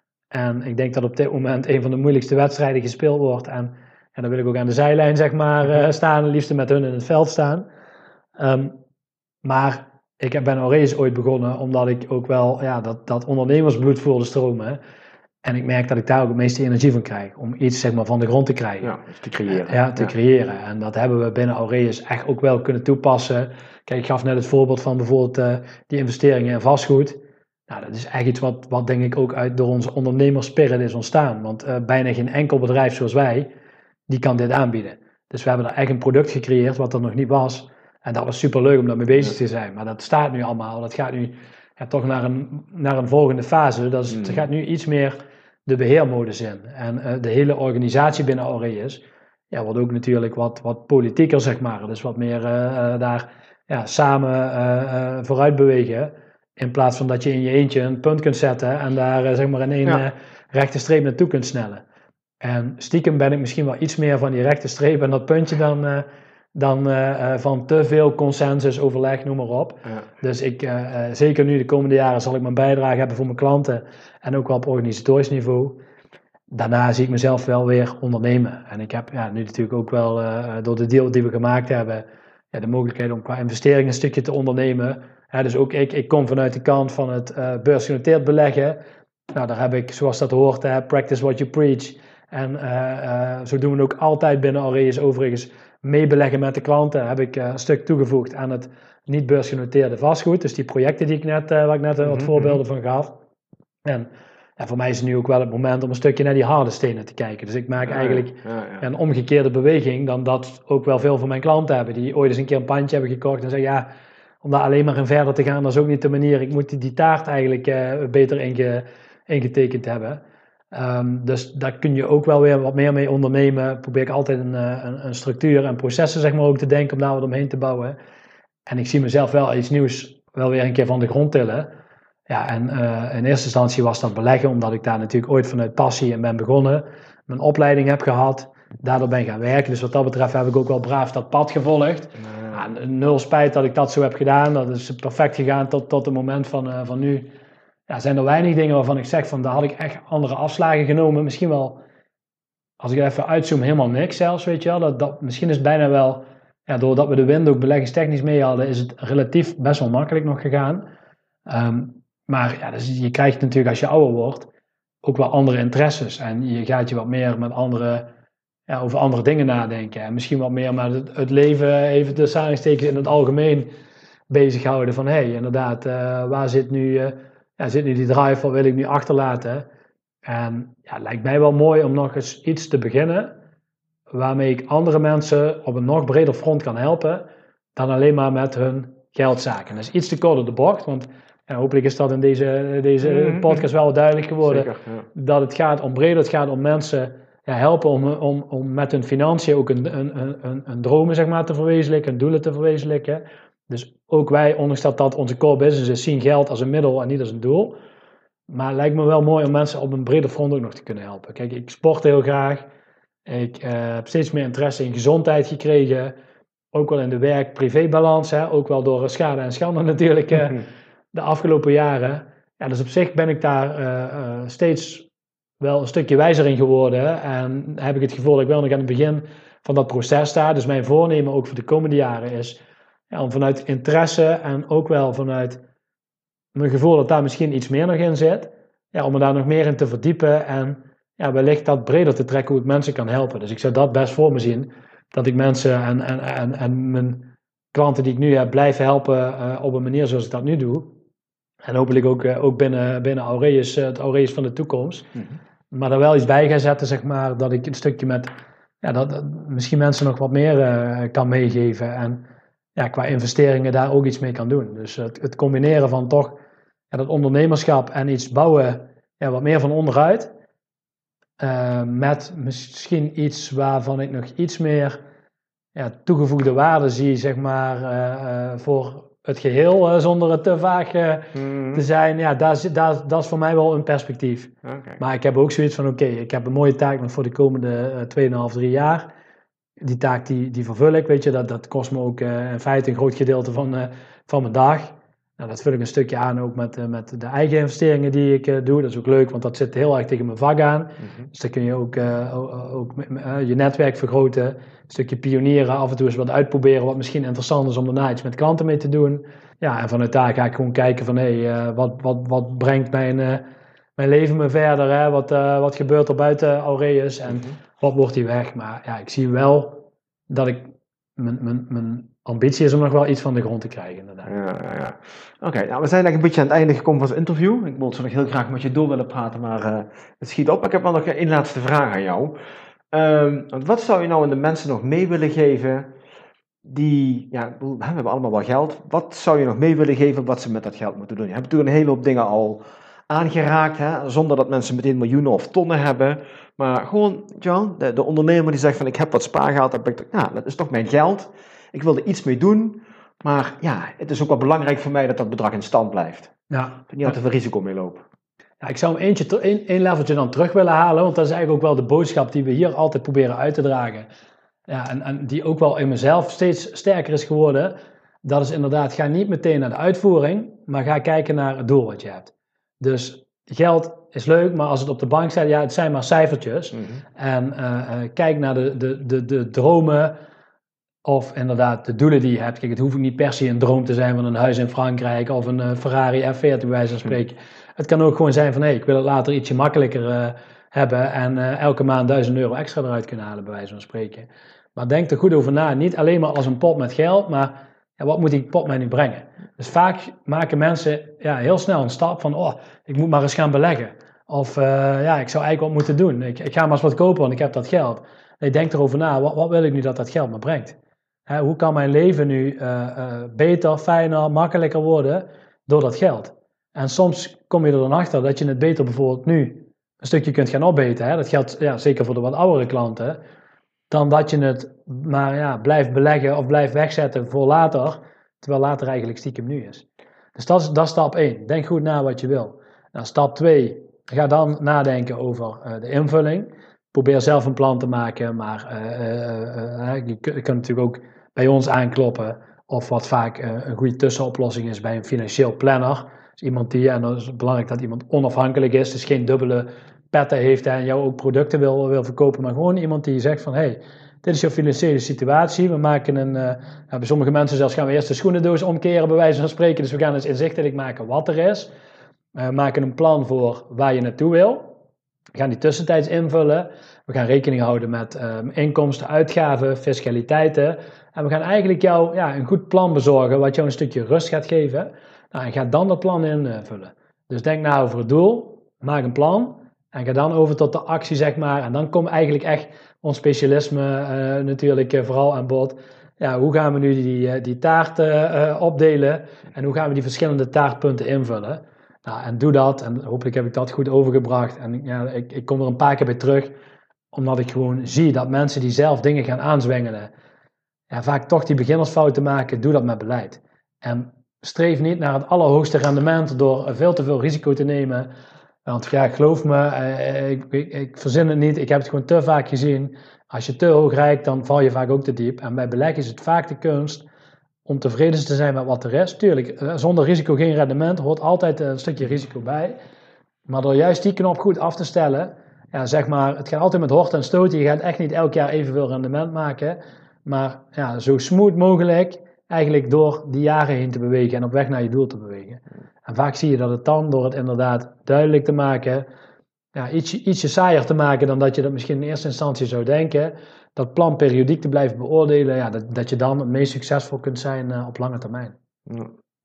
En ik denk dat op dit moment een van de moeilijkste wedstrijden gespeeld wordt. En, en dan wil ik ook aan de zijlijn, zeg maar, uh, staan. Het liefst met hun in het veld staan. Um, maar... Ik ben Aureus ooit begonnen omdat ik ook wel ja, dat, dat ondernemersbloed voelde stromen. En ik merk dat ik daar ook het meeste energie van krijg. Om iets zeg maar, van de grond te krijgen. Ja, dus te creëren. Ja, te ja. creëren. En dat hebben we binnen Aureus echt ook wel kunnen toepassen. Kijk, ik gaf net het voorbeeld van bijvoorbeeld uh, die investeringen in vastgoed. Nou, dat is echt iets wat, wat denk ik ook uit door onze ondernemerspirit is ontstaan. Want uh, bijna geen enkel bedrijf zoals wij, die kan dit aanbieden. Dus we hebben er echt een product gecreëerd wat er nog niet was. En dat was super leuk om daarmee bezig te zijn. Maar dat staat nu allemaal. Dat gaat nu ja, toch naar een, naar een volgende fase. Dat is, mm. Het gaat nu iets meer de beheermodus in. En uh, de hele organisatie binnen Aureus ja, wordt ook natuurlijk wat, wat politieker, zeg maar. Dus wat meer uh, daar ja, samen uh, uh, vooruit bewegen. In plaats van dat je in je eentje een punt kunt zetten en daar uh, zeg maar in één ja. uh, rechte streep naartoe kunt snellen. En stiekem ben ik misschien wel iets meer van die rechte streep en dat puntje dan... Uh, dan uh, van te veel consensus, overleg, noem maar op. Ja. Dus ik, uh, uh, zeker nu de komende jaren zal ik mijn bijdrage hebben voor mijn klanten en ook wel op organisatorisch niveau. Daarna zie ik mezelf wel weer ondernemen. En ik heb ja, nu natuurlijk ook wel uh, door de deal die we gemaakt hebben, ja, de mogelijkheid om qua investering een stukje te ondernemen. Ja, dus ook ik, ik kom vanuit de kant van het uh, beursgenoteerd beleggen. Nou, daar heb ik, zoals dat hoort, uh, practice what you preach. En uh, uh, zo doen we het ook altijd binnen Aureus overigens. Meebeleggen met de klanten heb ik uh, een stuk toegevoegd aan het niet beursgenoteerde vastgoed. Dus die projecten die ik net, uh, waar ik net uh, wat mm-hmm. voorbeelden van gaf. En ja, voor mij is het nu ook wel het moment om een stukje naar die harde stenen te kijken. Dus ik maak ja, eigenlijk ja, ja. een omgekeerde beweging dan dat ook wel veel van mijn klanten hebben. Die ooit eens een keer een pandje hebben gekocht en zeggen ja, om daar alleen maar in verder te gaan, dat is ook niet de manier. Ik moet die, die taart eigenlijk uh, beter inge, ingetekend hebben. Um, dus daar kun je ook wel weer wat meer mee ondernemen. Probeer ik altijd een, een, een structuur en processen zeg maar ook te denken om daar wat omheen te bouwen. En ik zie mezelf wel iets nieuws wel weer een keer van de grond tillen. Ja, en uh, in eerste instantie was dat beleggen, omdat ik daar natuurlijk ooit vanuit passie in ben begonnen. Mijn opleiding heb gehad, daardoor ben gaan werken. Dus wat dat betreft heb ik ook wel braaf dat pad gevolgd. Ja, nul spijt dat ik dat zo heb gedaan. Dat is perfect gegaan tot, tot het moment van, uh, van nu. Ja, zijn er weinig dingen waarvan ik zeg van daar had ik echt andere afslagen genomen. Misschien wel, als ik even uitzoom, helemaal niks zelfs, weet je wel. Dat, dat, misschien is het bijna wel, ja, doordat we de wind ook beleggingstechnisch mee hadden, is het relatief best wel makkelijk nog gegaan. Um, maar ja, dus je krijgt natuurlijk als je ouder wordt ook wel andere interesses. En je gaat je wat meer met andere, ja, over andere dingen nadenken. En misschien wat meer met het, het leven, even de samenstekens in het algemeen bezighouden. Van hé, hey, inderdaad, uh, waar zit nu... Uh, Ja, zit nu die drive, wat wil ik nu achterlaten? En ja, het lijkt mij wel mooi om nog eens iets te beginnen waarmee ik andere mensen op een nog breder front kan helpen dan alleen maar met hun geldzaken. Dat is iets te kort op de bocht, want ja, hopelijk is dat in deze, deze Mm-hmm. podcast wel duidelijk geworden. Zeker, ja. Dat het gaat om breder, het gaat om mensen ja, helpen om, om, om met hun financiën ook een, een, een, een dromen zeg maar, te verwezenlijken, hun doelen te verwezenlijken. Dus ook wij, ondanks dat dat onze core business is, zien geld als een middel en niet als een doel. Maar het lijkt me wel mooi om mensen op een breder front ook nog te kunnen helpen. Kijk, ik sport heel graag. Ik uh, heb steeds meer interesse in gezondheid gekregen. Ook wel in de werk-privé-balans. Hè? Ook wel door schade en schande natuurlijk uh, de afgelopen jaren. Ja, dus op zich ben ik daar uh, uh, steeds wel een stukje wijzer in geworden. En heb ik het gevoel dat ik wel nog aan het begin van dat proces sta. Dus mijn voornemen ook voor de komende jaren is ja, om vanuit interesse en ook wel vanuit mijn gevoel dat daar misschien iets meer nog in zit. Ja, om me daar nog meer in te verdiepen en ja, wellicht dat breder te trekken hoe ik mensen kan helpen. Dus ik zou dat best voor me zien. Dat ik mensen en, en, en, en mijn klanten die ik nu heb blijven helpen uh, op een manier zoals ik dat nu doe. En hopelijk ook, uh, ook binnen, binnen Aureus, uh, het Aureus van de toekomst. Mm-hmm. Maar er wel iets bij ga zetten, zeg maar, dat ik een stukje met, ja, dat, dat misschien mensen nog wat meer uh, kan meegeven. En ja, qua investeringen daar ook iets mee kan doen. Dus het, het combineren van toch ja, dat ondernemerschap en iets bouwen, ja, wat meer van onderuit. Uh, met misschien iets waarvan ik nog iets meer ja, toegevoegde waarde zie, zeg maar, uh, uh, voor het geheel, uh, zonder het te vaag uh, mm. te zijn. Ja, dat is voor mij wel een perspectief. Okay. Maar ik heb ook zoiets van, oké, okay, ik heb een mooie taak nog voor de komende uh, twee komma vijf, drie jaar. Die taak die, die vervul ik, weet je, dat, dat kost me ook uh, in feite een groot gedeelte van, uh, van mijn dag. Nou, dat vul ik een stukje aan ook met, uh, met de eigen investeringen die ik uh, doe. Dat is ook leuk, want dat zit heel erg tegen mijn vak aan. Mm-hmm. Dus dan kun je ook, uh, ook, ook uh, je netwerk vergroten. Een stukje pionieren, af en toe eens wat uitproberen wat misschien interessant is om daarna iets met klanten mee te doen. Ja, en vanuit daar ga ik gewoon kijken van, hé, hey, uh, wat, wat, wat brengt mijn, uh, mijn leven me verder? Hè? Wat, uh, wat gebeurt er buiten Aureus en mm-hmm. wat wordt die weg? Maar ja, ik zie wel dat ik mijn, mijn, mijn ambitie is om nog wel iets van de grond te krijgen, inderdaad. Ja, ja, ja. Oké, okay, nou we zijn eigenlijk een beetje aan het einde gekomen van het interview. Ik wilde zo nog heel graag met je door willen praten, maar uh, het schiet op. Ik heb wel nog één laatste vraag aan jou. Um, wat zou je nou aan de mensen nog mee willen geven die, ja, we hebben allemaal wel geld. Wat zou je nog mee willen geven wat ze met dat geld moeten doen? Je hebt natuurlijk een hele hoop dingen al aangeraakt, hè, zonder dat mensen meteen miljoenen of tonnen hebben. Maar gewoon, John, de, de ondernemer die zegt van ik heb wat spaargeld, heb ik, ja, dat is toch mijn geld. Ik wil er iets mee doen, maar ja, het is ook wel belangrijk voor mij dat dat bedrag in stand blijft. Ja. Dat ik niet altijd veel risico mee loop. Ja, ik zou hem eentje, één, één leveltje dan terug willen halen, want dat is eigenlijk ook wel de boodschap die we hier altijd proberen uit te dragen. Ja, en, en die ook wel in mezelf steeds sterker is geworden. Dat is inderdaad, ga niet meteen naar de uitvoering, maar ga kijken naar het doel wat je hebt. Dus geld is leuk, maar als het op de bank staat, ja, het zijn maar cijfertjes. Mm-hmm. En uh, uh, kijk naar de, de, de, de dromen of inderdaad de doelen die je hebt. Kijk, het hoeft niet per se een droom te zijn van een huis in Frankrijk of een uh, Ferrari F veertig bij wijze van spreken. Mm-hmm. Het kan ook gewoon zijn van, hé, hey, ik wil het later ietsje makkelijker uh, hebben en uh, elke maand duizend euro extra eruit kunnen halen bij wijze van spreken. Maar denk er goed over na. Niet alleen maar als een pot met geld, maar ja, wat moet die pot mij nu brengen? Dus vaak maken mensen ja, heel snel een stap van, oh, ik moet maar eens gaan beleggen. Of uh, ja, ik zou eigenlijk wat moeten doen. Ik, ik ga maar eens wat kopen, want ik heb dat geld. Nee, denk erover na, wat, wat wil ik nu dat dat geld me brengt? Hè, hoe kan mijn leven nu uh, uh, beter, fijner, makkelijker worden door dat geld? En soms kom je er dan achter dat je het beter bijvoorbeeld nu een stukje kunt gaan opbeten. Hè? Dat geldt ja, zeker voor de wat oudere klanten. Dan dat je het maar ja, blijft beleggen of blijft wegzetten voor later, terwijl later eigenlijk stiekem nu is. Dus dat is, dat is stap één. Denk goed na wat je wil. Nou, stap twee, ga dan nadenken over uh, de invulling. Probeer zelf een plan te maken, maar uh, uh, uh, je kunt natuurlijk ook bij ons aankloppen. Of wat vaak uh, een goede tussenoplossing is bij een financieel planner. Dus iemand die, en dan is het belangrijk dat iemand onafhankelijk is, dus geen dubbele petten heeft en jou ook producten wil, wil verkopen, maar gewoon iemand die zegt van, hey, dit is jouw financiële situatie, we maken een, uh, ja, bij sommige mensen zelfs gaan we eerst de schoenendoos omkeren bij wijze van spreken, dus we gaan eens inzichtelijk maken wat er is, we uh, maken een plan voor waar je naartoe wil, we gaan die tussentijds invullen, we gaan rekening houden met um, inkomsten, uitgaven, fiscaliteiten en we gaan eigenlijk jou ja, een goed plan bezorgen wat jou een stukje rust gaat geven, nou, en ga dan dat plan invullen. Dus denk na over het doel, maak een plan. En ga dan over tot de actie, zeg maar. En dan komt eigenlijk echt ons specialisme uh, natuurlijk uh, vooral aan bod. Ja, hoe gaan we nu die, die taart uh, opdelen? En hoe gaan we die verschillende taartpunten invullen? Nou, en doe dat. En hopelijk heb ik dat goed overgebracht. En ja, ik, ik kom er een paar keer bij terug. Omdat ik gewoon zie dat mensen die zelf dingen gaan aanzwengelen. Ja, vaak toch die beginnersfouten maken. Doe dat met beleid. En streef niet naar het allerhoogste rendement door veel te veel risico te nemen. Want ja, geloof me, ik, ik, ik verzin het niet. Ik heb het gewoon te vaak gezien. Als je te hoog rijdt, dan val je vaak ook te diep. En bij beleg is het vaak de kunst om tevreden te zijn met wat er is. Tuurlijk, zonder risico geen rendement. Er hoort altijd een stukje risico bij. Maar door juist die knop goed af te stellen. Ja, zeg maar, het gaat altijd met horten en stoten. Je gaat echt niet elk jaar evenveel rendement maken. Maar ja, zo smooth mogelijk eigenlijk door die jaren heen te bewegen en op weg naar je doel te bewegen. En vaak zie je dat het dan, door het inderdaad duidelijk te maken, ja, ietsje, ietsje saaier te maken dan dat je dat misschien in eerste instantie zou denken, dat plan periodiek te blijven beoordelen, ja, dat, dat je dan het meest succesvol kunt zijn uh, op lange termijn. Ja.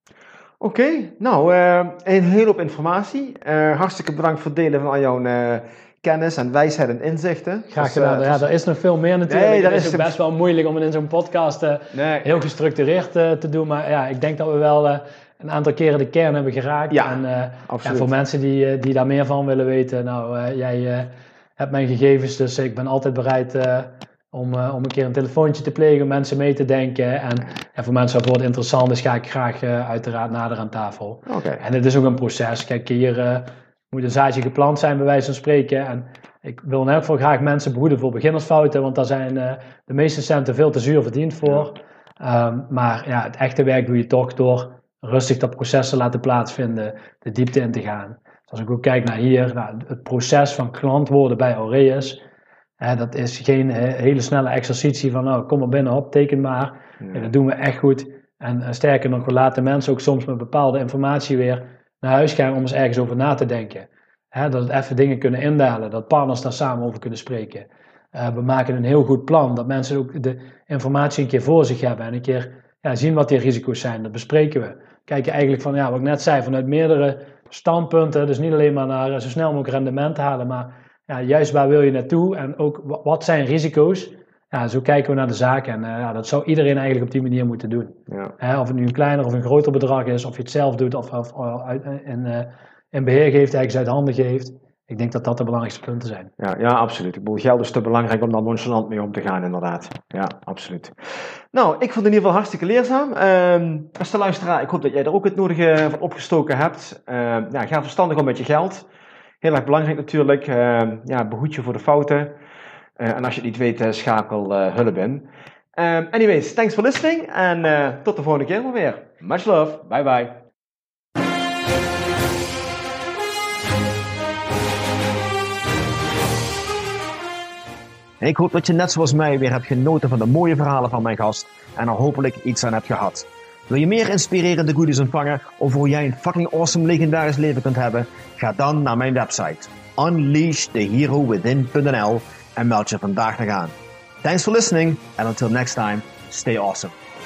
Oké, okay, nou, uh, een hele hoop informatie. Uh, hartstikke bedankt voor het delen van al jouw uh, kennis en wijsheid en inzichten. Graag dus, gedaan. Uh, ja, er is nog veel meer natuurlijk. Nee, dat is, is ook best wel moeilijk om het in zo'n podcast uh, nee. heel gestructureerd uh, te doen. Maar ja, ik denk dat we wel uh, een aantal keren de kern hebben geraakt. Ja, en uh, ja, voor mensen die, uh, die daar meer van willen weten, nou, uh, jij uh, hebt mijn gegevens, dus ik ben altijd bereid uh, om, uh, om een keer een telefoontje te plegen, mensen mee te denken. En, en voor mensen waarvoor het interessant is, ga ik graag uh, uiteraard nader aan tafel. Okay. En het is ook een proces. Kijk, hier uh, moet een zaadje geplant zijn, bij wijze van spreken. En ik wil in elk geval graag mensen behoeden voor beginnersfouten, want daar zijn uh, de meeste centen veel te zuur verdiend voor. Ja. Um, maar ja, het echte werk doe je toch door rustig dat proces te laten plaatsvinden, de diepte in te gaan. Dus als ik ook kijk naar hier, nou, het proces van klant worden bij Aureus, hè, dat is geen he, hele snelle exercitie van, nou, kom maar binnen, op, teken maar. Ja. Ja, dat doen we echt goed. En uh, sterker nog, we laten mensen ook soms met bepaalde informatie weer naar huis gaan om eens ergens over na te denken. Hè, dat het even dingen kunnen indalen, dat partners daar samen over kunnen spreken. Uh, we maken een heel goed plan, dat mensen ook de informatie een keer voor zich hebben en een keer ja, zien wat die risico's zijn. Dat bespreken we. Kijken eigenlijk van, ja, wat ik net zei, vanuit meerdere standpunten. Dus niet alleen maar naar uh, zo snel mogelijk rendement halen, maar ja, juist waar wil je naartoe en ook wat zijn risico's. Ja, zo kijken we naar de zaak en uh, ja, dat zou iedereen eigenlijk op die manier moeten doen. Ja. Hè, of het nu een kleiner of een groter bedrag is, of je het zelf doet of, of uh, uit, in, uh, in beheer geeft, eigenlijk uit handen geeft. Ik denk dat dat de belangrijkste punten zijn. Ja, ja, absoluut. Ik bedoel, geld is te belangrijk om daar nonchalant mee om te gaan, inderdaad. Ja, absoluut. Nou, ik vond het in ieder geval hartstikke leerzaam. Uh, beste luisteraar, ik hoop dat jij er ook het nodige van opgestoken hebt. Uh, ja, ga verstandig om met je geld. Heel erg belangrijk natuurlijk. Uh, ja, behoed je voor de fouten. Uh, en als je het niet weet, uh, schakel uh, hulp in. Uh, anyways, thanks for listening. En uh, tot de volgende keer weer. Much love. Bye bye. Ik hoop dat je net zoals mij weer hebt genoten van de mooie verhalen van mijn gast en er hopelijk iets aan hebt gehad. Wil je meer inspirerende goodies ontvangen over hoe jij een fucking awesome legendarisch leven kunt hebben? Ga dan naar mijn website unleash the hero within dot n l en meld je vandaag nog aan. Thanks for listening and until next time, stay awesome.